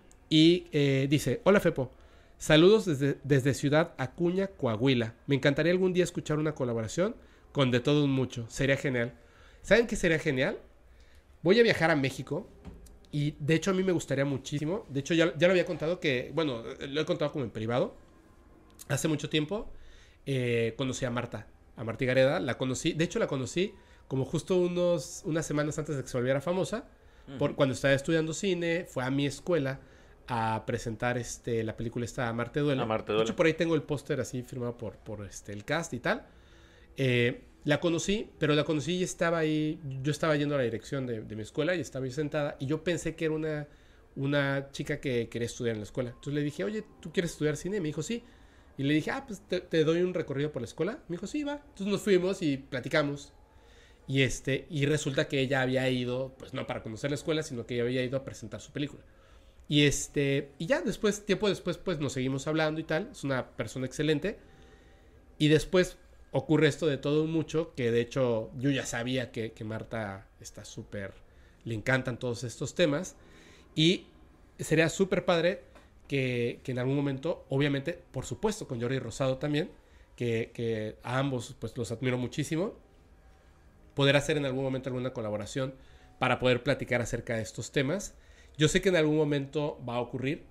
Y eh, dice... Hola, Fepo. Saludos desde, desde Ciudad Acuña, Coahuila. Me encantaría algún día escuchar una colaboración con De Todo Un Mucho. Sería genial. ¿Saben qué sería genial? Voy a viajar a México. Y de hecho a mí me gustaría muchísimo. De hecho ya, ya lo había contado que... Bueno, lo he contado como en privado. Hace mucho tiempo eh, conocí a Marta. A Martí Gareda. La conocí. De hecho la conocí como justo unos, unas semanas antes de que se volviera famosa. Uh-huh. Por, cuando estaba estudiando cine. Fue a mi escuela a presentar este, la película esta Amarte Duele. Amarte Duele. De hecho por ahí tengo el póster así firmado por, por este, el cast y tal. Eh... La conocí, pero la conocí y estaba ahí, yo estaba yendo a la dirección de, de mi escuela y estaba ahí sentada y yo pensé que era una, una chica que quería estudiar en la escuela. Entonces le dije, oye, ¿tú quieres estudiar cine? Y me dijo, sí. Y le dije, ah, pues te, te doy un recorrido por la escuela. Me dijo, sí, va. Entonces nos fuimos y platicamos. Y, este, y resulta que ella había ido, pues no para conocer la escuela, sino que ella había ido a presentar su película. Y, este, y ya después, tiempo después, pues nos seguimos hablando y tal. Es una persona excelente. Y después... ocurre esto De Todo Un Mucho, que de hecho yo ya sabía que, que Marta está súper, le encantan todos estos temas, y sería súper padre que, que en algún momento, obviamente, por supuesto, con Jordi Rosado también, que, que a ambos pues los admiro muchísimo, poder hacer en algún momento alguna colaboración para poder platicar acerca de estos temas. Yo sé que en algún momento va a ocurrir,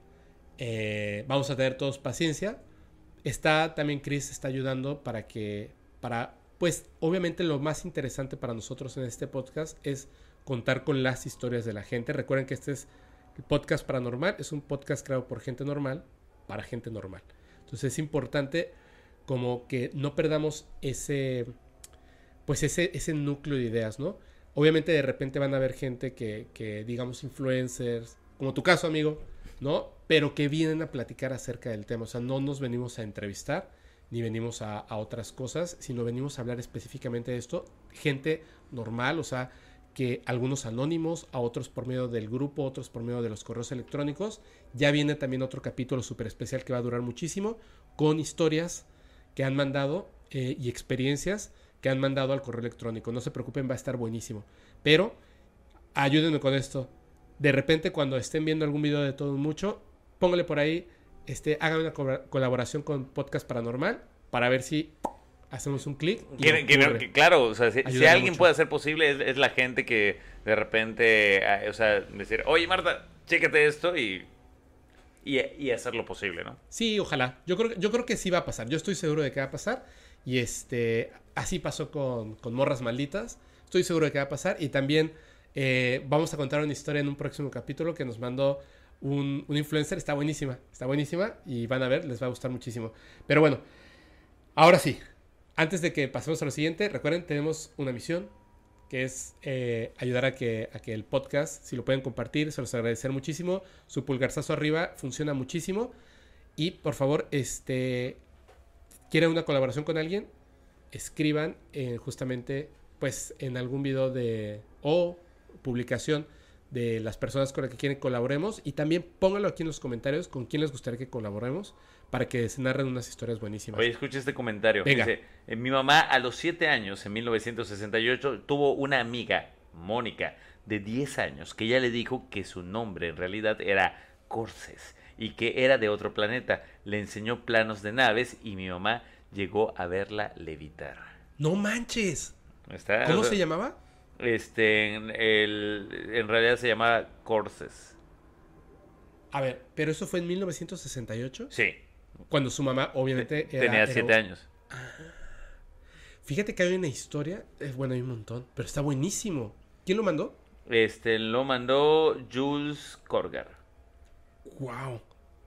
eh, vamos a tener todos paciencia. Está también Chris, está ayudando para que, para, pues obviamente lo más interesante para nosotros en este podcast es contar con las historias de la gente. Recuerden que este es el podcast paranormal, es un podcast creado por gente normal, para gente normal. Entonces es importante como que no perdamos ese, pues ese, ese núcleo de ideas, ¿no? Obviamente de repente van a haber gente que, que digamos influencers, como tu caso, amigo, ¿no? Pero que vienen a platicar acerca del tema. O sea, no nos venimos a entrevistar, ni venimos a, a otras cosas, sino venimos a hablar específicamente de esto. Gente normal, o sea, que algunos anónimos, a otros por medio del grupo, otros por medio de los correos electrónicos. Ya viene también otro capítulo súper especial que va a durar muchísimo, con historias que han mandado eh, y experiencias que han mandado al correo electrónico. No se preocupen, va a estar buenísimo. Pero ayúdenme con esto. De repente, cuando estén viendo algún video de Todo Un Mucho, póngale por ahí, este, hagan una co- colaboración con Podcast Paranormal para ver si hacemos un clic. Que, que, que, claro, o sea, si, si alguien mucho. puede hacer posible, es, es la gente que de repente, eh, o sea, decir, oye Marta, chécate esto y, y, y hacer lo posible, ¿no? Sí, ojalá. Yo creo, yo creo que sí va a pasar. Yo estoy seguro de que va a pasar. Y este, así pasó con, con Morras Malditas. Estoy seguro de que va a pasar. Y también eh, vamos a contar una historia en un próximo capítulo que nos mandó un, un influencer. Está buenísima, está buenísima. Y van a ver, les va a gustar muchísimo. Pero bueno, ahora sí. Antes de que pasemos a lo siguiente, recuerden, tenemos una misión que es eh, ayudar a que, a que el podcast, si lo pueden compartir, se los agradecer muchísimo. Su pulgarzazo arriba funciona muchísimo. Y por favor, este, ¿quieren una colaboración con alguien? Escriban eh, justamente pues en algún video de o publicación de las personas con las que quieren colaboremos, y también pónganlo aquí en los comentarios con quién les gustaría que colaboremos para que se narren unas historias buenísimas. Oye, escucha este comentario. Venga. Dice, eh, mi mamá a los siete años, en mil novecientos sesenta y ocho, tuvo una amiga, Mónica, de diez años, que ella le dijo que su nombre en realidad era Corses y que era de otro planeta. Le enseñó planos de naves y mi mamá llegó a verla levitar. ¡No manches! ¿Está? ¿Cómo O sea, se llamaba? Este, en, el, en realidad se llamaba Corses. A ver, pero eso fue en mil novecientos sesenta y ocho, Sí. cuando su mamá obviamente Te- era, tenía era- siete años. Fíjate que hay una historia, eh, bueno, hay un montón, pero está buenísimo. ¿Quién lo mandó? Este, lo mandó Jules Corgar. Wow.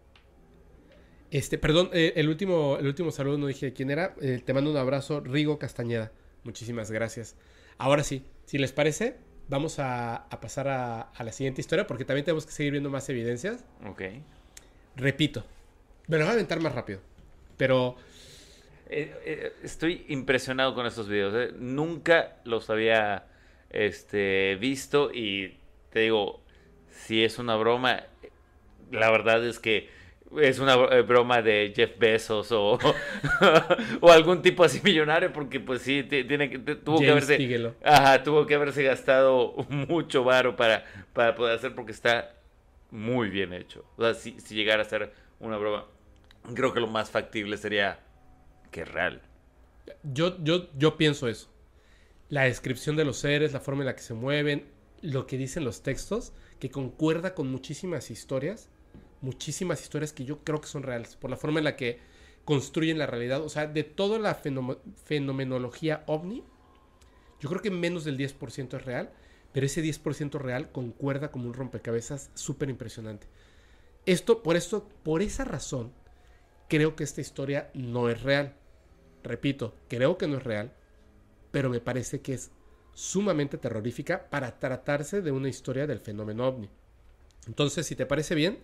Este, perdón, eh, el último, el último saludo no dije quién era. Eh, te mando un abrazo, Rigo Castañeda. Muchísimas gracias. Ahora sí, si les parece, vamos a, a pasar a, a la siguiente historia, porque también tenemos que seguir viendo más evidencias. Ok. Repito, me lo voy a aventar más rápido, pero Eh, eh, estoy impresionado con estos videos. eh. Nunca los había este, visto y te digo, si es una broma, la verdad es que es una bro- eh, broma de Jeff Bezos o, o algún tipo así millonario, porque pues sí, ti- tiene que, te- tuvo que James haberse, Bigelow. ajá, tuvo que haberse gastado mucho varo para, para poder hacer, porque está muy bien hecho. O sea, si, si llegara a ser una broma, creo que lo más factible sería que es real. Yo, yo, yo pienso eso. La descripción de los seres, la forma en la que se mueven, lo que dicen los textos, que concuerda con muchísimas historias, muchísimas historias que yo creo que son reales, por la forma en la que construyen la realidad. O sea, de toda la fenome- fenomenología ovni, yo creo que menos del diez por ciento es real, pero ese diez por ciento real concuerda como un rompecabezas súper impresionante. Esto, por esto, por esa razón, creo que esta historia no es real. Repito, creo que no es real, pero me parece que es sumamente terrorífica para tratarse de una historia del fenómeno ovni. Entonces, si te parece bien,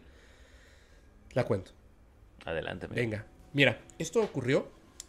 la cuento. Adelante, amigo. Venga, mira, esto ocurrió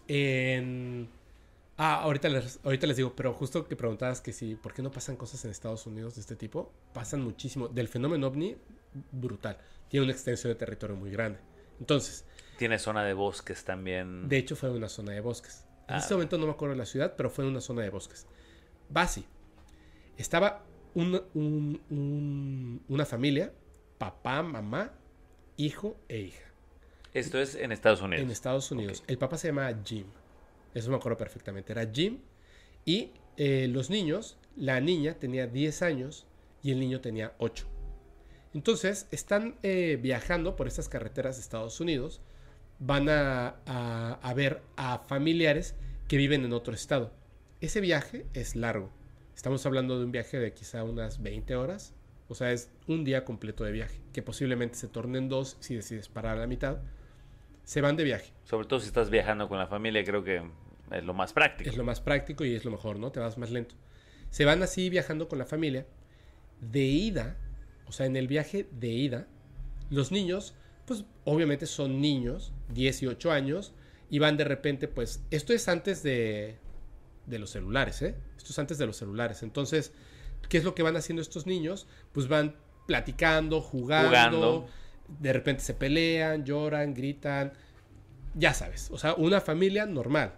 en... Ah, ahorita les, ahorita les digo, pero justo que preguntabas que si, ¿por qué no pasan cosas en Estados Unidos de este tipo? Pasan muchísimo. Del fenómeno ovni, brutal. Tiene una extensión de territorio muy grande. Entonces, Tiene zona de bosques también. de hecho, fue en una zona de bosques. En Ah, este momento no me acuerdo de la ciudad, pero fue en una zona de bosques. Va así. Estaba un- un- un- una familia, papá, mamá, hijo e hija, Esto es en Estados Unidos. en Estados Unidos. Ok. El papá se llamaba Jim. Eso me acuerdo perfectamente. Era Jim. Y eh, los niños, la niña tenía diez años y el niño tenía ocho. Entonces, están eh, viajando por estas carreteras de Estados Unidos. Van a, a- a ver a familiares que viven en otro estado. Ese viaje es largo. Estamos hablando de un viaje de quizá unas veinte horas. O sea, es un día completo de viaje, que posiblemente se torne en dos si decides parar a la mitad. Se van de viaje. Sobre todo si estás viajando con la familia, creo que es lo más práctico. Es lo más práctico y es lo mejor, ¿no? Te vas más lento. Se van así viajando con la familia. De ida, o sea, en el viaje de ida, los niños, pues obviamente son niños, diez y ocho años, y van de repente, pues, esto es antes de, de los celulares, ¿eh? Esto es antes de los celulares. Entonces, ¿qué es lo que van haciendo estos niños? Pues van platicando, jugando, Jugando. de repente se pelean, lloran, gritan, ya sabes, o sea, una familia normal.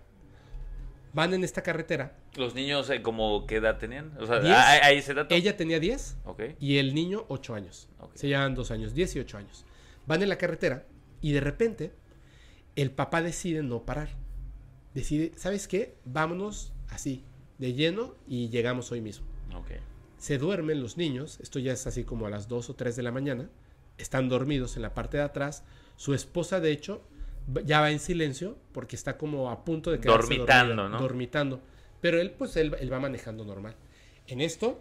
Van en esta carretera. ¿Los niños eh, como qué edad tenían? O sea, Diez. ¿hay, hay ese dato? Ella tenía diez Ok. y el niño ocho años. Ok. Se llevan dos años, diez y ocho años. Van en la carretera y de repente el papá decide no parar. Decide, ¿sabes qué? Vámonos así, de lleno, y llegamos hoy mismo. Ok. Se duermen los niños, esto ya es así como a las dos o tres de la mañana, están dormidos en la parte de atrás. Su esposa, de hecho, ya va en silencio porque está como a punto de quedarse Dormitando, dormida, ¿no? Dormitando. Pero él, pues, él, él va manejando normal. En esto,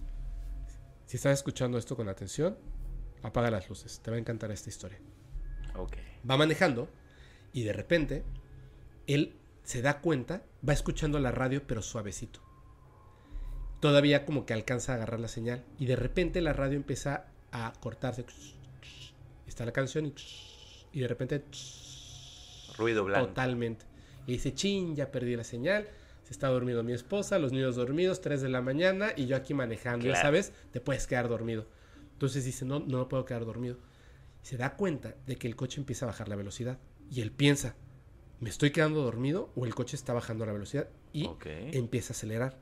si estás escuchando esto con atención, apaga las luces. Te va a encantar esta historia. Ok. Va manejando y de repente él se da cuenta, va escuchando la radio pero suavecito. todavía como que alcanza a agarrar la señal. Y de repente la radio empieza a cortarse. Está la canción y, y de repente... Ruido blanco. Totalmente. Y dice, chin, ya perdí la señal. Se está durmiendo mi esposa, los niños dormidos, tres de la mañana y yo aquí manejando. Claro. Ya sabes, te puedes quedar dormido. Entonces dice, no, no puedo quedar dormido. Y se da cuenta de que el coche empieza a bajar la velocidad. Y él piensa, ¿me estoy quedando dormido o el coche está bajando la velocidad? Y okay. empieza a acelerar.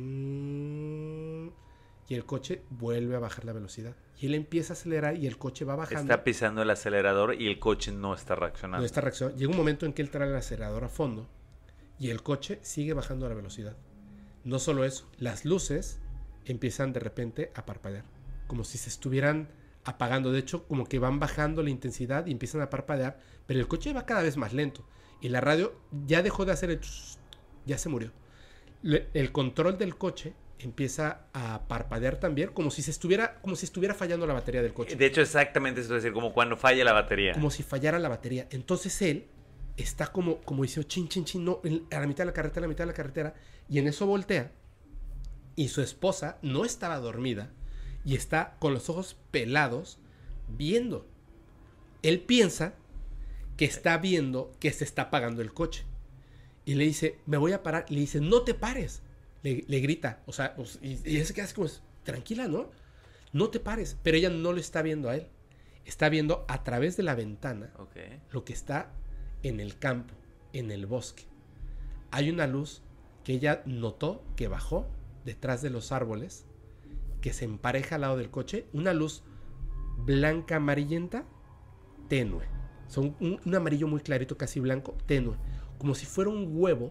Y el coche vuelve a bajar la velocidad. Y él empieza a acelerar y el coche va bajando. Está pisando el acelerador y el coche no está reaccionando. No está reaccionando. Llega un momento en que él trae el acelerador a fondo y el coche sigue bajando la velocidad. No solo eso, las luces empiezan de repente a parpadear. Como si se estuvieran apagando. De hecho, como que van bajando la intensidad y empiezan a parpadear. Pero el coche va cada vez más lento. Y la radio ya dejó de hacer el... Ya se murió. Le, el control del coche empieza a parpadear también, como si se estuviera, como si estuviera fallando la batería del coche. De hecho, exactamente eso es decir, como cuando falla la batería. Como si fallara la batería. Entonces él está como, como dice, chin, chin, chin, no, en, a la mitad de la carretera, a la mitad de la carretera, y en eso voltea, y su esposa no estaba dormida, y está con los ojos pelados, viendo. Él piensa que está viendo que se está apagando el coche. Y le dice, me voy a parar. Y le dice, no te pares. Le, le grita. O sea, pues, y, y él se queda así como, tranquila, ¿no? No te pares. Pero ella no lo está viendo a él. Está viendo a través de la ventana okay. lo que está en el campo, en el bosque. Hay una luz que ella notó que bajó detrás de los árboles, que se empareja al lado del coche. Una luz blanca amarillenta, tenue. Son un, un amarillo muy clarito, casi blanco, tenue. Como si fuera un huevo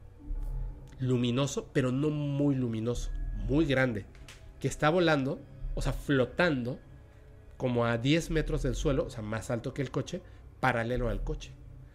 luminoso, pero no muy luminoso, muy grande, que está volando, o sea, flotando como a diez metros del suelo, o sea, más alto que el coche, paralelo al coche.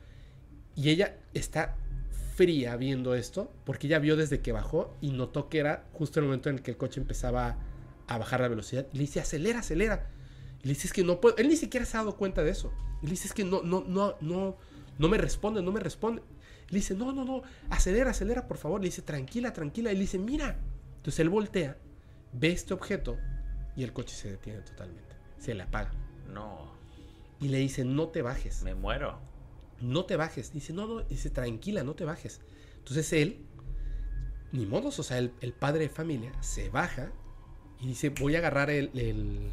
Y ella está fría viendo esto, porque ella vio desde que bajó y notó que era justo el momento en el que el coche empezaba a bajar la velocidad. Y le dice, acelera, acelera. Y le dice, es que no puedo. Él ni siquiera se ha dado cuenta de eso. Y le dice, es que no, no, no, no, no me responde, no me responde. Le dice, no, no, no, acelera, acelera, por favor. Le dice, tranquila, tranquila. Y le dice, mira. Entonces él voltea, ve este objeto y el coche se detiene totalmente. Se le apaga. No. Y le dice, no te bajes. Me muero. No te bajes. Dice, no, no. Dice, tranquila, no te bajes. Entonces él, ni modos, o sea, el, el padre de familia se baja y dice, voy a agarrar el, el,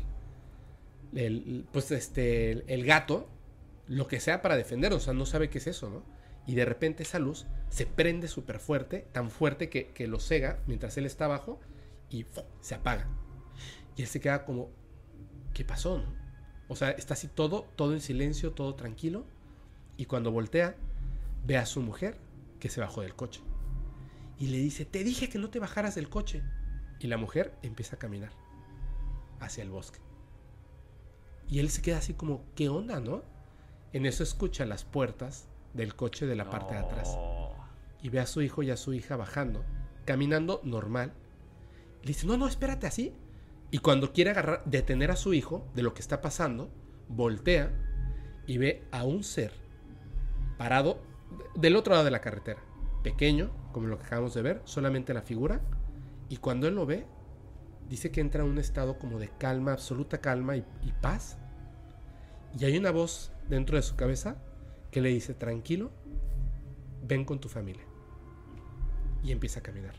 el pues este, el, el gato, lo que sea para defender. O sea, no sabe qué es eso, ¿no? Y de repente esa luz se prende súper fuerte, tan fuerte que, que lo cega mientras él está abajo y ¡fum!, se apaga. Y él se queda como, ¿qué pasó, no? O sea, está así todo, todo en silencio, todo tranquilo. Y cuando voltea, ve a su mujer que se bajó del coche. Y le dice, te dije que no te bajaras del coche. Y la mujer empieza a caminar hacia el bosque. Y él se queda así como, ¿qué onda, no? En eso escucha las puertas del coche de la no. parte de atrás. Y ve a su hijo y a su hija bajando, caminando normal. Le dice, no, no, espérate así. Y cuando quiere agarrar, detener a su hijo de lo que está pasando, voltea y ve a un ser parado del otro lado de la carretera. Pequeño, como lo que acabamos de ver, solamente la figura. Y cuando él lo ve, dice que entra en un estado como de calma, absoluta calma y, y paz. Y hay una voz dentro de su cabeza que le dice, tranquilo, ven con tu familia. Y empieza a caminar.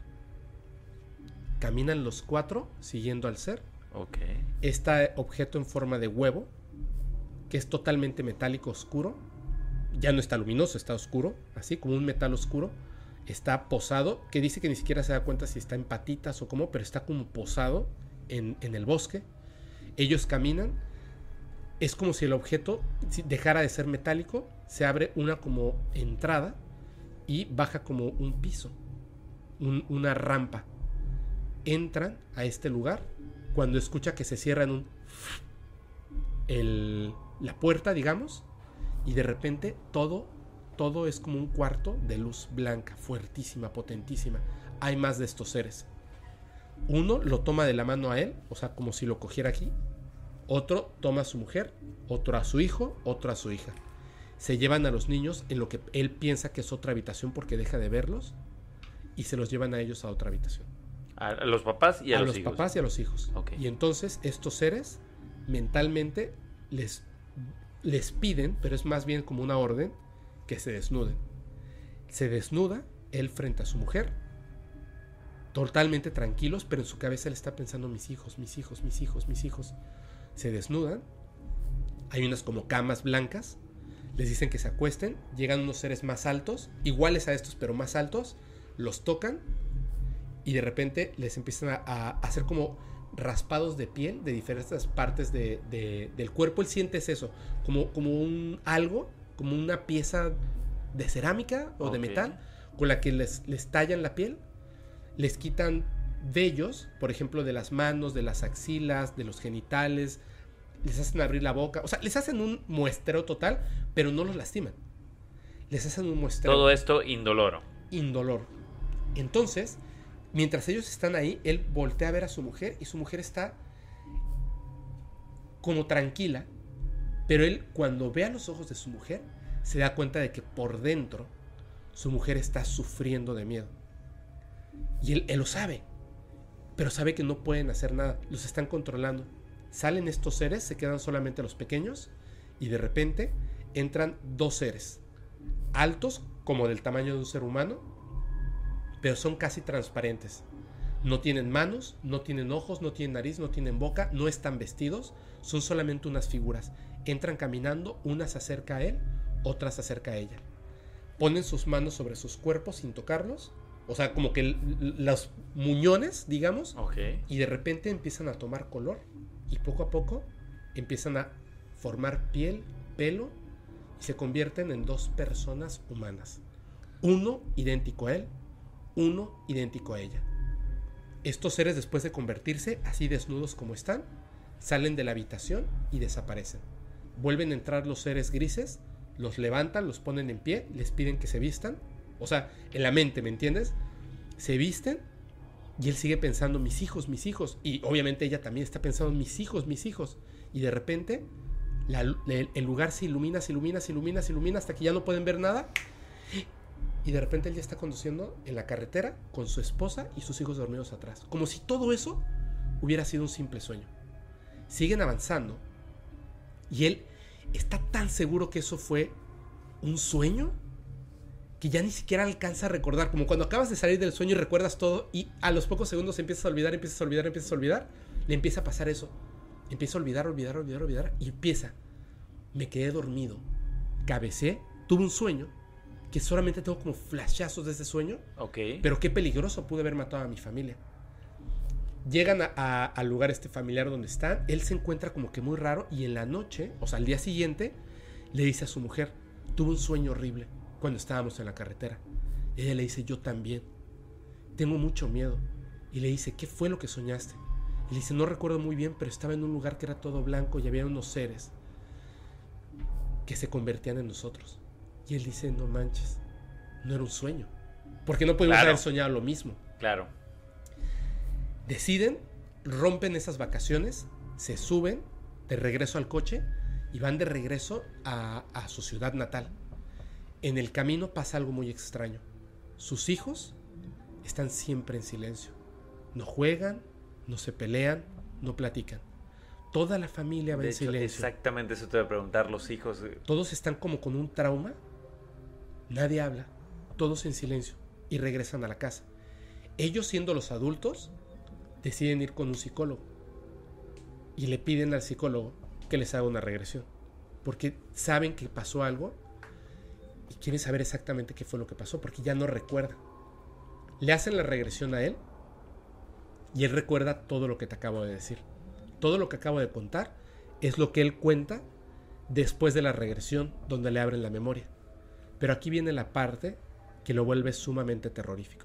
Caminan los cuatro siguiendo al ser. Okay. Este objeto en forma de huevo, que es totalmente metálico oscuro, ya no está luminoso, está oscuro, así como un metal oscuro, está posado, que dice que ni siquiera se da cuenta si está en patitas o cómo, pero está como posado en, en el bosque. Ellos caminan. Es como si el objeto dejara de ser metálico, se abre una como entrada y baja como un piso, un, una rampa. Entran a este lugar cuando escucha que se cierra en un el, la puerta, digamos, y de repente todo, todo es como un cuarto de luz blanca, fuertísima, potentísima. Hay más de estos seres. Uno lo toma de la mano a él, o sea, como si lo cogiera aquí. Otro toma a su mujer, otro a su hijo, otro a su hija. Se llevan a los niños en lo que él piensa que es otra habitación porque deja de verlos y se los llevan a ellos a otra habitación. A, a los papás y a, a los, los hijos. papás y a los hijos. Okay. Y entonces estos seres mentalmente les, les piden, pero es más bien como una orden, que se desnuden. Se desnuda él frente a su mujer, totalmente tranquilos, pero en su cabeza él está pensando mis hijos, mis hijos, mis hijos, mis hijos. Se desnudan, hay unas como camas blancas, les dicen que se acuesten, llegan unos seres más altos, iguales a estos pero más altos, los tocan y de repente les empiezan a, a hacer como raspados de piel de diferentes partes de, de, del cuerpo. Él siente eso, como, como un algo, como una pieza de cerámica o okay. de metal con la que les, les tallan la piel, les quitan vellos, por ejemplo, de las manos, de las axilas, de los genitales, les hacen abrir la boca, o sea, les hacen un muestreo total, pero no los lastiman. Les hacen un muestreo. Todo esto indoloro. Indolor. Entonces, mientras ellos están ahí, él voltea a ver a su mujer y su mujer está como tranquila, pero él cuando ve a los ojos de su mujer, se da cuenta de que por dentro su mujer está sufriendo de miedo. Y él, él lo sabe, pero sabe que no pueden hacer nada, los están controlando. Salen estos seres, se quedan solamente los pequeños y de repente entran dos seres, altos como del tamaño de un ser humano, pero son casi transparentes. No tienen manos, no tienen ojos, no tienen nariz, no tienen boca, no están vestidos, son solamente unas figuras. Entran caminando, una se acerca a él, otra se acerca a ella. Ponen sus manos sobre sus cuerpos sin tocarlos, o sea, como que los muñones, digamos, okay. y de repente empiezan a tomar color y poco a poco empiezan a formar piel, pelo y se convierten en dos personas humanas. Uno idéntico a él, uno idéntico a ella. Estos seres, después de convertirse así desnudos como están, salen de la habitación y desaparecen. Vuelven a entrar los seres grises, los levantan, los ponen en pie, les piden que se vistan. O sea, en la mente, ¿me entiendes? Se visten y él sigue pensando, mis hijos, mis hijos. Y obviamente ella también está pensando, mis hijos, mis hijos. Y de repente la, el, el lugar se ilumina, se ilumina, se ilumina, se ilumina hasta que ya no pueden ver nada. Y de repente él ya está conduciendo en la carretera con su esposa y sus hijos dormidos atrás. Como si todo eso hubiera sido un simple sueño. Siguen avanzando y él está tan seguro que eso fue un sueño que ya ni siquiera alcanza a recordar. Como cuando acabas de salir del sueño y recuerdas todo y a los pocos segundos empiezas a olvidar, empiezas a olvidar, empiezas a olvidar. Le empieza a pasar eso. Empieza a olvidar, olvidar, olvidar, olvidar. Y empieza. Me quedé dormido. Cabecé. Tuve un sueño que solamente tengo como flashazos de ese sueño. Ok. Pero qué peligroso, pude haber matado a mi familia. Llegan a, a, al lugar este familiar donde están. Él se encuentra como que muy raro. Y en la noche, o sea, al día siguiente, le dice a su mujer, tuve un sueño horrible cuando estábamos en la carretera. Ella le dice, yo también. Tengo mucho miedo. Y le dice, ¿qué fue lo que soñaste? Y le dice, no recuerdo muy bien, pero estaba en un lugar que era todo blanco y había unos seres que se convertían en nosotros. Y él dice, no manches, no era un sueño. Porque no podemos Claro. haber soñado lo mismo. Claro. Deciden, rompen esas vacaciones, se suben de regreso al coche y van de regreso a, a su ciudad natal. En el camino pasa algo muy extraño. Sus hijos están siempre en silencio. No juegan, no se pelean, no platican. Toda la familia va De en hecho, silencio. exactamente eso te voy a preguntar, los hijos. eh, Todos están como con un trauma. Nadie habla. Todos en silencio. Y regresan a la casa. Ellos, siendo los adultos, deciden ir con un psicólogo. Y le piden al psicólogo que les haga una regresión. Porque saben que pasó algo y quieren saber exactamente qué fue lo que pasó, porque ya no recuerda. Le hacen la regresión a él y él recuerda todo lo que te acabo de decir. Todo lo que acabo de contar es lo que él cuenta después de la regresión, donde le abren la memoria. Pero aquí viene la parte que lo vuelve sumamente terrorífico.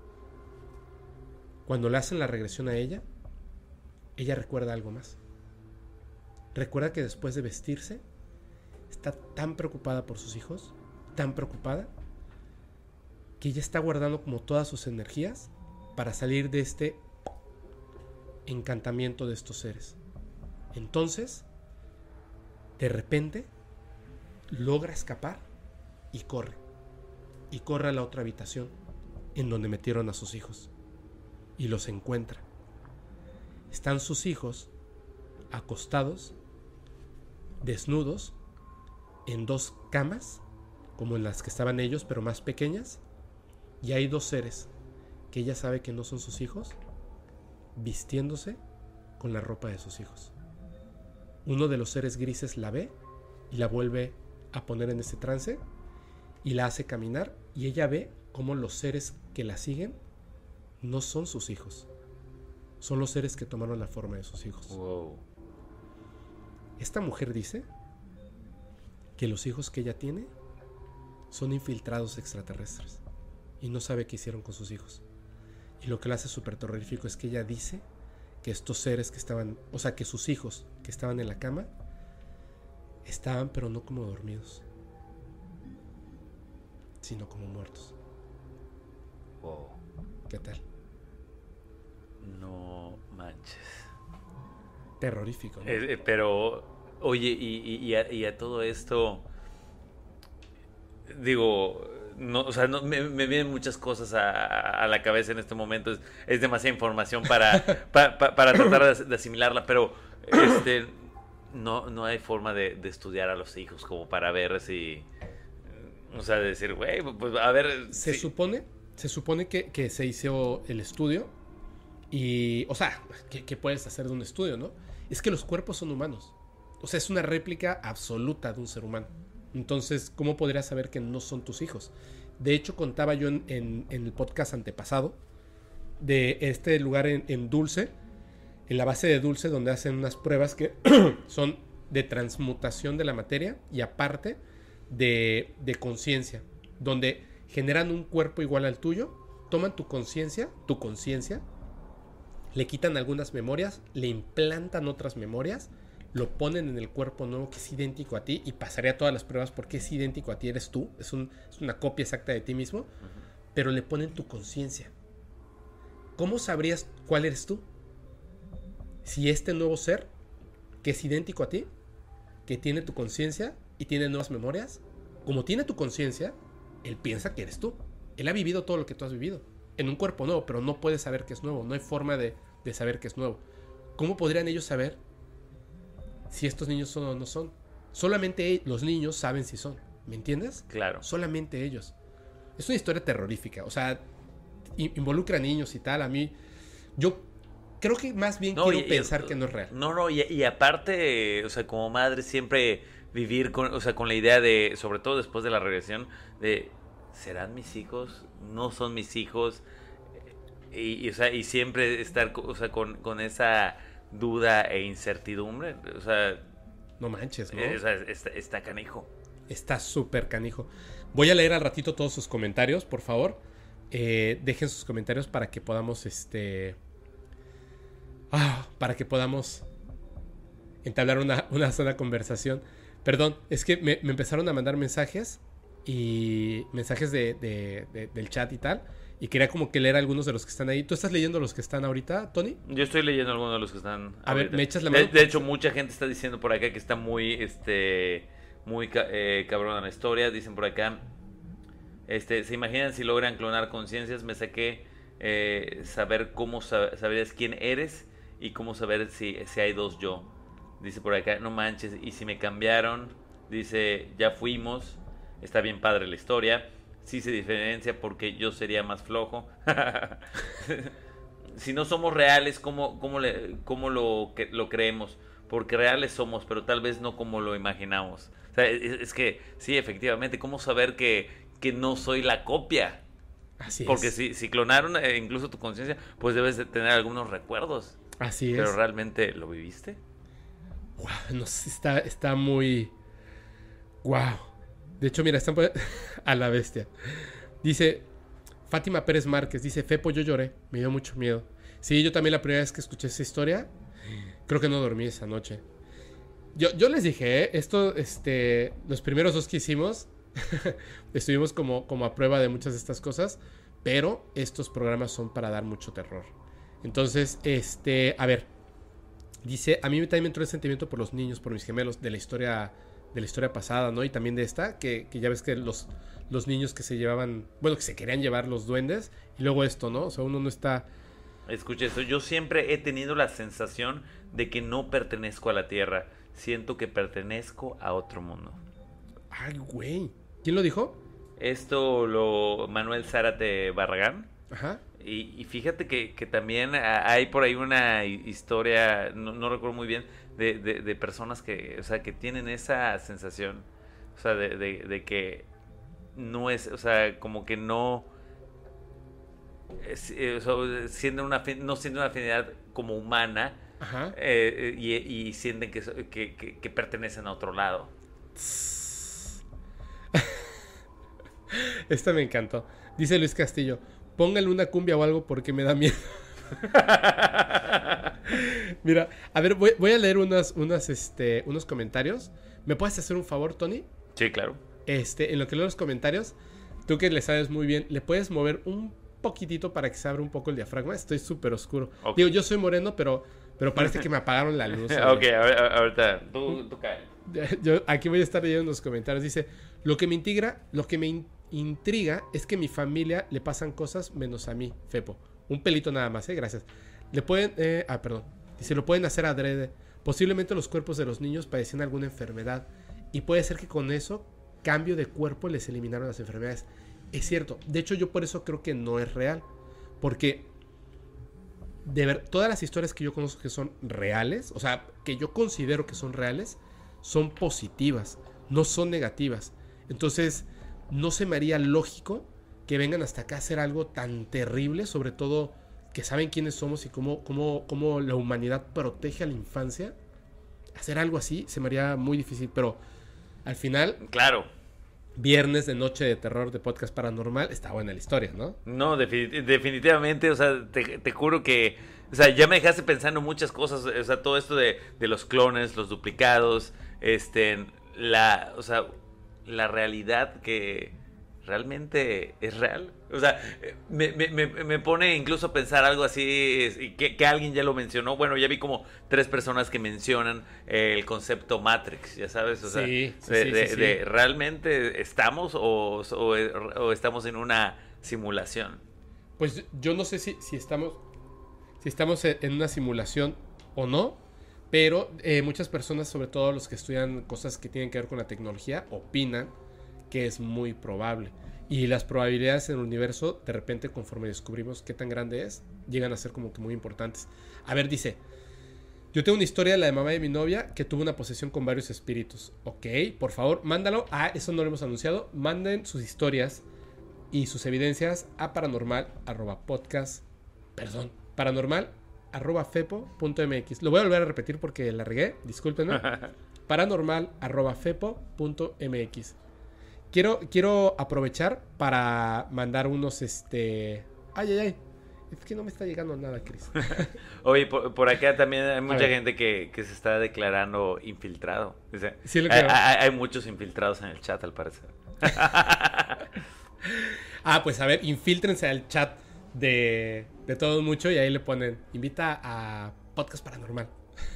Cuando le hacen la regresión a ella, ella recuerda algo más. Recuerda que después de vestirse, está tan preocupada por sus hijos, tan preocupada, que ella está guardando como todas sus energías para salir de este encantamiento de estos seres. Entonces, de repente, logra escapar y corre. Y corre a la otra habitación en donde metieron a sus hijos. y los encuentra. Están sus hijos acostados, desnudos, en dos camas, como en las que estaban ellos, pero más pequeñas, y hay dos seres que ella sabe que no son sus hijos, vistiéndose con la ropa de sus hijos. Uno de los seres grises la ve y la vuelve a poner en ese trance y la hace caminar, y ella ve cómo los seres que la siguen no son sus hijos, son los seres que tomaron la forma de sus hijos. Wow. Esta mujer dice que los hijos que ella tiene son infiltrados extraterrestres y no sabe qué hicieron con sus hijos. Y lo que la hace súper terrorífico es que ella dice que estos seres que estaban, o sea, que sus hijos que estaban en la cama estaban, pero no como dormidos, sino como muertos. Wow. ¿Qué tal? No manches. Terrorífico, ¿no? Eh, eh, pero, oye, y, y, y, a, y a todo esto, digo, no, o sea, no, me, me vienen muchas cosas a, a la cabeza en este momento. Es, es demasiada información para, pa, pa, para tratar de, de asimilarla, pero este, no, no hay forma de, de estudiar a los hijos como para ver si, o sea, decir, güey, pues a ver. Se si... supone, se supone que, que se hizo el estudio y, o sea, ¿qué, qué puedes hacer de un estudio, no? Es que los cuerpos son humanos. O sea, es una réplica absoluta de un ser humano. Entonces, ¿cómo podrías saber que no son tus hijos? De hecho, contaba yo en, en, en el podcast antepasado de este lugar en, en Dulce, en la base de Dulce, donde hacen unas pruebas que son de transmutación de la materia y aparte de, de conciencia, donde generan un cuerpo igual al tuyo, toman tu conciencia, tu conciencia, le quitan algunas memorias, le implantan otras memorias, lo ponen en el cuerpo nuevo que es idéntico a ti y pasaría todas las pruebas porque es idéntico a ti, eres tú, es, un, es una copia exacta de ti mismo, uh-huh. Pero le ponen tu conciencia. ¿Cómo sabrías cuál eres tú? Si este nuevo ser, que es idéntico a ti, que tiene tu conciencia y tiene nuevas memorias, como tiene tu conciencia, él piensa que eres tú. Él ha vivido todo lo que tú has vivido en un cuerpo nuevo, pero no puede saber que es nuevo, no hay forma de, de saber que es nuevo. ¿Cómo podrían ellos saber si estos niños son o no son? Solamente los niños saben si son, ¿me entiendes? Claro. Solamente ellos. Es una historia terrorífica, o sea, involucra a niños y tal. A mí, yo creo que más bien no, quiero y, pensar y, que no es real. No, no, y, y aparte, o sea, como madre siempre vivir con, o sea, con la idea de, sobre todo después de la regresión, de, ¿serán mis hijos? ¿No son mis hijos? Y, y, o sea, y siempre estar, o sea, con, con esa duda e incertidumbre, o sea, no manches, ¿no? O sea, está, está canijo. Está súper canijo. Voy a leer al ratito todos sus comentarios, por favor. Eh, dejen sus comentarios para que podamos, este, ah, para que podamos entablar una, una sola conversación. Perdón, es que me, me empezaron a mandar mensajes y mensajes de, de, de, del chat y tal. Y quería como que leer algunos de los que están ahí. ¿Tú estás leyendo los que están ahorita, Tony? Yo estoy leyendo algunos de los que están A ahorita. ver, ¿me echas la mano? De, de pues... hecho, mucha gente está diciendo por acá que está muy, este, muy eh, cabrona la historia. Dicen por acá, este, ¿se imaginan si logran clonar conciencias? Me saqué eh, saber cómo sab- sabrías quién eres y cómo saber si, si hay dos yo. Dice por acá, no manches, y si me cambiaron, dice, ya fuimos. Está bien padre la historia. Sí se diferencia porque yo sería más flojo. Si no somos reales, ¿cómo, cómo, le, cómo lo, que, lo creemos? Porque reales somos, pero tal vez no como lo imaginamos. O sea, es, es que, sí, efectivamente, ¿cómo saber que, que no soy la copia? Así Porque es. si, si clonaron eh, incluso tu conciencia, pues debes de tener algunos recuerdos. Así pero es. Pero ¿realmente lo viviste? Wow, no sé, está, está muy... Wow. De hecho, mira, están a la bestia. Dice Fátima Pérez Márquez, dice, Fepo, yo lloré, me dio mucho miedo. Sí, yo también la primera vez que escuché esa historia, creo que no dormí esa noche. Yo, yo les dije, ¿eh? Esto, este, los primeros dos que hicimos, estuvimos como, como a prueba de muchas de estas cosas, pero estos programas son para dar mucho terror. Entonces, este, a ver, dice, a mí también me entró el sentimiento por los niños, por mis gemelos, de la historia... de la historia pasada, ¿no? Y también de esta, que, que ya ves que los, los niños que se llevaban, bueno, que se querían llevar los duendes, y luego esto, ¿no? O sea, uno no está, Escucha esto, yo siempre he tenido la sensación de que no pertenezco a la Tierra. Siento que pertenezco a otro mundo. Ay, güey. ¿Quién lo dijo? Esto lo Manuel Zárate Barragán. Ajá. Y, y fíjate que, que también hay por ahí una historia, no, no recuerdo muy bien, de, de, de personas que, o sea, que tienen esa sensación, o sea, de, de, de que no es, o sea, como que no, es, eh, o sea, sienten una, no sienten una afinidad como humana, Ajá. eh, y, y sienten que, que, que, que pertenecen a otro lado. Esta me encantó. Dice Luis Castillo, póngale una cumbia o algo porque me da miedo. Mira, a ver, voy, voy a leer unas, unas, este, unos comentarios. ¿Me puedes hacer un favor, Tony? Sí, claro. Este, en lo que leo los comentarios, tú que le sabes muy bien, ¿le puedes mover un poquitito para que se abra un poco el diafragma? Estoy súper oscuro. Okay. Digo, yo soy moreno, pero, pero parece que me apagaron la luz. Ok, a ver, ahorita, tú, tú cae. Yo aquí voy a estar leyendo los comentarios. Dice, lo que me intriga, lo que me in- intriga es que a mi familia le pasan cosas menos a mí, Fepo. Un pelito nada más, eh, gracias. Le pueden, eh, ah, perdón. Dice, lo pueden hacer adrede. Posiblemente los cuerpos de los niños padecían alguna enfermedad. Y puede ser que con eso, cambio de cuerpo, les eliminaron las enfermedades. Es cierto. De hecho, yo por eso creo que no es real. Porque de ver, todas las historias que yo conozco que son reales, o sea, que yo considero que son reales, son positivas, no son negativas. Entonces, no se me haría lógico que vengan hasta acá a hacer algo tan terrible, sobre todo que saben quiénes somos y cómo, cómo, cómo la humanidad protege a la infancia. Hacer algo así se me haría muy difícil, pero al final... Claro. Viernes de noche de terror de Podcast Paranormal, está buena la historia, ¿no? No, defini- definitivamente, o sea, te, te juro que, o sea, ya me dejaste pensando muchas cosas, o sea, todo esto de, de los clones, los duplicados, este, la, o sea, la realidad que realmente es real. O sea, me, me, me, me pone incluso a pensar algo así, que, que alguien ya lo mencionó. Bueno, ya vi como tres personas que mencionan el concepto Matrix, ya sabes. O sea, sí, sí, de, sí, de, sí, sí. de ¿realmente estamos o, o, o estamos en una simulación? Pues yo no sé si, si estamos si estamos en una simulación o no, pero eh, muchas personas, sobre todo los que estudian cosas que tienen que ver con la tecnología, opinan que es muy probable. Y las probabilidades en el universo, de repente, conforme descubrimos qué tan grande es, llegan a ser como que muy importantes. A ver, dice, yo tengo una historia de la de mamá de mi novia que tuvo una posesión con varios espíritus. Ok, por favor, mándalo. Ah, eso no lo hemos anunciado. Manden sus historias y sus evidencias a paranormal arroba podcast, perdón, paranormal arroba fepo punto mx. Lo voy a volver a repetir porque la regué, discúlpenme. paranormal arroba fepo punto mx. Quiero, quiero aprovechar para mandar unos, este... Ay, ay, ay. Es que no me está llegando nada, Chris. Oye, por, por acá también hay mucha gente que, que se está declarando infiltrado. Dice, sí, lo hay, creo. hay, hay muchos infiltrados en el chat, al parecer. Ah, pues a ver, infíltrense al chat de, de Todo Mucho y ahí le ponen, invita a Podcast Paranormal.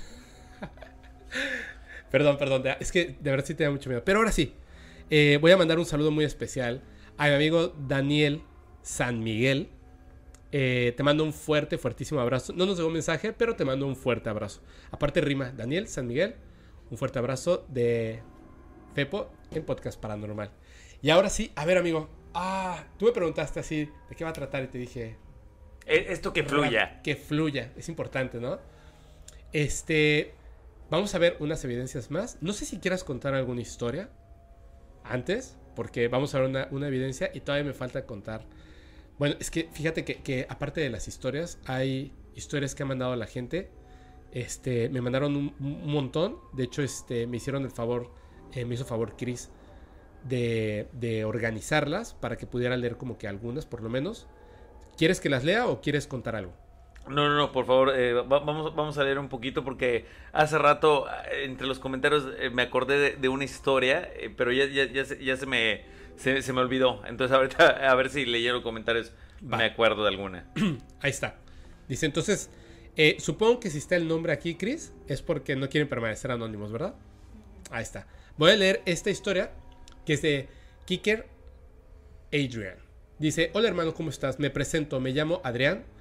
Perdón, perdón. Es que de verdad sí te da mucho miedo. Pero ahora sí. Eh, voy a mandar un saludo muy especial a mi amigo Daniel San Miguel. Eh, te mando un fuerte, fuertísimo abrazo. No nos dejó un mensaje, pero te mando un fuerte abrazo. Aparte rima, Daniel San Miguel, un fuerte abrazo de Fepo en Podcast Paranormal. Y ahora sí, a ver, amigo. Ah, tú me preguntaste así, ¿de qué va a tratar? Y te dije... Esto que fluya. Que fluya, es importante, ¿no? Este... Vamos a ver unas evidencias más. No sé si quieras contar alguna historia antes, porque vamos a ver una, una evidencia y todavía me falta contar. Bueno, es que fíjate que, que aparte de las historias, hay historias que ha mandado la gente. Este, me mandaron un, un montón. De hecho, este, me hicieron el favor, eh, me hizo favor Chris, de, de organizarlas para que pudiera leer como que algunas, por lo menos. ¿Quieres que las lea o quieres contar algo? No, no, no, por favor, eh, va, vamos, vamos a leer un poquito porque hace rato eh, entre los comentarios eh, me acordé de, de una historia, eh, pero ya, ya, ya, se, ya se, me, se, se me olvidó. Entonces ahorita a ver si leyeron comentarios, Va. me acuerdo de alguna. Ahí está. Dice, entonces, eh, supongo que si está el nombre aquí, Chris, es porque no quieren permanecer anónimos, ¿verdad? Ahí está. Voy a leer esta historia que es de Kicker Adrian. Dice, hola hermano, ¿cómo estás? Me presento, me llamo Adrián.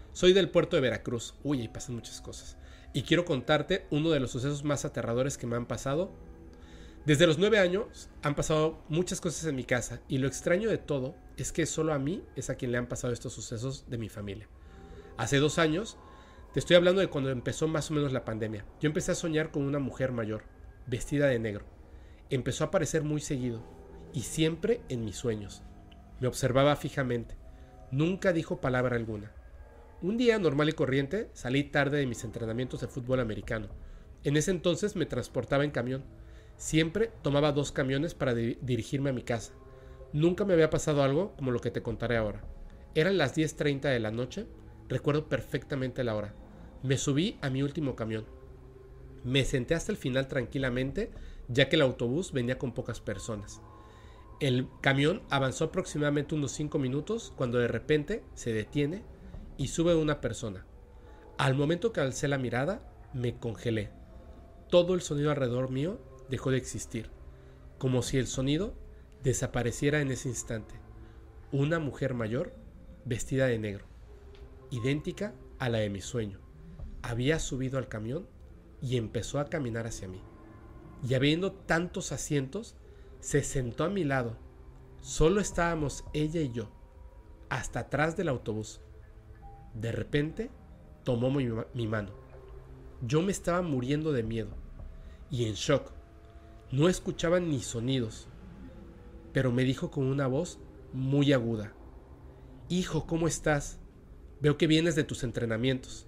Soy del puerto de Veracruz. Uy, ahí pasan muchas cosas. Y quiero contarte uno de los sucesos más aterradores que me han pasado. Desde los nueve años han pasado muchas cosas en mi casa. Y lo extraño de todo es que solo a mí es a quien le han pasado estos sucesos de mi familia. Hace dos años, te estoy hablando de cuando empezó más o menos la pandemia. Yo empecé a soñar con una mujer mayor, vestida de negro. Empezó a aparecer muy seguido y siempre en mis sueños. Me observaba fijamente. Nunca dijo palabra alguna. Un día normal y corriente salí tarde de mis entrenamientos de fútbol americano. En ese entonces me transportaba en camión. Siempre tomaba dos camiones para di- dirigirme a mi casa. Nunca me había pasado algo como lo que te contaré ahora. Eran las diez treinta de la noche. Recuerdo perfectamente la hora. Me subí a mi último camión. Me senté hasta el final tranquilamente, ya que el autobús venía con pocas personas. El camión avanzó aproximadamente unos cinco minutos cuando de repente se detiene y sube una persona. Al momento que alcé la mirada, me congelé. Todo el sonido alrededor mío dejó de existir, como si el sonido desapareciera en ese instante. Una mujer mayor, vestida de negro, idéntica a la de mi sueño, había subido al camión y empezó a caminar hacia mí. Y habiendo tantos asientos, se sentó a mi lado. Solo estábamos ella y yo, hasta atrás del autobús. De repente, tomó mi, mi mano. Yo me estaba muriendo de miedo y en shock. No escuchaba ni sonidos, pero me dijo con una voz muy aguda: hijo, ¿cómo estás? Veo que vienes de tus entrenamientos.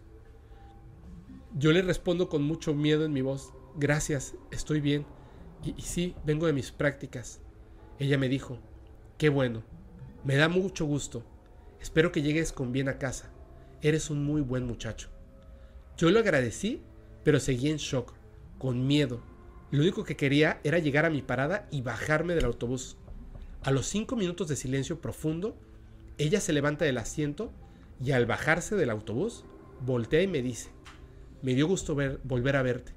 Yo le respondo con mucho miedo en mi voz: gracias, estoy bien. Y, y sí, vengo de mis prácticas. Ella me dijo: qué bueno, me da mucho gusto. Espero que llegues con bien a casa. Eres un muy buen muchacho. Yo lo agradecí, pero seguí en shock, con miedo. Lo único que quería era llegar a mi parada y bajarme del autobús. A los cinco minutos de silencio profundo, ella se levanta del asiento y al bajarse del autobús, voltea y me dice: me dio gusto ver, volver a verte.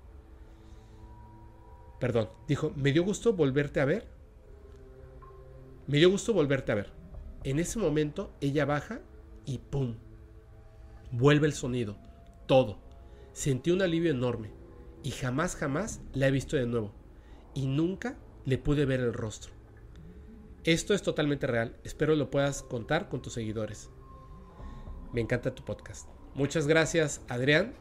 Perdón, dijo: me dio gusto volverte a ver. Me dio gusto volverte a ver. En ese momento, ella baja y ¡pum! Vuelve el sonido, todo. Sentí un alivio enorme y jamás, jamás la he visto de nuevo. Y nunca le pude ver el rostro. Esto es totalmente real. Espero lo puedas contar con tus seguidores. Me encanta tu podcast. Muchas gracias, Adrián.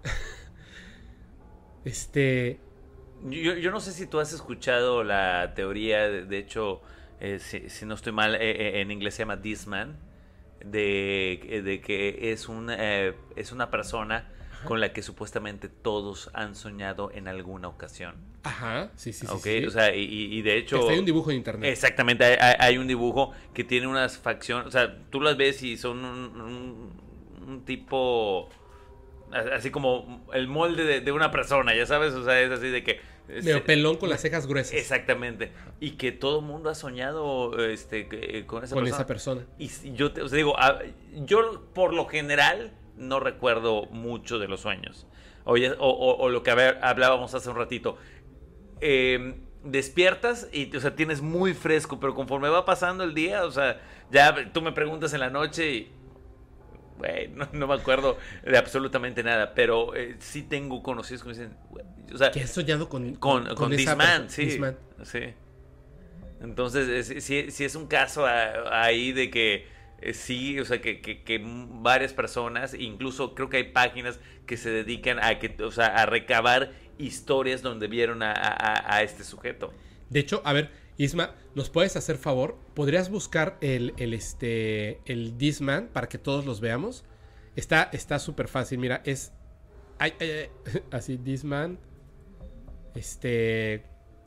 este... Yo, yo no sé si tú has escuchado la teoría, de, de hecho, eh, si, si no estoy mal, eh, eh, en inglés se llama This Man, de, de que es, un, eh, es una persona con la que supuestamente todos han soñado en alguna ocasión. Ajá, sí, sí, sí. Okay, sí. O sea, y, y de hecho... Hasta hay un dibujo en internet. Exactamente, hay, hay un dibujo que tiene unas facciones, o sea, tú las ves y son un, un, un tipo... Así como el molde de, de una persona, ya sabes, o sea, es así de que... Medio pelón con las cejas gruesas. Exactamente. Y que todo el mundo ha soñado este, con esa con persona. esa persona. Y yo te o sea, digo, a, yo por lo general no recuerdo mucho de los sueños. Oye, o, o, o lo que ver, hablábamos hace un ratito. Eh, despiertas y o sea, tienes muy fresco, pero conforme va pasando el día, o sea, ya tú me preguntas en la noche y... Güey, no, no me acuerdo de absolutamente nada, pero eh, sí tengo conocidos que me dicen, güey, o sea, que has soñado con con, con, con This Man, sí, This Man. sí. Entonces, eh, sí, sí es un caso a, ahí de que eh, sí, o sea, que, que, que varias personas, incluso creo que hay páginas que se dedican a que, o sea, a recabar historias donde vieron a, a, a este sujeto. De hecho, a ver, Isma, ¿nos puedes hacer favor? ¿Podrías buscar el, el, este, el This Man para que todos los veamos? Está está súper fácil, mira, es... Ay, ay, ay, así, This Man. Este...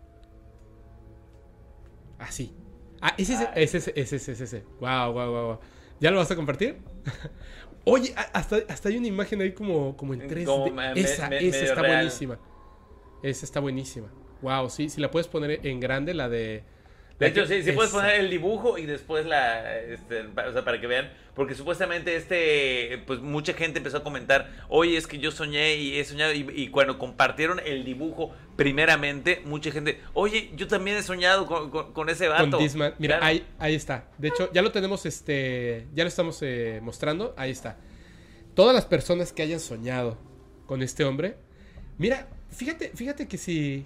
Así. Ah, ese es ese, ese, ese, ese, ese. Wow, wow, wow, wow. ¿Ya lo vas a compartir? Oye, hasta, hasta hay una imagen ahí como, como en tres D. Como me, esa, me, esa está real. buenísima. Esa está buenísima. Wow, sí, si la puedes poner en grande, la de... De hecho, sí, sí puedes poner el dibujo y después la... Este, o sea, para que vean. Porque supuestamente este... Pues mucha gente empezó a comentar, oye, es que yo soñé y he soñado. Y, y cuando compartieron el dibujo, primeramente, mucha gente... Oye, yo también he soñado con, con, con ese vato. Con This Man. Mira, claro. ahí, ahí está. De hecho, ya lo tenemos, este... Ya lo estamos eh, mostrando. Ahí está. todas las personas que hayan soñado con este hombre, mira, fíjate, fíjate que si...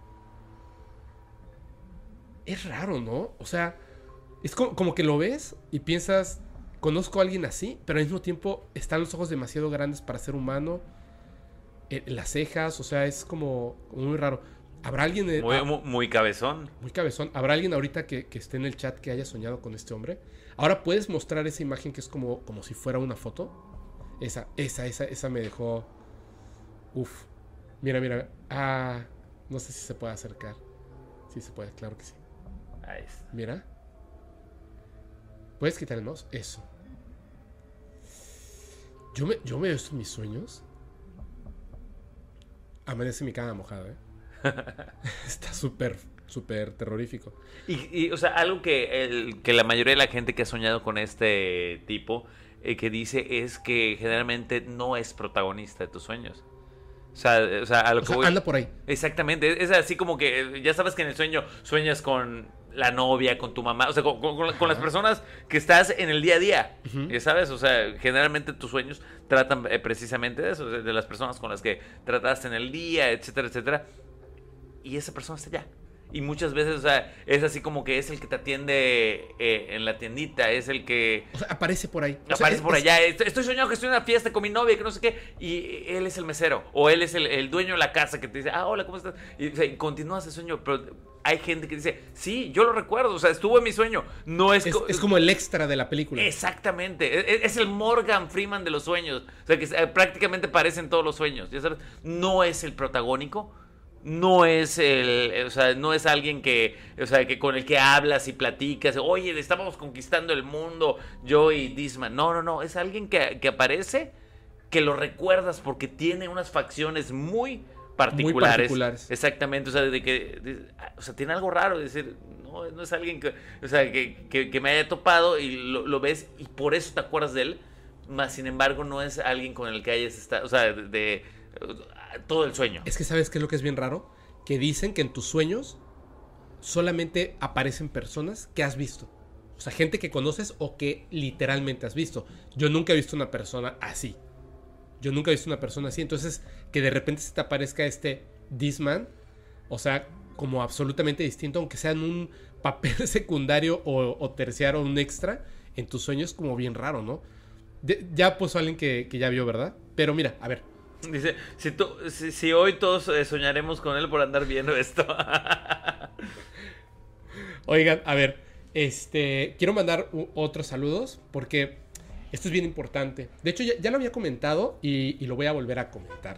Es raro, ¿no? O sea, es como, como que lo ves y piensas, conozco a alguien así, pero al mismo tiempo están los ojos demasiado grandes para ser humano, eh, las cejas, o sea, es como, como muy raro. ¿Habrá alguien... De, muy, ah, muy, muy cabezón. Muy cabezón. ¿Habrá alguien ahorita que, que esté en el chat que haya soñado con este hombre? Ahora, ¿puedes mostrar esa imagen que es como, como si fuera una foto? Esa, esa, esa, esa me dejó... Uf. Mira, mira. Ah, no sé si se puede acercar. Sí se puede, claro que sí. Ahí está. Mira. ¿Puedes quitar el mouse? Eso. Yo me, yo me veo esto en mis sueños. Amanece mi cama mojada, ¿eh? Está súper, súper terrorífico. Y, y, o sea, algo que, el, que la mayoría de la gente que ha soñado con este tipo, eh, que dice es que generalmente no es protagonista de tus sueños. O sea, o sea, a lo O que sea, voy... anda por ahí. Exactamente, es, es así como que ya sabes que en el sueño sueñas con la novia, con tu mamá, o sea, con, con, con las personas que estás en el día a día, Uh-huh. ya sabes, o sea, generalmente tus sueños tratan eh, precisamente de eso, de, de las personas con las que trataste en el día, etcétera, etcétera, y esa persona está allá. Y muchas veces, o sea, es así como que es el que te atiende eh, en la tiendita, es el que... O sea, aparece por ahí. O Aparece sea, por es, allá. Estoy, estoy soñando que estoy en una fiesta con mi novia, que no sé qué. Y él es el mesero. O él es el, el dueño de la casa que te dice, ah, hola, ¿cómo estás? Y, o sea, y continúas el sueño. Pero hay gente que dice, sí, yo lo recuerdo. O sea, estuvo en mi sueño. No es... Es, co- es como el extra de la película. Exactamente. Es, es el Morgan Freeman de los sueños. O sea, que eh, prácticamente parecen todos los sueños. ¿Ya sabes? No es el protagónico. No es el, o sea, no es alguien que, o sea, que con el que hablas y platicas, oye, estábamos conquistando el mundo, yo y Disman. No, no, no, es alguien que, que aparece, que lo recuerdas porque tiene unas facciones muy particulares. Muy particulares. Exactamente, o sea, de que, de, o sea, tiene algo raro, de decir, no, no es alguien que, o sea, que, que, que me haya topado y lo, lo ves y por eso te acuerdas de él, más sin embargo no es alguien con el que hayas estado, o sea, de, de todo el sueño. Es que ¿sabes qué es lo que es bien raro? Que dicen que en tus sueños solamente aparecen personas que has visto. O sea, gente que conoces o que literalmente has visto. Yo nunca he visto una persona así. Yo nunca he visto una persona así. Entonces, que de repente se te aparezca este This Man, o sea, como absolutamente distinto, aunque sea en un papel secundario o, o terciario o un extra, en tus sueños como bien raro, ¿no? De, ya puso alguien que, que ya vio, ¿verdad? Pero mira, a ver. Dice, si, to, si, si hoy todos eh, soñaremos con él por andar viendo esto. Oigan, a ver, este, quiero mandar u- otros saludos porque esto es bien importante. De hecho, ya, ya lo había comentado y, y lo voy a volver a comentar.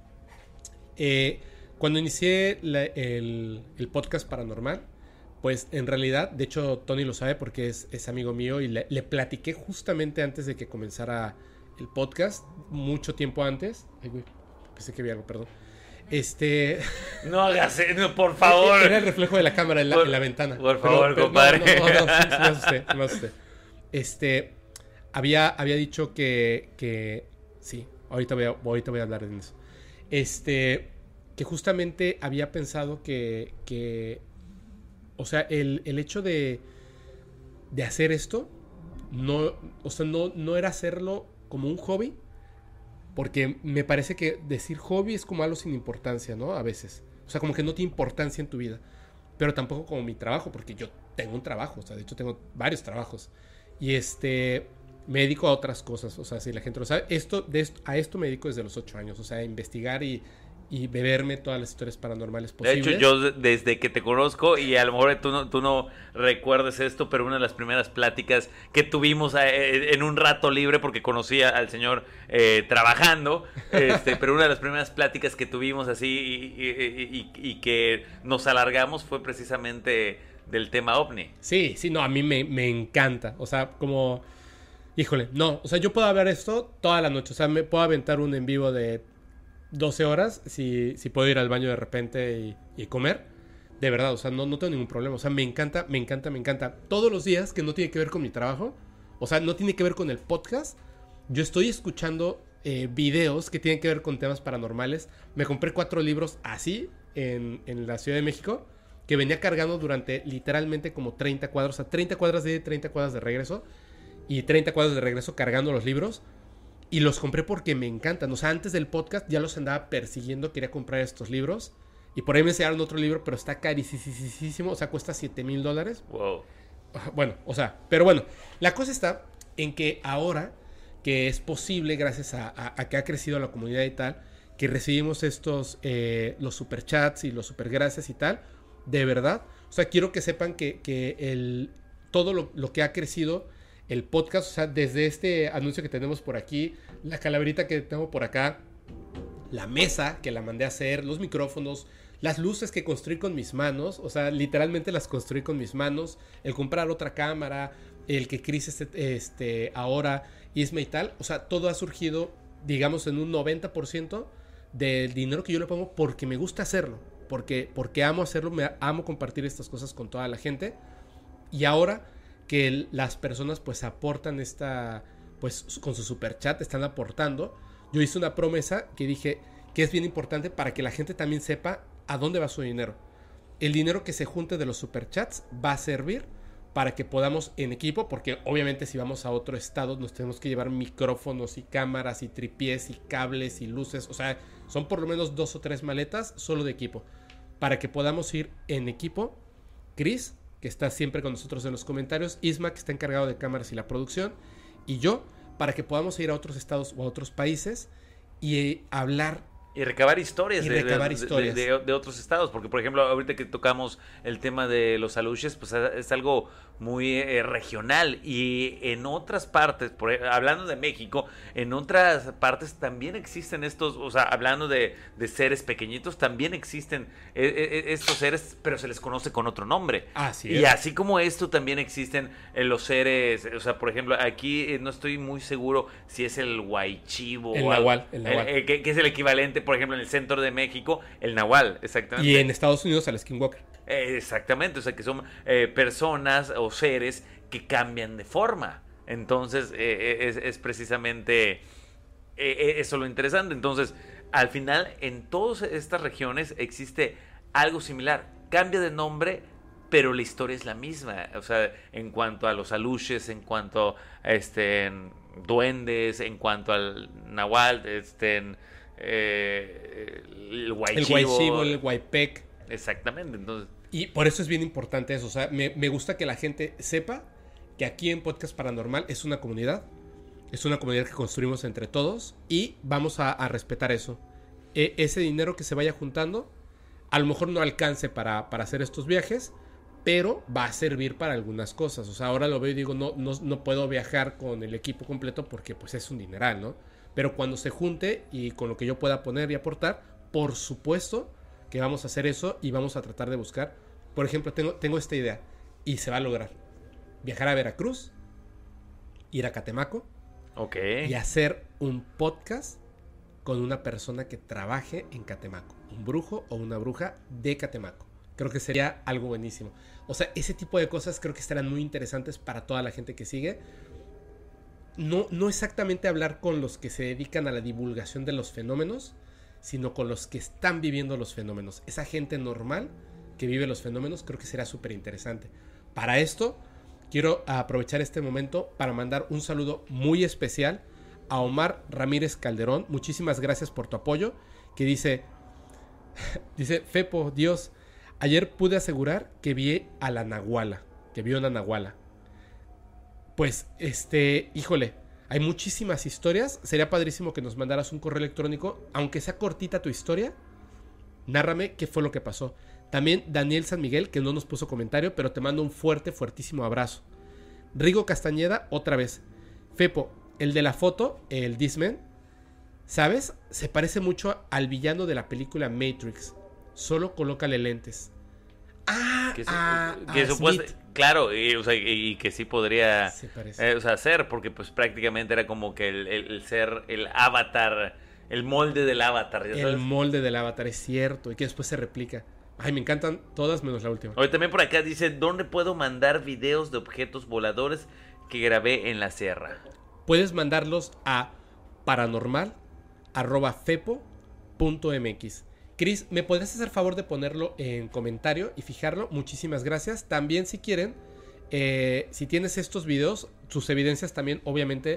Eh, cuando inicié la- el, el podcast paranormal, pues en realidad, de hecho Tony lo sabe porque es, es amigo mío y le, le platiqué justamente antes de que comenzara el podcast, mucho tiempo antes. Ay, güey, pensé que había algo, perdón. Este... No hagas eso, por favor. Era el reflejo de la cámara en la, Por- en la ventana. por favor, compadre. No, no, no, no, sí, sí me asusté, sí me asusté. Este, había, había dicho que, que... Sí, ahorita voy, a, ahorita voy a hablar de eso. Este, que justamente había pensado que... que o sea, el, el hecho de, de hacer esto, no, o sea, no, no era hacerlo como un hobby, porque me parece que decir hobby es como algo sin importancia, ¿no? A veces. O sea, como que no tiene importancia en tu vida. Pero tampoco como mi trabajo, porque yo tengo un trabajo. O sea, de hecho tengo varios trabajos. Y este, me dedico a otras cosas. O sea, si la gente lo sabe, esto, de esto, a esto me dedico desde los ocho años. O sea, a investigar y, y beberme todas las historias paranormales De posibles. hecho, yo desde que te conozco, y a lo mejor tú no, tú no recuerdes esto, pero una de las primeras pláticas que tuvimos eh, en un rato libre, porque conocía al señor eh, trabajando, este, pero una de las primeras pláticas que tuvimos así y, y, y, y que nos alargamos fue precisamente del tema ovni. Sí, sí, no, a mí me, me encanta. O sea, como... Híjole, no, o sea, yo puedo hablar esto toda la noche. O sea, me puedo aventar un en vivo de doce horas si, si puedo ir al baño de repente y, y comer. De verdad, o sea, no, no tengo ningún problema. O sea, me encanta, me encanta, me encanta. Todos los días que no tiene que ver con mi trabajo, o sea, no tiene que ver con el podcast, yo estoy escuchando eh, videos que tienen que ver con temas paranormales. Me compré cuatro libros así en, en la Ciudad de México, que venía cargando durante literalmente como treinta cuadros, o sea, treinta cuadras de ida y treinta cuadras de regreso, y treinta cuadras de regreso cargando los libros. Y los compré porque me encantan. O sea, antes del podcast ya los andaba persiguiendo. Quería comprar estos libros. Y por ahí me enseñaron otro libro, pero está carísimo. O sea, cuesta siete mil dólares. Wow. Bueno, o sea, pero bueno. La cosa está en que ahora que es posible, gracias a, a, a que ha crecido la comunidad y tal, que recibimos estos, eh, los superchats y los supergracias y tal, de verdad. O sea, quiero que sepan que, que el, todo lo, lo que ha crecido el podcast, o sea, desde este anuncio que tenemos por aquí, la calaverita que tengo por acá, la mesa que la mandé a hacer, los micrófonos, las luces que construí con mis manos, o sea, literalmente las construí con mis manos, el comprar otra cámara, el que Chris este, este, ahora, Isma y tal, o sea, todo ha surgido, digamos, en un noventa por ciento del dinero que yo le pongo porque me gusta hacerlo, porque, porque amo hacerlo, me amo compartir estas cosas con toda la gente, y ahora que el, las personas pues aportan esta, pues con su super chat están aportando. Yo hice una promesa que dije que es bien importante para que la gente también sepa a dónde va su dinero. El dinero que se junte de los superchats va a servir para que podamos en equipo, porque obviamente si vamos a otro estado nos tenemos que llevar micrófonos y cámaras y tripiés y cables y luces, o sea, son por lo menos dos o tres maletas solo de equipo, para que podamos ir en equipo. Chris, que está siempre con nosotros en los comentarios, Isma, que está encargado de cámaras y la producción, y yo, para que podamos ir a otros estados o a otros países y eh, hablar y recabar historias, y de, recabar de, historias. De, de, de otros estados, porque por ejemplo ahorita que tocamos el tema de los aluches, pues es algo muy eh, regional, y en otras partes, por, hablando de México, en otras partes también existen estos, o sea, hablando de, de seres pequeñitos, también existen eh, eh, estos seres, pero se les conoce con otro nombre. Así y es. así como esto también existen eh, los seres, o sea, por ejemplo, aquí eh, no estoy muy seguro si es el huaychivo el o nahual, algo, el nahual. Eh, eh, que, que es el equivalente, por ejemplo, en el centro de México, el nahual, exactamente. Y en Estados Unidos al skinwalker. Eh, exactamente, o sea, que son eh, personas o seres que cambian de forma. Entonces, eh, es, es precisamente eh, eso lo interesante. Entonces, al final, en todas estas regiones existe algo similar. Cambia de nombre, pero la historia es la misma. O sea, en cuanto a los aluches, en cuanto a este, duendes, en cuanto al nahual, este... Eh, el huaychivo, el huaychivo, el huaypec. Exactamente, entonces. Y por eso es bien importante eso. O sea, me, me gusta que la gente sepa que aquí en Podcast Paranormal es una comunidad. Es una comunidad que construimos entre todos y vamos a, a respetar eso. E, ese dinero que se vaya juntando, a lo mejor no alcance para, para hacer estos viajes, pero va a servir para algunas cosas. O sea, ahora lo veo y digo, no, no, no puedo viajar con el equipo completo porque pues es un dineral, ¿no? Pero cuando se junte y con lo que yo pueda poner y aportar, por supuesto que vamos a hacer eso y vamos a tratar de buscar. Por ejemplo, tengo, tengo esta idea y se va a lograr. Viajar a Veracruz, ir a Catemaco, okay, y hacer un podcast con una persona que trabaje en Catemaco. Un brujo o una bruja de Catemaco. Creo que sería algo buenísimo. O sea, ese tipo de cosas creo que estarán muy interesantes para toda la gente que sigue. No, no exactamente hablar con los que se dedican a la divulgación de los fenómenos, sino con los que están viviendo los fenómenos. Esa gente normal que vive los fenómenos creo que será súper interesante. Para esto, quiero aprovechar este momento para mandar un saludo muy especial a Omar Ramírez Calderón. Muchísimas gracias por tu apoyo. Que dice, dice, Fepo, Dios, ayer pude asegurar que vi a la nahuala, que vio una nahuala. Pues, este, híjole, hay muchísimas historias. Sería padrísimo que nos mandaras un correo electrónico, aunque sea cortita tu historia. Nárrame qué fue lo que pasó. También Daniel San Miguel, que no nos puso comentario, pero te mando un fuerte, fuertísimo abrazo. Rigo Castañeda, otra vez. Fepo, el de la foto, el Disman, ¿sabes? Se parece mucho al villano de la película Matrix. Solo colócale lentes. Ah, que, ah, que ah, supuesto, claro, y, o sea, y, y que sí podría eh, o sea, ser, porque pues prácticamente era como que el, el, el ser el avatar, el molde del avatar, ¿ya sabes? El molde del avatar, es cierto, y que después se replica. Ay, me encantan todas menos la última. Oye, también por acá dice, ¿dónde puedo mandar videos de objetos voladores que grabé en la sierra? Puedes mandarlos a paranormal arroba fepo punto mx. Chris, ¿me podrías hacer favor de ponerlo en comentario y fijarlo? Muchísimas gracias. También si quieren, eh, si tienes estos videos, sus evidencias también, obviamente,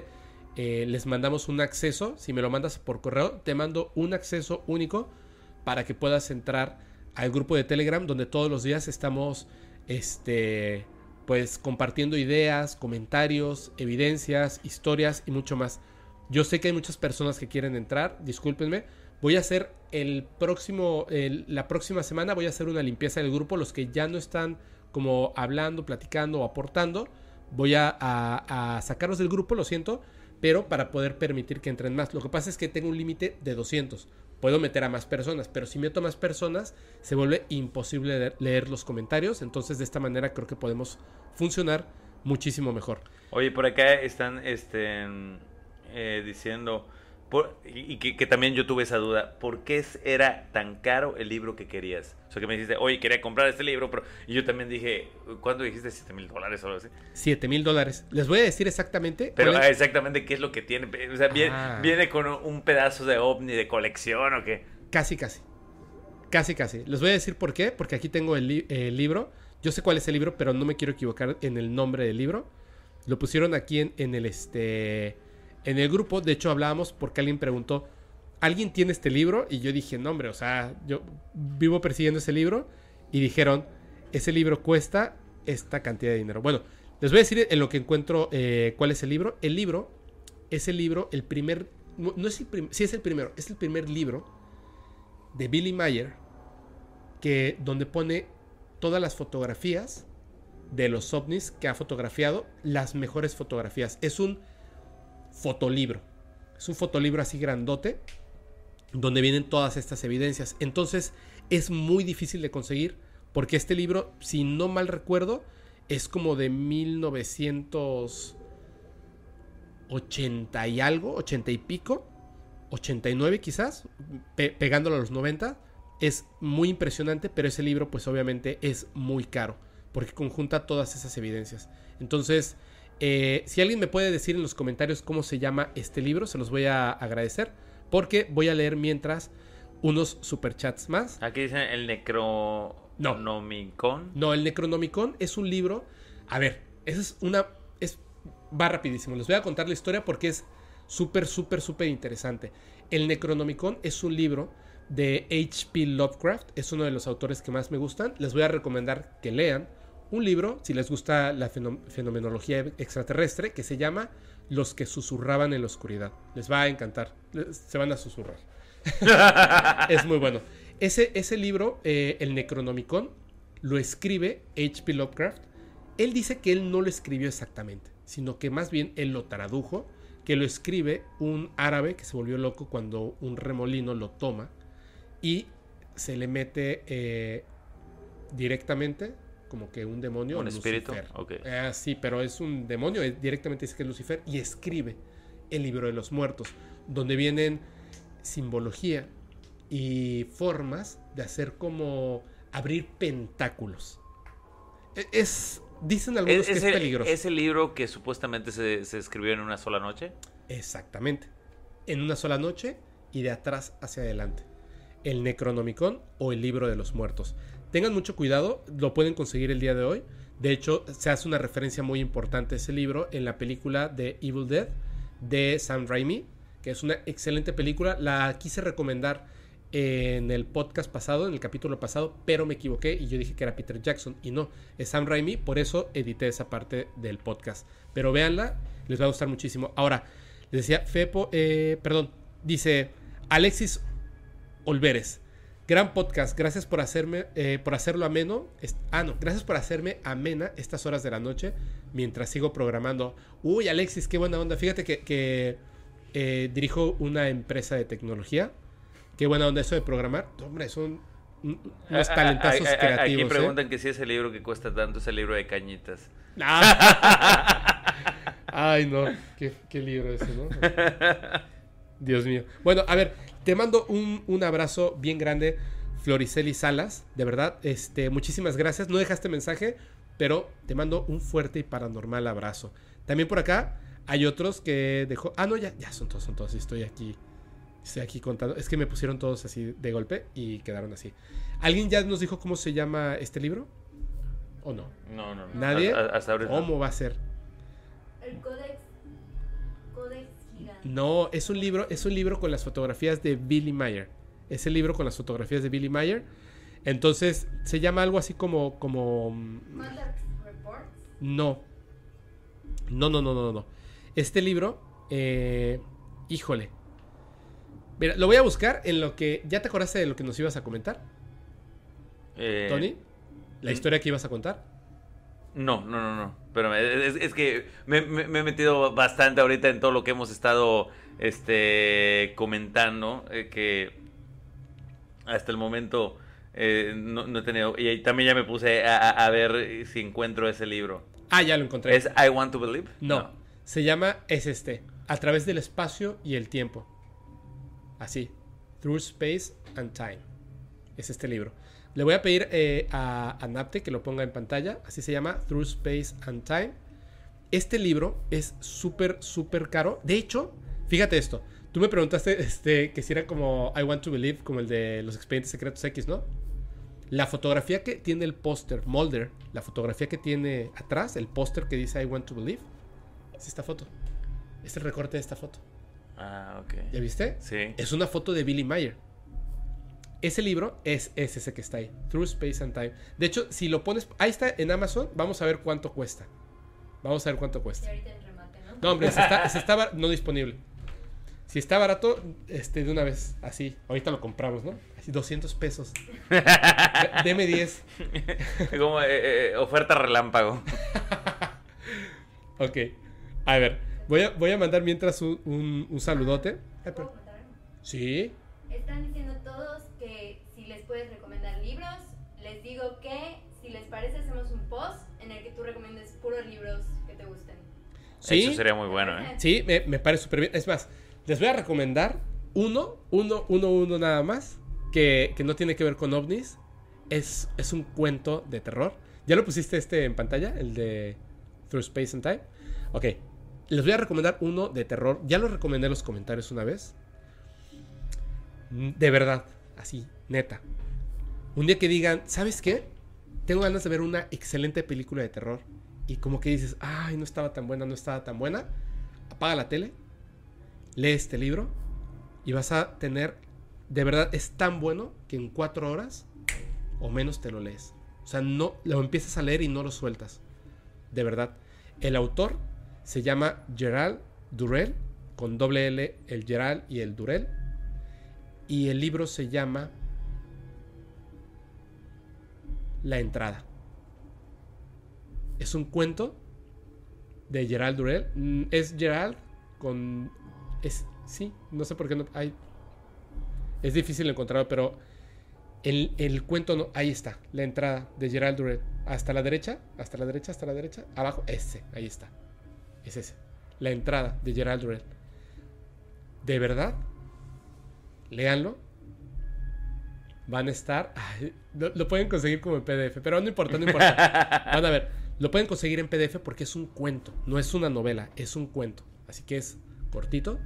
eh, les mandamos un acceso. Si me lo mandas por correo, te mando un acceso único para que puedas entrar al grupo de Telegram, donde todos los días estamos este, pues compartiendo ideas, comentarios, evidencias, historias y mucho más. Yo sé que hay muchas personas que quieren entrar, discúlpenme. Voy a hacer el próximo, el, la próxima semana voy a hacer una limpieza del grupo. Los que ya no están como hablando, platicando o aportando, voy a, a, a sacarlos del grupo, lo siento, pero para poder permitir que entren más. Lo que pasa es que tengo un límite de doscientos. Puedo meter a más personas, pero si meto a más personas se vuelve imposible leer, leer los comentarios. Entonces de esta manera creo que podemos funcionar muchísimo mejor. Oye, por acá están este, eh, diciendo... Por, y que, que también yo tuve esa duda, ¿por qué era tan caro el libro que querías? O sea, que me dijiste, oye, quería comprar este libro, pero... Y yo también dije, ¿cuándo dijiste? ¿siete mil dólares o algo así? siete mil dólares. Les voy a decir exactamente... Pero es... ah, exactamente qué es lo que tiene. O sea, ¿viene, ah. ¿viene con un pedazo de ovni de colección o qué? Casi, casi. Casi, casi. Les voy a decir por qué, porque aquí tengo el, li el libro. Yo sé cuál es el libro, pero no me quiero equivocar en el nombre del libro. Lo pusieron aquí en, en el este... En el grupo, de hecho, hablábamos porque alguien preguntó, ¿alguien tiene este libro? Y yo dije, no, hombre, o sea, yo vivo persiguiendo ese libro. Y dijeron, ese libro cuesta esta cantidad de dinero. Bueno, les voy a decir en lo que encuentro eh, cuál es el libro. El libro es el libro, el primer, no, no es el primer, sí es el primero, es el primer libro de Billy Meier, que, donde pone todas las fotografías de los ovnis que ha fotografiado, las mejores fotografías. Es un fotolibro. Es un fotolibro así grandote donde vienen todas estas evidencias. Entonces es muy difícil de conseguir porque este libro, si no mal recuerdo, es como de mil novecientos ochenta y algo, ochenta y pico, ochenta y nueve quizás, pe pegándolo a los noventa. Es muy impresionante, pero ese libro pues obviamente es muy caro porque conjunta todas esas evidencias. Entonces Eh, si alguien me puede decir en los comentarios cómo se llama este libro, se los voy a agradecer, porque voy a leer mientras unos superchats más. Aquí dicen el Necronomicon. No, no, el Necronomicon es un libro. A ver, esa es una... Es, va rapidísimo, les voy a contar la historia porque es súper, súper, súper interesante. El Necronomicon es un libro de H P Lovecraft, es uno de los autores que más me gustan. Les voy a recomendar que lean un libro, si les gusta la fenomenología extraterrestre, que se llama Los que susurraban en la oscuridad. Les va a encantar. Se van a susurrar. Es muy bueno. Ese, ese libro, eh, el Necronomicon, lo escribe H P Lovecraft. Él dice que él no lo escribió exactamente, sino que más bien él lo tradujo, que lo escribe un árabe que se volvió loco cuando un remolino lo toma y se le mete eh, directamente... como que un demonio, un espíritu, okay. eh, sí, pero es un demonio, directamente dice que es Lucifer, y escribe el libro de los muertos, donde vienen simbología y formas de hacer como abrir pentáculos. Es, dicen algunos ¿Es, que es, es peligroso. ¿Es el libro que supuestamente se, se escribió en una sola noche? Exactamente, en una sola noche y de atrás hacia adelante. El Necronomicon o el libro de los muertos. Tengan mucho cuidado, lo pueden conseguir el día de hoy. De hecho, se hace una referencia muy importante a ese libro en la película de Evil Dead de Sam Raimi, que es una excelente película. La quise recomendar en el podcast pasado, en el capítulo pasado, pero me equivoqué y yo dije que era Peter Jackson y no, es Sam Raimi, por eso edité esa parte del podcast. Pero véanla, les va a gustar muchísimo. Ahora, les decía, Fepo, eh, perdón, dice Alexis Olveres. Gran podcast, gracias por hacerme, eh, por hacerlo ameno. Ah, no, gracias por hacerme amena estas horas de la noche mientras sigo programando. Uy, Alexis, qué buena onda. Fíjate que, que eh, dirijo una empresa de tecnología. Qué buena onda eso de programar. Hombre, son unos talentazos a, a, a, creativos. Aquí preguntan ¿eh? que si ese libro que cuesta tanto es el libro de Cañitas. Ah. Ay, no, qué, qué libro ese, ¿no? Dios mío. Bueno, a ver, te mando un, un abrazo bien grande, Floriceli Salas. De verdad, este, muchísimas gracias. No dejaste mensaje, pero te mando un fuerte y paranormal abrazo. También por acá hay otros que dejó... Ah, no, ya, ya son todos, son todos. Estoy aquí, estoy aquí contando. Es que me pusieron todos así de golpe y quedaron así. ¿Alguien ya nos dijo cómo se llama este libro? ¿O no? No, no, no. ¿Nadie? Hasta ahora ¿Cómo no. va a ser? El Codex... Codex No, es un libro, es un libro con las fotografías de Billy Mayer. Es el libro con las fotografías de Billy Mayer. Entonces, se llama algo así como... como Monarch Reports. No. No, no, no, no, no. Este libro, eh, híjole. Mira, lo voy a buscar en lo que... ¿Ya te acordaste de lo que nos ibas a comentar, Eh, Tony? ¿La historia que ibas a contar? No, no, no, no. Pero es, es que me, me- me he metido bastante ahorita en todo lo que hemos estado este, comentando. eh, que hasta el momento eh, no, no he tenido. Y ahí también ya me puse a, a- a ver si encuentro ese libro. Ah, ya lo encontré. ¿Es I Want to Believe? No, se llama, es este, A través del espacio y el tiempo. Así, Through Space and Time. Es este libro. Le voy a pedir eh, a, a Napte que lo ponga en pantalla. Así se llama, Through Space and Time. Este libro es súper, súper caro. De hecho, fíjate esto. Tú me preguntaste este, que si era como I Want to Believe, como el de los Expedientes Secretos X, ¿no? La fotografía que tiene el póster, Mulder, la fotografía que tiene atrás, el póster que dice I Want to Believe, es esta foto. Es el recorte de esta foto. Ah, ok. ¿Ya viste? Sí. Es una foto de Billy Mayer. Ese libro es, es ese que está ahí, Through Space and Time. De hecho, si lo pones, ahí está en Amazon, vamos a ver cuánto cuesta. Vamos a ver cuánto Y cuesta. ahorita en remate, ¿no? No, hombre, si está, si está bar- no disponible. Si está barato, este, de una vez, así. Ahorita lo compramos, ¿no? Así, doscientos pesos. D- Deme diez. Como eh, eh, oferta relámpago. Ok. A ver, voy a, voy a mandar mientras un, un, un saludote. Ay, ¿Puedo pero- comentar algo? Sí. Están diciendo todos que si les puedes recomendar libros, les digo que si les parece hacemos un post en el que tú recomiendes puros libros que te gusten. Sí. Eso sería muy bueno, ¿eh? Sí, me, me parece súper bien. Es más, les voy a recomendar uno, uno, uno, uno nada más, que, que no tiene que ver con ovnis. Es, es un cuento de terror. ¿Ya lo pusiste este en pantalla? El de Through Space and Time. Ok, les voy a recomendar uno de terror. Ya lo recomendé en los comentarios una vez. De verdad, así, neta. Un día que digan, ¿sabes qué? Tengo ganas de ver una excelente película de terror. Y como que dices, ay, no estaba tan buena, no estaba tan buena. Apaga la tele, lee este libro y vas a tener, de verdad, es tan bueno que en cuatro horas o menos te lo lees. O sea, no, lo empiezas a leer y no lo sueltas. De verdad. El autor se llama Gerald Durrell, con doble L, el Gerald y el Durrell. Y el libro se llama La Entrada. Es un cuento de Gerald Durrell. Mm, Es Gerald con... Es, sí, no sé por qué no hay... Es difícil encontrarlo, pero el, el cuento no... Ahí está, La Entrada de Gerald Durrell. Hasta la derecha, hasta la derecha, hasta la derecha. Abajo, ese, ahí está. Es ese. La Entrada de Gerald Durrell. De verdad, léanlo. Van a estar... Ay, lo, lo pueden conseguir como en P D F, pero no importa, no importa. Van a ver, lo pueden conseguir en P D F porque es un cuento, no es una novela, es un cuento. Así que es cortito.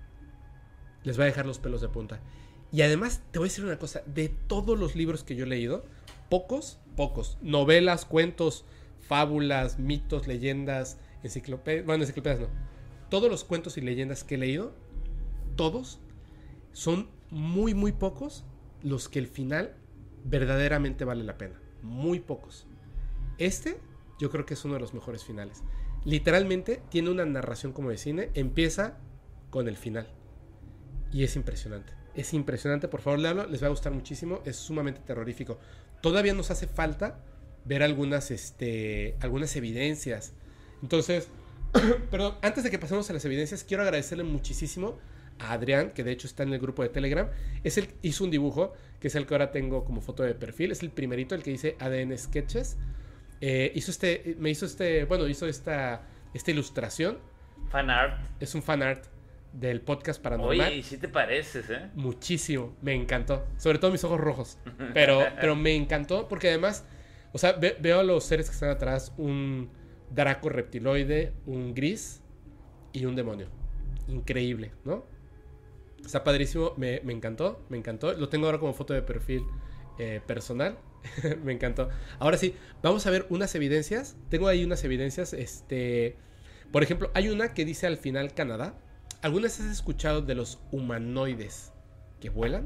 Les va a dejar los pelos de punta. Y además, te voy a decir una cosa. De todos los libros que yo he leído, pocos, pocos, novelas, cuentos, fábulas, mitos, leyendas, enciclopedias... Bueno, enciclopedias no. Todos los cuentos y leyendas que he leído, todos, son muy, muy pocos los que el final verdaderamente vale la pena. Muy pocos. Este, yo creo que es uno de los mejores finales. Literalmente, tiene una narración como de cine. Empieza con el final. Y es impresionante. Es impresionante, por favor, léalo, les va a gustar muchísimo. Es sumamente terrorífico. Todavía nos hace falta ver algunas, este, algunas evidencias. Entonces, perdón, antes de que pasemos a las evidencias, quiero agradecerle muchísimo a Adrián, que de hecho está en el grupo de Telegram. Es el, hizo un dibujo, que es el que ahora tengo como foto de perfil. Es el primerito, el que dice A D N Sketches. Eh, hizo este, me hizo este, bueno, hizo esta, esta ilustración. Fan art. Es un fan art del podcast paranormal. Oye, y sí te pareces, ¿eh? Muchísimo, me encantó. Sobre todo mis ojos rojos. Pero, pero me encantó porque además, o sea, ve, veo a los seres que están atrás, un Draco reptiloide, un gris y un demonio. Increíble, ¿no? Está padrísimo, me, me encantó, me encantó. Lo tengo ahora como foto de perfil eh, personal. Me encantó. Ahora sí, vamos a ver unas evidencias. Tengo ahí unas evidencias, este... Por ejemplo, hay una que dice al final Canadá. ¿Alguna vez has escuchado de los humanoides que vuelan?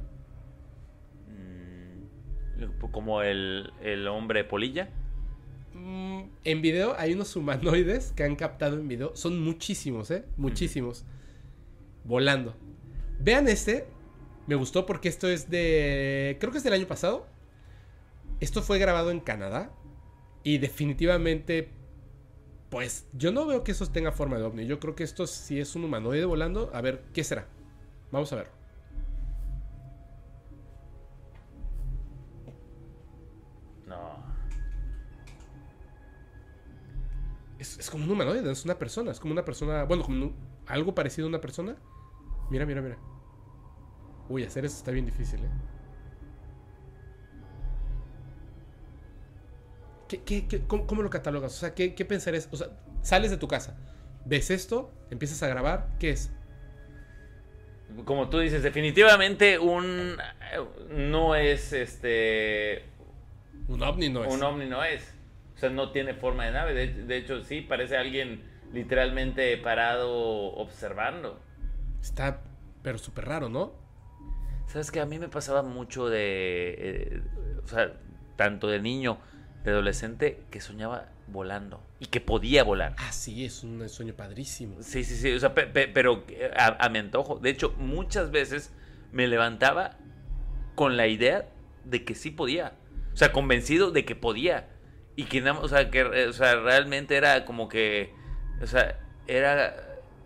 Mm, como el, el hombre polilla. Mm, en video hay unos humanoides que han captado en video. Son muchísimos, ¿eh? Muchísimos. Uh-huh. Volando. Vean este. Me gustó porque esto es de... Creo que es del año pasado. Esto fue grabado en Canadá. Y definitivamente... Pues yo no veo que eso tenga forma de ovni. Yo creo que esto sí es un humanoide volando. A ver, ¿qué será? Vamos a ver. No. Es, es como un humanoide, no es una persona. Es como una persona... Bueno, como un, algo parecido a una persona. Mira, mira, mira. Uy, hacer eso está bien difícil, ¿eh? ¿Qué, qué, qué, cómo, ¿Cómo lo catalogas? O sea, ¿qué, qué pensarías? O sea, sales de tu casa, ves esto, empiezas a grabar, ¿qué es? Como tú dices, definitivamente un... No es este... Un ovni no es. Un ovni no es. O sea, no tiene forma de nave. De, de hecho, sí, parece alguien literalmente parado observando. Está, pero súper raro, ¿no? ¿Sabes qué? A mí me pasaba mucho de... Eh, o sea, tanto de niño... de adolescente que soñaba volando y que podía volar. Ah, sí, es un sueño padrísimo. Sí, sí, sí, o sea, pe, pe, pero a, a mi antojo. De hecho, muchas veces me levantaba con la idea de que sí podía. O sea, convencido de que podía. Y que nada, o sea, que o sea, realmente era como que, o sea, era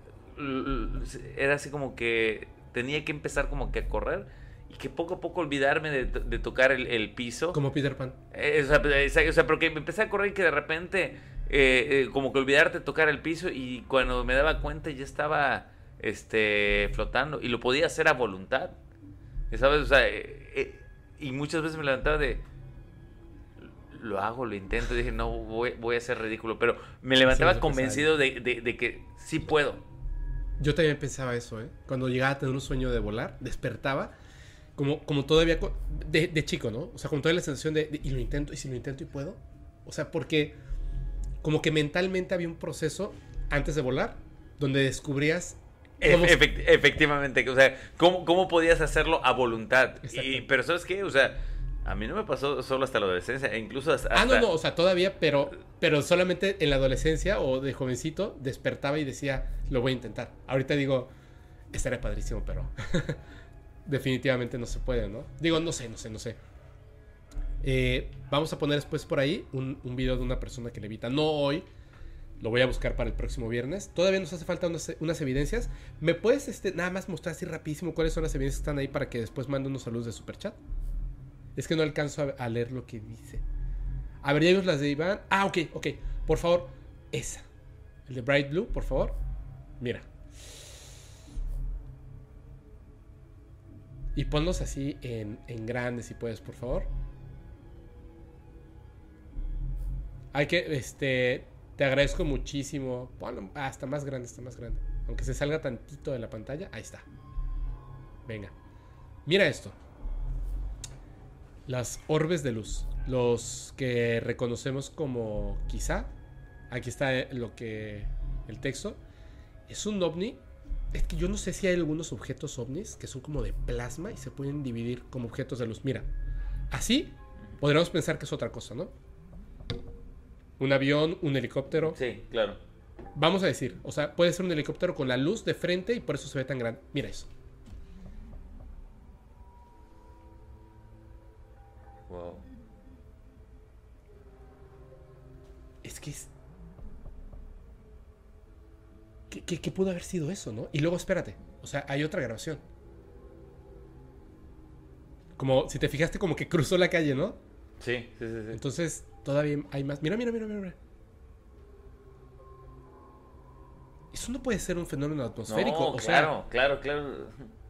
era así como que tenía que empezar como que a correr. Y que poco a poco olvidarme de, de tocar el, el piso. Como Peter Pan. Eh, o, sea, o sea, porque me empecé a correr y que de repente, eh, eh, como que olvidarte de tocar el piso. Y cuando me daba cuenta ya estaba este, flotando. Y lo podía hacer a voluntad. ¿Sabes? O sea, eh, eh, y muchas veces me levantaba de... Lo hago, lo intento. Dije, no, voy, voy a ser ridículo. Pero me levantaba sí, convencido de, de, de que sí puedo. Yo también pensaba eso, ¿eh? Cuando llegaba a tener un sueño de volar, despertaba... Como, como todavía de, de chico, ¿no? O sea, con toda la sensación de, de... Y lo intento, y si lo intento y puedo. O sea, porque... Como que mentalmente había un proceso antes de volar. Donde descubrías... Cómo... Efect, efectivamente. O sea, ¿cómo, cómo podías hacerlo a voluntad? Y, pero ¿sabes qué? O sea... A mí no me pasó solo hasta la adolescencia. E incluso hasta... Ah, no, no. O sea, todavía, pero... Pero solamente en la adolescencia o de jovencito... Despertaba y decía... Lo voy a intentar. Ahorita digo... Estaría padrísimo, pero... Definitivamente no se puede, ¿no? Digo, no sé, no sé, no sé. Eh, vamos a poner después por ahí un, un video de una persona que levita. No hoy. Lo voy a buscar para el próximo viernes. Todavía nos hace falta unas, unas evidencias. ¿Me puedes este, nada más mostrar así rapidísimo cuáles son las evidencias que están ahí para que después mande unos saludos de superchat? Es que no alcanzo a, a leer lo que dice. A ver, ya vimos las de Iván. Ah, ok, ok. Por favor, esa. El de Bright Blue, por favor. Mira. Y ponlos así en, en grande si puedes, por favor. Hay que, este, te agradezco muchísimo. Ponlo hasta más grande, hasta más grande. Aunque se salga tantito de la pantalla. Ahí está. Venga. Mira esto. Las orbes de luz. Los que reconocemos como quizá. Aquí está lo que... el texto. Es un ovni. Es que yo no sé si hay algunos objetos ovnis que son como de plasma y se pueden dividir como objetos de luz. Mira, así podríamos pensar que es otra cosa, ¿no? Un avión, un helicóptero. Sí, claro. Vamos a decir, o sea, puede ser un helicóptero con la luz de frente y por eso se ve tan grande. Mira eso. Wow. Es que es... ¿Qué, qué, ¿Qué pudo haber sido eso, no? Y luego, espérate. O sea, hay otra grabación. Como, si te fijaste, como que cruzó la calle, ¿no? Sí, sí, sí, sí. Entonces, todavía hay más. Mira, mira, mira, mira, mira. Eso no puede ser un fenómeno atmosférico. No, o claro, sea, claro, claro.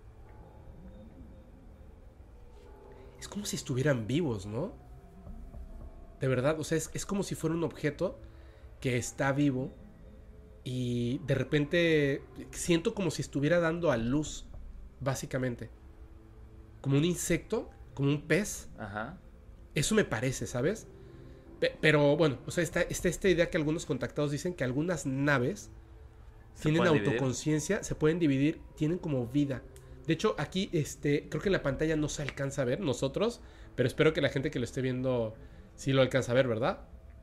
Es como si estuvieran vivos, ¿no? De verdad, o sea, es, es como si fuera un objeto que está vivo. Y de repente siento como si estuviera dando a luz, básicamente. Como un insecto, como un pez. Ajá. Eso me parece, ¿sabes? Pe- pero bueno, o sea, está, está esta idea que algunos contactados dicen que algunas naves tienen pueden dividir. autoconciencia, se pueden dividir, tienen como vida. De hecho, aquí, este, creo que en la pantalla no se alcanza a ver nosotros, pero espero que la gente que lo esté viendo sí lo alcanza a ver, ¿verdad?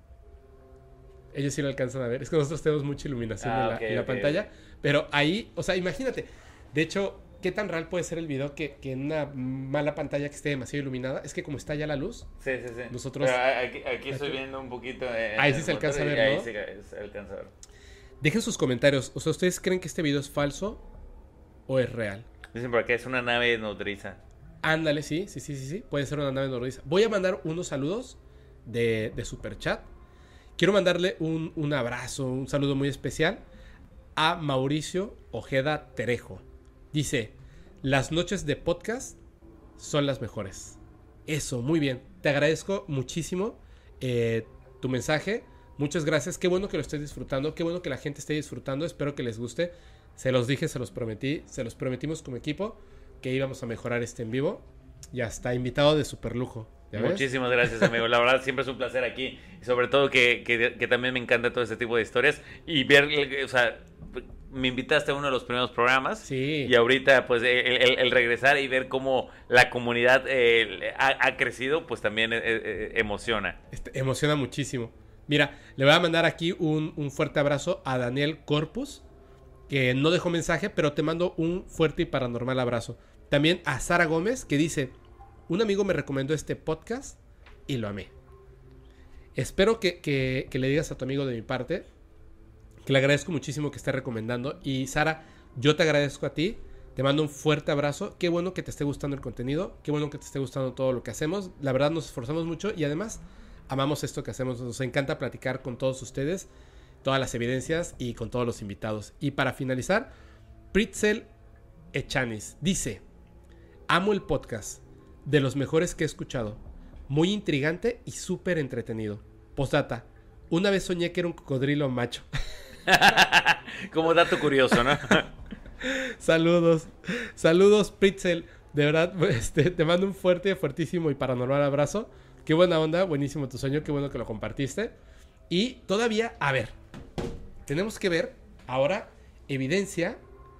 Ellos sí lo alcanzan a ver. Es que nosotros tenemos mucha iluminación Ah, en la, ok, en la ok, pantalla, ok. pero ahí, o sea, imagínate. De hecho, ¿qué tan real puede ser el video que, que en una mala pantalla que esté demasiado iluminada? Es que como está ya la luz, Sí, sí, sí. Nosotros- Pero aquí, aquí estoy aquí- viendo un poquito. eh, en Ahí el sí se motor alcanza a y ver, ahí ¿no? sí que se alcanza a ver. dejen sus comentarios. O sea, ¿ustedes creen que este video es falso o es real? Dicen por acá, es una nave nodriza. Ándale, sí, sí, sí, sí, sí. Puede ser una nave nodriza. Voy a mandar unos saludos de, de Superchat. Quiero mandarle un, un abrazo, un saludo muy especial a Mauricio Ojeda Terejo. Dice, las noches de podcast son las mejores. Eso, muy bien. Te agradezco muchísimo eh, tu mensaje. Muchas gracias. Qué bueno que lo estés disfrutando. Qué bueno que la gente esté disfrutando. Espero que les guste. Se los dije, se los prometí. Se los prometimos como equipo que íbamos a mejorar este en vivo. Ya está, invitado de super lujo. ¿Ya ves? Muchísimas gracias, amigo. La verdad, siempre es un placer aquí. Y sobre todo que, que, que también me encanta todo este tipo de historias. Y ver, o sea, me invitaste a uno de los primeros programas. Sí. Y ahorita, pues, el, el- el regresar y ver cómo la comunidad eh, ha, ha crecido, pues también eh, eh, emociona. Este, emociona muchísimo. Mira, le voy a mandar aquí un, un fuerte abrazo a Daniel Corpus, que no dejó mensaje, pero te mando un fuerte y paranormal abrazo. También a Sara Gómez, que dice, un amigo me recomendó este podcast y lo amé. Espero que, que, que le digas a tu amigo de mi parte que le agradezco muchísimo que esté recomendando. Y Sara, yo te agradezco a ti. Te mando un fuerte abrazo. Qué bueno que te esté gustando el contenido. Qué bueno que te esté gustando todo lo que hacemos. La verdad nos esforzamos mucho y además amamos esto que hacemos. Nos encanta platicar con todos ustedes, todas las evidencias y con todos los invitados. Y para finalizar, Pritzel Echanis dice, amo el podcast, de los mejores que he escuchado. Muy intrigante y súper entretenido. Postdata, una vez soñé que era un cocodrilo macho. Como dato curioso, ¿no? Saludos, saludos Pritzel. De verdad, este, te mando un fuerte, fuertísimo y paranormal abrazo. Qué buena onda, buenísimo tu sueño, qué bueno que lo compartiste. Y todavía, a ver, tenemos que ver ahora evidencia.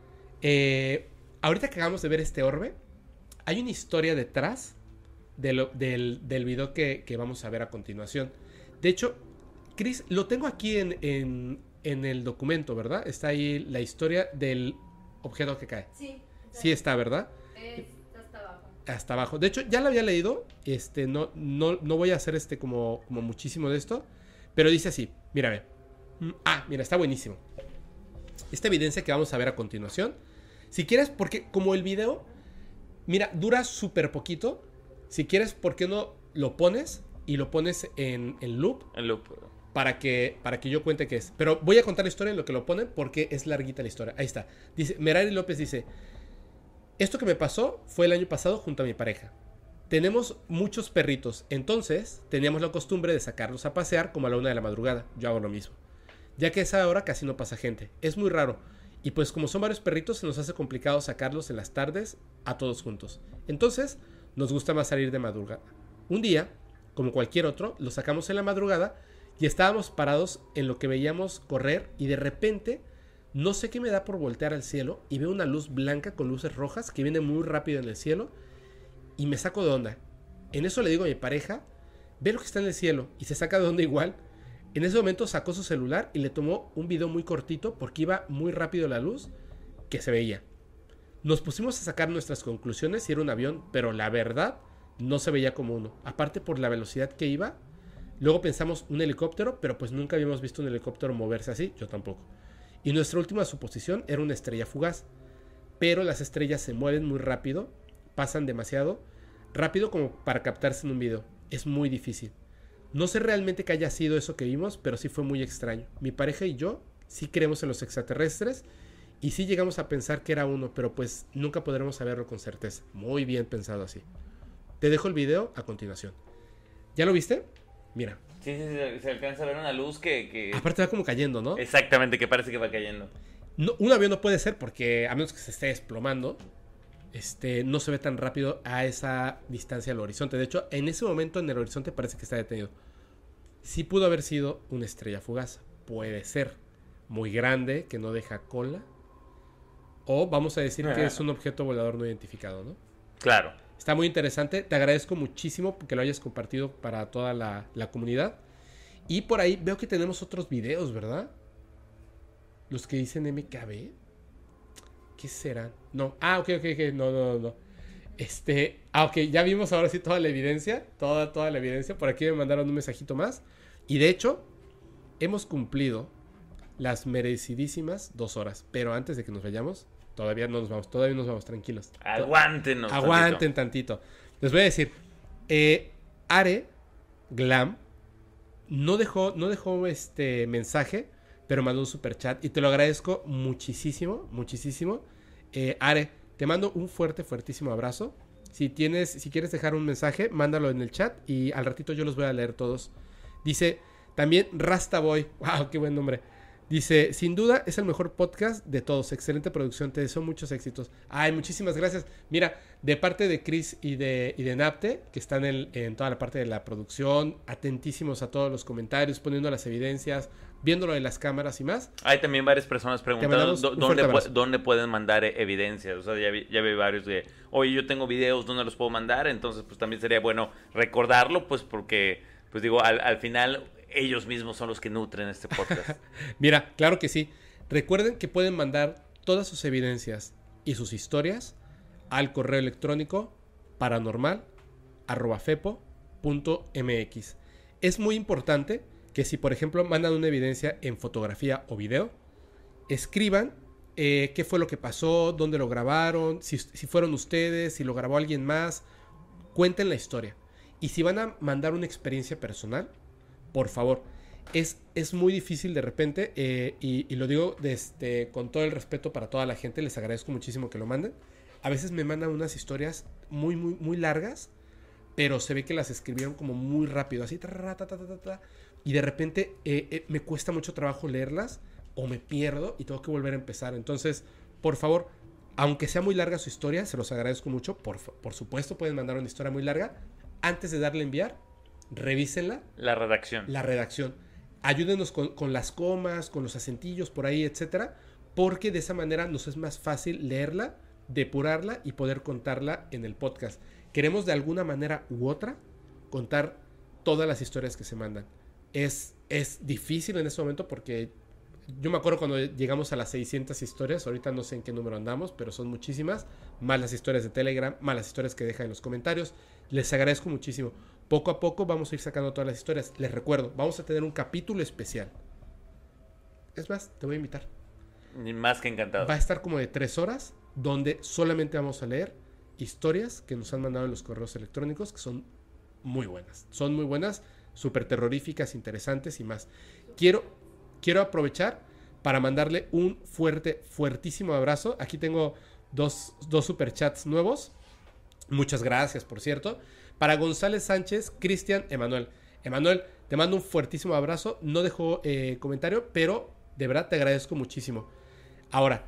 Eh, ahorita que acabamos de ver este orbe, hay una historia detrás de lo- del, del video que, que vamos a ver a continuación. De hecho, Chris, lo tengo aquí en, en, en el documento, ¿verdad? Está ahí la historia del objeto que cae. Sí. Sí está, ¿verdad? Está hasta abajo. Hasta abajo. De hecho, ya lo había leído. Este, no, no, no voy a hacer este como, como muchísimo de esto. Pero dice así, mírame. Mm, Ah, mira, está buenísimo. Esta evidencia que vamos a ver a continuación. Si quieres, porque como el video, mira, dura súper poquito. Si quieres, ¿por qué no lo pones? Y lo pones en, en loop El loop. para que, para que yo cuente qué es. Pero voy a contar la historia en lo que lo ponen porque es larguita la historia. Ahí está. Dice, Merari López dice, esto que me pasó fue el año pasado junto a mi pareja. Tenemos muchos perritos, entonces teníamos la costumbre de sacarlos a pasear como a la una de la madrugada. Yo hago lo mismo. Ya que a esa hora casi no pasa gente. Es muy raro. Y pues como son varios perritos se nos hace complicado sacarlos en las tardes a todos juntos. Entonces nos gusta más salir de madrugada. Un día, como cualquier otro, los sacamos en la madrugada y estábamos parados en lo que veíamos correr y de repente no sé qué me da por voltear al cielo y veo una luz blanca con luces rojas que viene muy rápido en el cielo y me saco de onda. En eso le digo a mi pareja, ve lo que está en el cielo, y se saca de onda igual. En ese momento sacó su celular y le tomó un video muy cortito porque iba muy rápido la luz que se veía. Nos pusimos a sacar nuestras conclusiones y era un avión, pero la verdad no se veía como uno. Aparte por la velocidad que iba. Luego pensamos un helicóptero, pero pues nunca habíamos visto un helicóptero moverse así, yo tampoco. Y nuestra última suposición era una estrella fugaz. Pero las estrellas se mueven muy rápido, pasan demasiado rápido como para captarse en un video. Es muy difícil. No sé realmente qué haya sido eso que vimos, pero sí fue muy extraño. Mi pareja y yo sí creemos en los extraterrestres y sí llegamos a pensar que era uno, pero pues nunca podremos saberlo con certeza. Muy bien pensado así. Te dejo el video a continuación. ¿Ya lo viste? Mira. Sí, sí, sí, se alcanza a ver una luz que... que... Aparte va como cayendo, ¿no? Exactamente, que parece que va cayendo. No, un avión no puede ser porque a menos que se esté desplomando, este, no se ve tan rápido a esa distancia al horizonte. De hecho, en ese momento en el horizonte parece que está detenido. Sí pudo haber sido una estrella fugaz, puede ser, muy grande, que no deja cola. O vamos a decir que es un objeto volador no identificado, ¿no? Claro. Está muy interesante. Te agradezco muchísimo que lo hayas compartido para toda la, la comunidad. Y por ahí veo que tenemos otros videos, ¿verdad? Los que dicen M K B. ¿Qué serán? No. Ah, ok, ok, ok. No, no, no, no. Este. Ah, ok. Ya vimos ahora sí toda la evidencia. Toda, toda la evidencia. Por aquí me mandaron un mensajito más. Y de hecho, hemos cumplido las merecidísimas dos horas. Pero antes de que nos vayamos, todavía no nos vamos. Todavía nos vamos, tranquilos. Aguántenos. Aguanten tantito. tantito. Les voy a decir. Eh, Are Glam no dejó, no dejó este mensaje, pero mandó un super chat. Y te lo agradezco muchísimo, muchísimo. Eh, Are, te mando un fuerte, fuertísimo abrazo. Si tienes, si quieres dejar un mensaje, mándalo en el chat y al ratito yo los voy a leer todos. Dice también Rastaboy. Wow, qué buen nombre. Dice, sin duda es el mejor podcast de todos. Excelente producción, te deseo muchos éxitos. Ay, muchísimas gracias. Mira, de parte de Chris y de, y de Napte, que están en, en toda la parte de la producción, atentísimos a todos los comentarios, poniendo las evidencias, viéndolo de las cámaras y más. Hay también varias personas preguntando dónde, pu- dónde pueden mandar evidencias. O sea, ya vi, ya vi varios de, oye, yo tengo videos, ¿dónde los puedo mandar? Entonces, pues también sería bueno recordarlo, pues porque, pues digo, al, al final ellos mismos son los que nutren este podcast. Mira, claro que sí. Recuerden que pueden mandar todas sus evidencias y sus historias al correo electrónico paranormal arroba fepo punto mx. Es muy importante que si, por ejemplo, mandan una evidencia en fotografía o video, escriban eh, qué fue lo que pasó, dónde lo grabaron, si, si fueron ustedes, si lo grabó alguien más. Cuenten la historia. Y si van a mandar una experiencia personal, por favor, es, es muy difícil de repente, eh, y, y lo digo desde, con todo el respeto para toda la gente, les agradezco muchísimo que lo manden. A veces me mandan unas historias muy, muy, muy largas, pero se ve que las escribieron como muy rápido, así, ta, ta, ta, ta, ta, y de repente eh, eh, me cuesta mucho trabajo leerlas, o me pierdo y tengo que volver a empezar. Entonces, por favor, aunque sea muy larga su historia, se los agradezco mucho, por, por supuesto pueden mandar una historia muy larga, antes de darle a enviar, revísenla. La redacción. La redacción. Ayúdenos con, con las comas, con los acentillos por ahí, etcétera, porque de esa manera nos es más fácil leerla, depurarla y poder contarla en el podcast. Queremos de alguna manera u otra contar todas las historias que se mandan. Es, es difícil en este momento porque yo me acuerdo cuando llegamos a las seiscientas historias, ahorita no sé en qué número andamos, pero son muchísimas, más las historias de Telegram, más las historias que dejan en los comentarios. Les agradezco muchísimo. Poco a poco vamos a ir sacando todas las historias. Les recuerdo, vamos a tener un capítulo especial. Es más, te voy a invitar. Más que encantado. Va a estar como de tres horas, donde solamente vamos a leer historias que nos han mandado en los correos electrónicos, que son muy buenas. Son muy buenas, súper terroríficas, interesantes y más. Quiero, quiero aprovechar para mandarle un fuerte, fuertísimo abrazo. Aquí tengo dos, dos superchats nuevos. Muchas gracias, por cierto. Para González Sánchez, Cristian, Emanuel. Emanuel, te mando un fuertísimo abrazo. No dejó eh, comentario, pero de verdad te agradezco muchísimo. Ahora,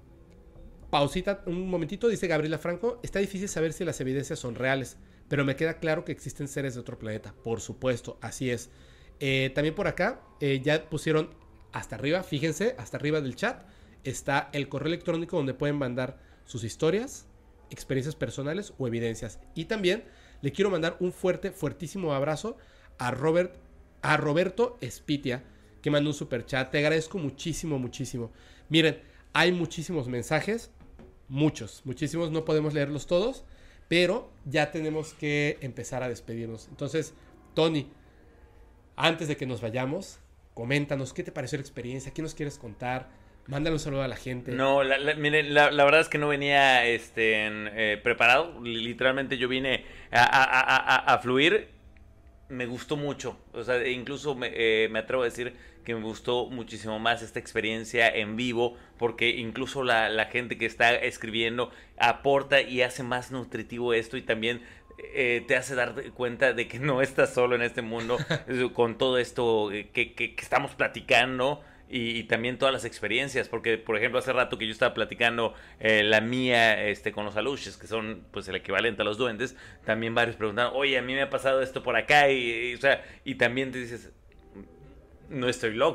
pausita un momentito, dice Gabriela Franco. Está difícil saber si las evidencias son reales, pero me queda claro que existen seres de otro planeta. Por supuesto, así es. Eh, también por acá, eh, ya pusieron hasta arriba, fíjense, hasta arriba del chat, está el correo electrónico donde pueden mandar sus historias, experiencias personales o evidencias. Y también le quiero mandar un fuerte, fuertísimo abrazo a Robert, a Roberto Espitia, que mandó un super chat. Te agradezco muchísimo, muchísimo. Miren, hay muchísimos mensajes, muchos, muchísimos, no podemos leerlos todos, pero ya tenemos que empezar a despedirnos. Entonces, Tony, antes de que nos vayamos, coméntanos qué te pareció la experiencia, qué nos quieres contar. Mándale un saludo a la gente. No, la, la, miren, la, la verdad es que no venía este, en, eh, preparado. Literalmente yo vine a, a, a, a, a fluir. Me gustó mucho. O sea, incluso me, eh, me atrevo a decir que me gustó muchísimo más esta experiencia en vivo. Porque incluso la, la gente que está escribiendo aporta y hace más nutritivo esto. Y también eh, te hace dar cuenta de que no estás solo en este mundo con todo esto que, que, que estamos platicando. Y, y también todas las experiencias, porque por ejemplo hace rato que yo estaba platicando eh, la mía este, con los aluches, que son pues el equivalente a los duendes, también varios preguntaron, oye, a mí me ha pasado esto por acá, y, y, o sea, y también te dices, no estoy loco,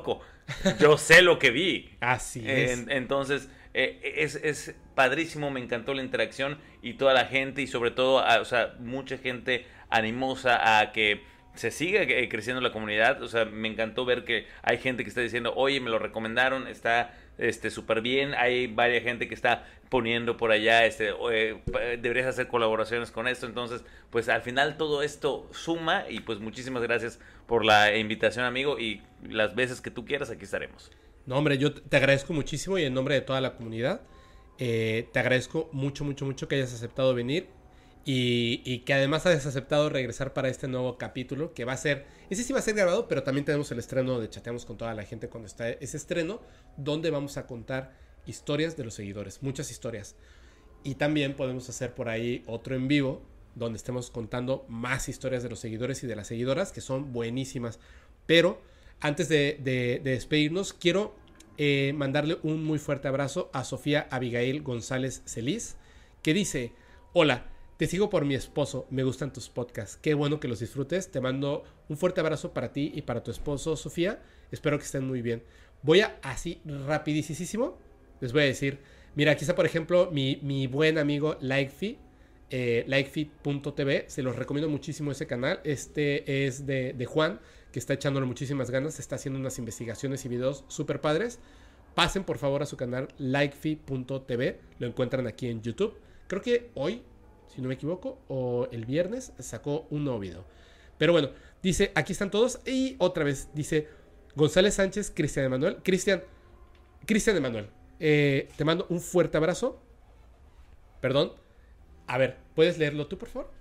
yo sé lo que vi. Así Eh, es. en- entonces, eh, es, es padrísimo, me encantó la interacción y toda la gente y sobre todo, a- o sea, mucha gente animosa a que se siga eh, creciendo la comunidad. O sea, me encantó ver que hay gente que está diciendo, oye, me lo recomendaron, está este súper bien. Hay varias gente que está poniendo por allá, este, eh, deberías hacer colaboraciones con esto. Entonces, pues al final todo esto suma y pues muchísimas gracias por la invitación, amigo, y las veces que tú quieras aquí estaremos. No, hombre, yo te agradezco muchísimo y en nombre de toda la comunidad, eh, te agradezco mucho, mucho, mucho que hayas aceptado venir y, y que además hayas aceptado regresar para este nuevo capítulo que va a ser, ese sí va a ser grabado, pero también tenemos el estreno de Chateamos con toda la gente cuando está ese estreno, donde vamos a contar historias de los seguidores, muchas historias. Y también podemos hacer por ahí otro en vivo, donde estemos contando más historias de los seguidores y de las seguidoras, que son buenísimas. Pero antes de, de, de despedirnos, quiero eh, mandarle un muy fuerte abrazo a Sofía Abigail González Celis, que dice, hola, te sigo por mi esposo, me gustan tus podcasts, qué bueno que los disfrutes, te mando un fuerte abrazo para ti y para tu esposo, Sofía, espero que estén muy bien. Voy a, así, rapidísimo, les voy a decir, mira, aquí está, por ejemplo, mi, mi buen amigo Likefeed, eh, likefeed punto t v, se los recomiendo muchísimo ese canal, este es de, de Juan, que está echándole muchísimas ganas, está haciendo unas investigaciones y videos súper padres. Pasen por favor a su canal likefeed punto t v, lo encuentran aquí en YouTube. Creo que hoy, si no me equivoco, o el viernes sacó un nuevo video. Pero bueno, dice, aquí están todos. Y otra vez dice González Sánchez, Cristian Emanuel. Cristian, Cristian Emanuel, eh, te mando un fuerte abrazo. Perdón. A ver, ¿puedes leerlo tú, por favor?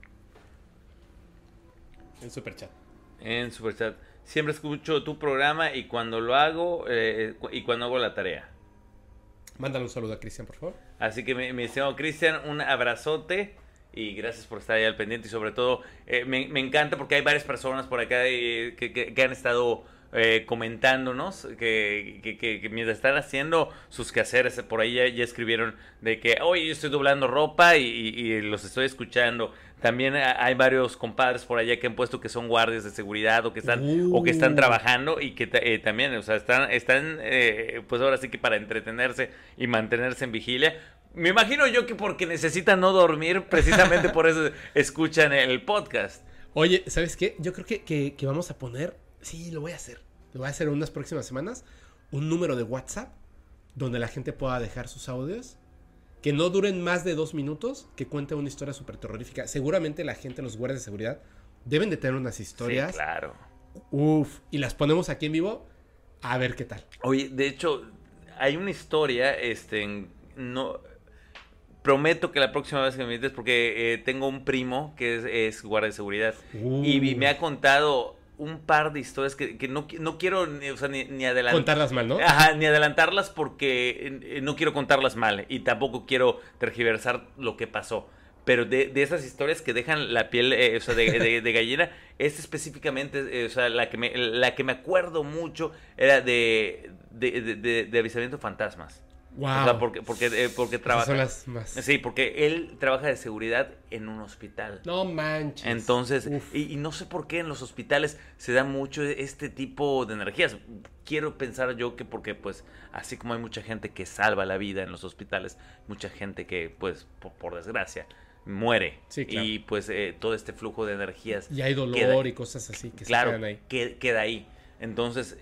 En Superchat. En Superchat. Siempre escucho tu programa y cuando lo hago, eh, y cuando hago la tarea. Mándale un saludo a Cristian, por favor. Así que mi, mi estimado Cristian, un abrazote y gracias por estar ahí al pendiente. Y sobre todo, eh, me, me encanta porque hay varias personas por acá eh, que, que, que han estado eh, comentándonos que, que, que, que mientras están haciendo sus quehaceres, por ahí ya, ya escribieron de que, oye, yo estoy doblando ropa y, y, y los estoy escuchando. También hay varios compadres por allá que han puesto que son guardias de seguridad o que están Uh. o que están trabajando y que eh, también, o sea, están están eh, pues ahora sí que para entretenerse y mantenerse en vigilia. Me imagino yo que porque necesitan no dormir, precisamente por eso escuchan el podcast. Oye, ¿sabes qué? Yo creo que, que, que vamos a poner, sí, lo voy a hacer, lo voy a hacer en unas próximas semanas, un número de WhatsApp donde la gente pueda dejar sus audios, que no duren más de dos minutos, que cuenten una historia súper terrorífica. Seguramente la gente, los guardias de seguridad, deben de tener unas historias. Sí, claro. Uf, y las ponemos aquí en vivo, a ver qué tal. Oye, de hecho, hay una historia, este, en- no... Prometo que la próxima vez que me invites, porque eh, tengo un primo que es, es guardia de seguridad Uh. y me ha contado un par de historias que, que no, qui- no quiero ni, o sea, ni, ni adelantar. Contarlas mal, ¿no? Ajá, ni adelantarlas porque eh, no quiero contarlas mal y tampoco quiero tergiversar lo que pasó. Pero de, de esas historias que dejan la piel eh, o sea, de, de, de gallina, esta específicamente, eh, o sea, la que, me, la que me acuerdo mucho era de, de, de, de, de avistamiento de fantasmas. Wow. O sea, porque, porque, eh, porque Esas trabaja. son las más... Sí, porque él trabaja de seguridad en un hospital. No manches. Entonces, Uf. y, y no sé por qué en los hospitales se da mucho este tipo de energías. Quiero pensar yo que porque, pues, así como hay mucha gente que salva la vida en los hospitales, mucha gente que, pues, por, por desgracia, muere. Sí, claro. Y, pues, eh, todo este flujo de energías Y hay dolor queda- y cosas así que claro, se quedan ahí. que- queda ahí. Entonces,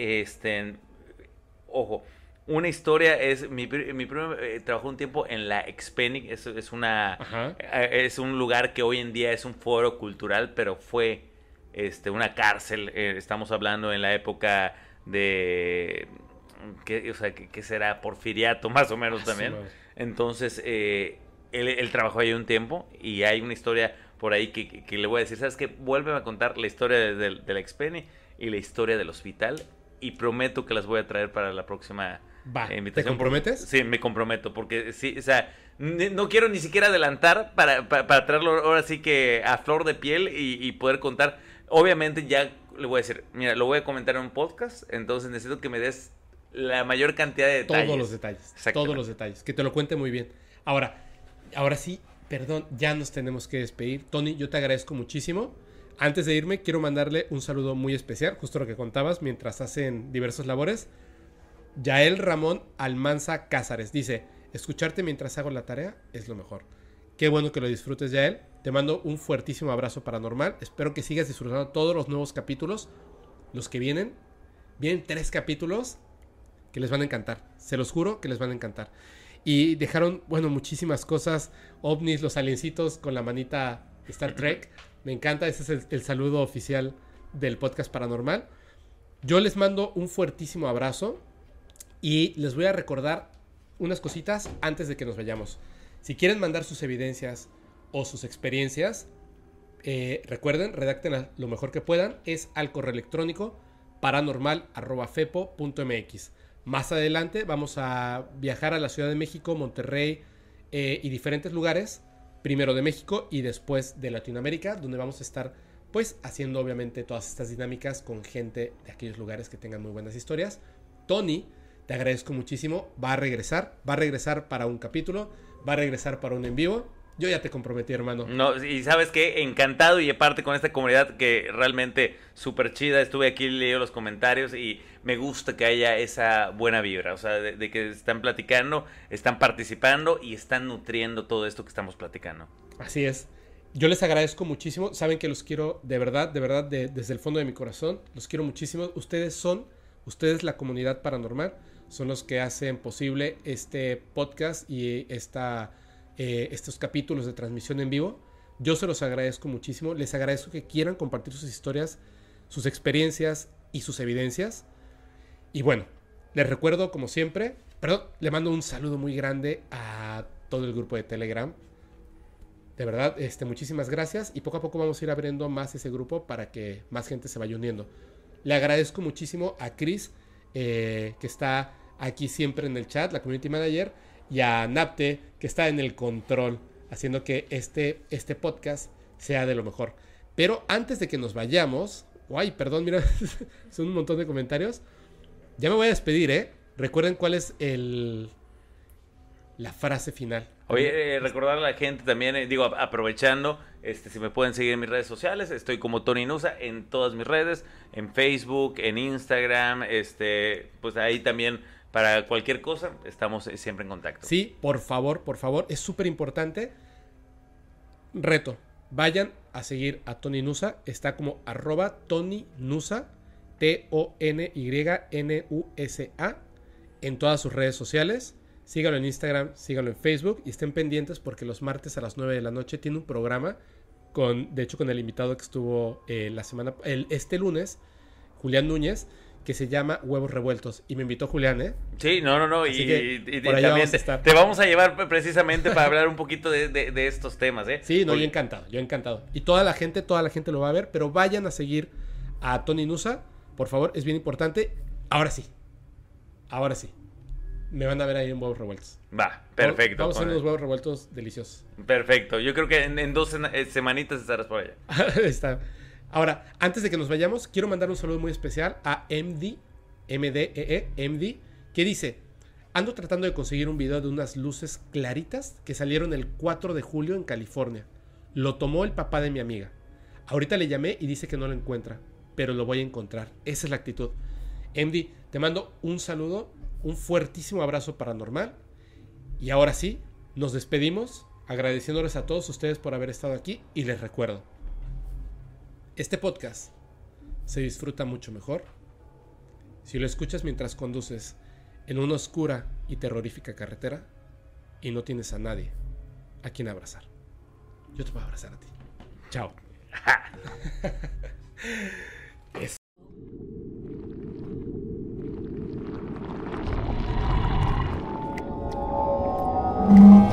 este, ojo, una historia es, mi, pri- mi primo eh, trabajó un tiempo en la Expenic, es, es una, Ajá. eh, es un lugar que hoy en día es un foro cultural, pero fue, este, una cárcel. Eh, estamos hablando en la época de, ¿qué, o sea, ¿qué, qué será? Porfiriato, más o menos Ah, también. su madre. Entonces, eh, él, él trabajó ahí un tiempo y hay una historia por ahí que, que- que le voy a decir, ¿sabes qué? Vuélveme a contar la historia de, de- de la Expeni y la historia del hospital y prometo que las voy a traer para la próxima Va, eh, ¿te invitación. comprometes? Sí, me comprometo porque sí, o sea, n- no quiero ni siquiera adelantar para, para, para traerlo ahora sí que a flor de piel y, y poder contar. Obviamente ya le voy a decir, mira, lo voy a comentar en un podcast, entonces necesito que me des la mayor cantidad de detalles. Todos los detalles. Exactamente. Todos los detalles. Que te lo cuente muy bien. Ahora, ahora sí, perdón, ya nos tenemos que despedir. Tony, yo te agradezco muchísimo. Antes de irme, quiero mandarle un saludo muy especial, justo lo que contabas, mientras hacen diversas labores. Yael Ramón Almanza Cázares dice: escucharte mientras hago la tarea es lo mejor. Qué bueno que lo disfrutes, Yael. Te mando un fuertísimo abrazo paranormal. Espero que sigas disfrutando todos los nuevos capítulos. Los que vienen. Vienen tres capítulos que les van a encantar. Se los juro que les van a encantar. Y dejaron, bueno, muchísimas cosas. OVNIs, los aliencitos con la manita Star Trek. Me encanta. Ese es el, el saludo oficial del podcast paranormal. Yo les mando un fuertísimo abrazo. Y les voy a recordar unas cositas antes de que nos vayamos. Si quieren mandar sus evidencias o sus experiencias, eh, recuerden, redacten lo mejor que puedan. Es al correo electrónico paranormal arroba fepo punto mx. Más adelante vamos a viajar a la Ciudad de México, Monterrey eh, y diferentes lugares. Primero de México y después de Latinoamérica, donde vamos a estar pues haciendo obviamente todas estas dinámicas con gente de aquellos lugares que tengan muy buenas historias. Tony, te agradezco muchísimo. Va a regresar. Va a regresar para un capítulo. Va a regresar para un en vivo. Yo ya te comprometí, hermano. No, y sabes qué, encantado, y aparte con esta comunidad que realmente súper chida. Estuve aquí, leí los comentarios y me gusta que haya esa buena vibra. O sea, de, de que están platicando, están participando y están nutriendo todo esto que estamos platicando. Así es. Yo les agradezco muchísimo. Saben que los quiero de verdad, de verdad, de, desde el fondo de mi corazón. Los quiero muchísimo. Ustedes son, ustedes la comunidad paranormal. Son los que hacen posible este podcast y esta, eh, estos capítulos de transmisión en vivo. Yo se los agradezco muchísimo. Les agradezco que quieran compartir sus historias, sus experiencias y sus evidencias. Y bueno, les recuerdo como siempre, perdón, le mando un saludo muy grande a todo el grupo de Telegram. De verdad, este, muchísimas gracias. Y poco a poco vamos a ir abriendo más ese grupo para que más gente se vaya uniendo. Le agradezco muchísimo a Chris, eh, que está aquí siempre en el chat, la community manager, y a Napte, que está en el control, haciendo que este, este podcast sea de lo mejor. Pero antes de que nos vayamos, ay, perdón, mira, son un montón de comentarios. Ya me voy a despedir, ¿eh? Recuerden cuál es el la frase final. Oye, eh, recordar a la gente también, eh, digo, aprovechando, este, si me pueden seguir en mis redes sociales, estoy como Tony Nusa en todas mis redes, en Facebook, en Instagram, este, pues ahí también para cualquier cosa estamos siempre en contacto. Sí, por favor, por favor, es súper importante. Reto, vayan a seguir a Tony Nusa, está como arroba Tony Nusa, T O N Y N U S A, en todas sus redes sociales. Síganlo en Instagram, síganlo en Facebook y estén pendientes porque los martes a las nueve de la noche tiene un programa con, de hecho, con el invitado que estuvo eh, la semana, el, este lunes, Julián Núñez, que se llama Huevos Revueltos. Y me invitó Julián, ¿eh? Sí, no, no, no. Así y, que y, y por allá también vamos a estar. Te, te vamos a llevar precisamente para hablar un poquito de, de, de estos temas, ¿eh? Sí, no, Porque... yo encantado, yo encantado. Y toda la gente, toda la gente lo va a ver, pero vayan a seguir a Tony Nusa, por favor, es bien importante. Ahora sí, ahora sí. Me van a ver ahí en Huevos Revueltos. Va, perfecto. Vamos a hacer unos huevos revueltos deliciosos. Perfecto. Yo creo que en, en dos semanitas estarás por allá. Está. Ahora, antes de que nos vayamos, quiero mandar un saludo muy especial a M D, M D E E, M D, que dice: ando tratando de conseguir un video de unas luces claritas que salieron el cuatro de julio en California. Lo tomó el papá de mi amiga. Ahorita le llamé y dice que no lo encuentra, pero lo voy a encontrar. Esa es la actitud. M D, te mando un saludo, un fuertísimo abrazo paranormal. Y ahora sí, nos despedimos agradeciéndoles a todos ustedes por haber estado aquí. Y les recuerdo, este podcast se disfruta mucho mejor si lo escuchas mientras conduces en una oscura y terrorífica carretera y no tienes a nadie a quien abrazar. Yo te voy a abrazar a ti. Chao. Es Mm-hmm.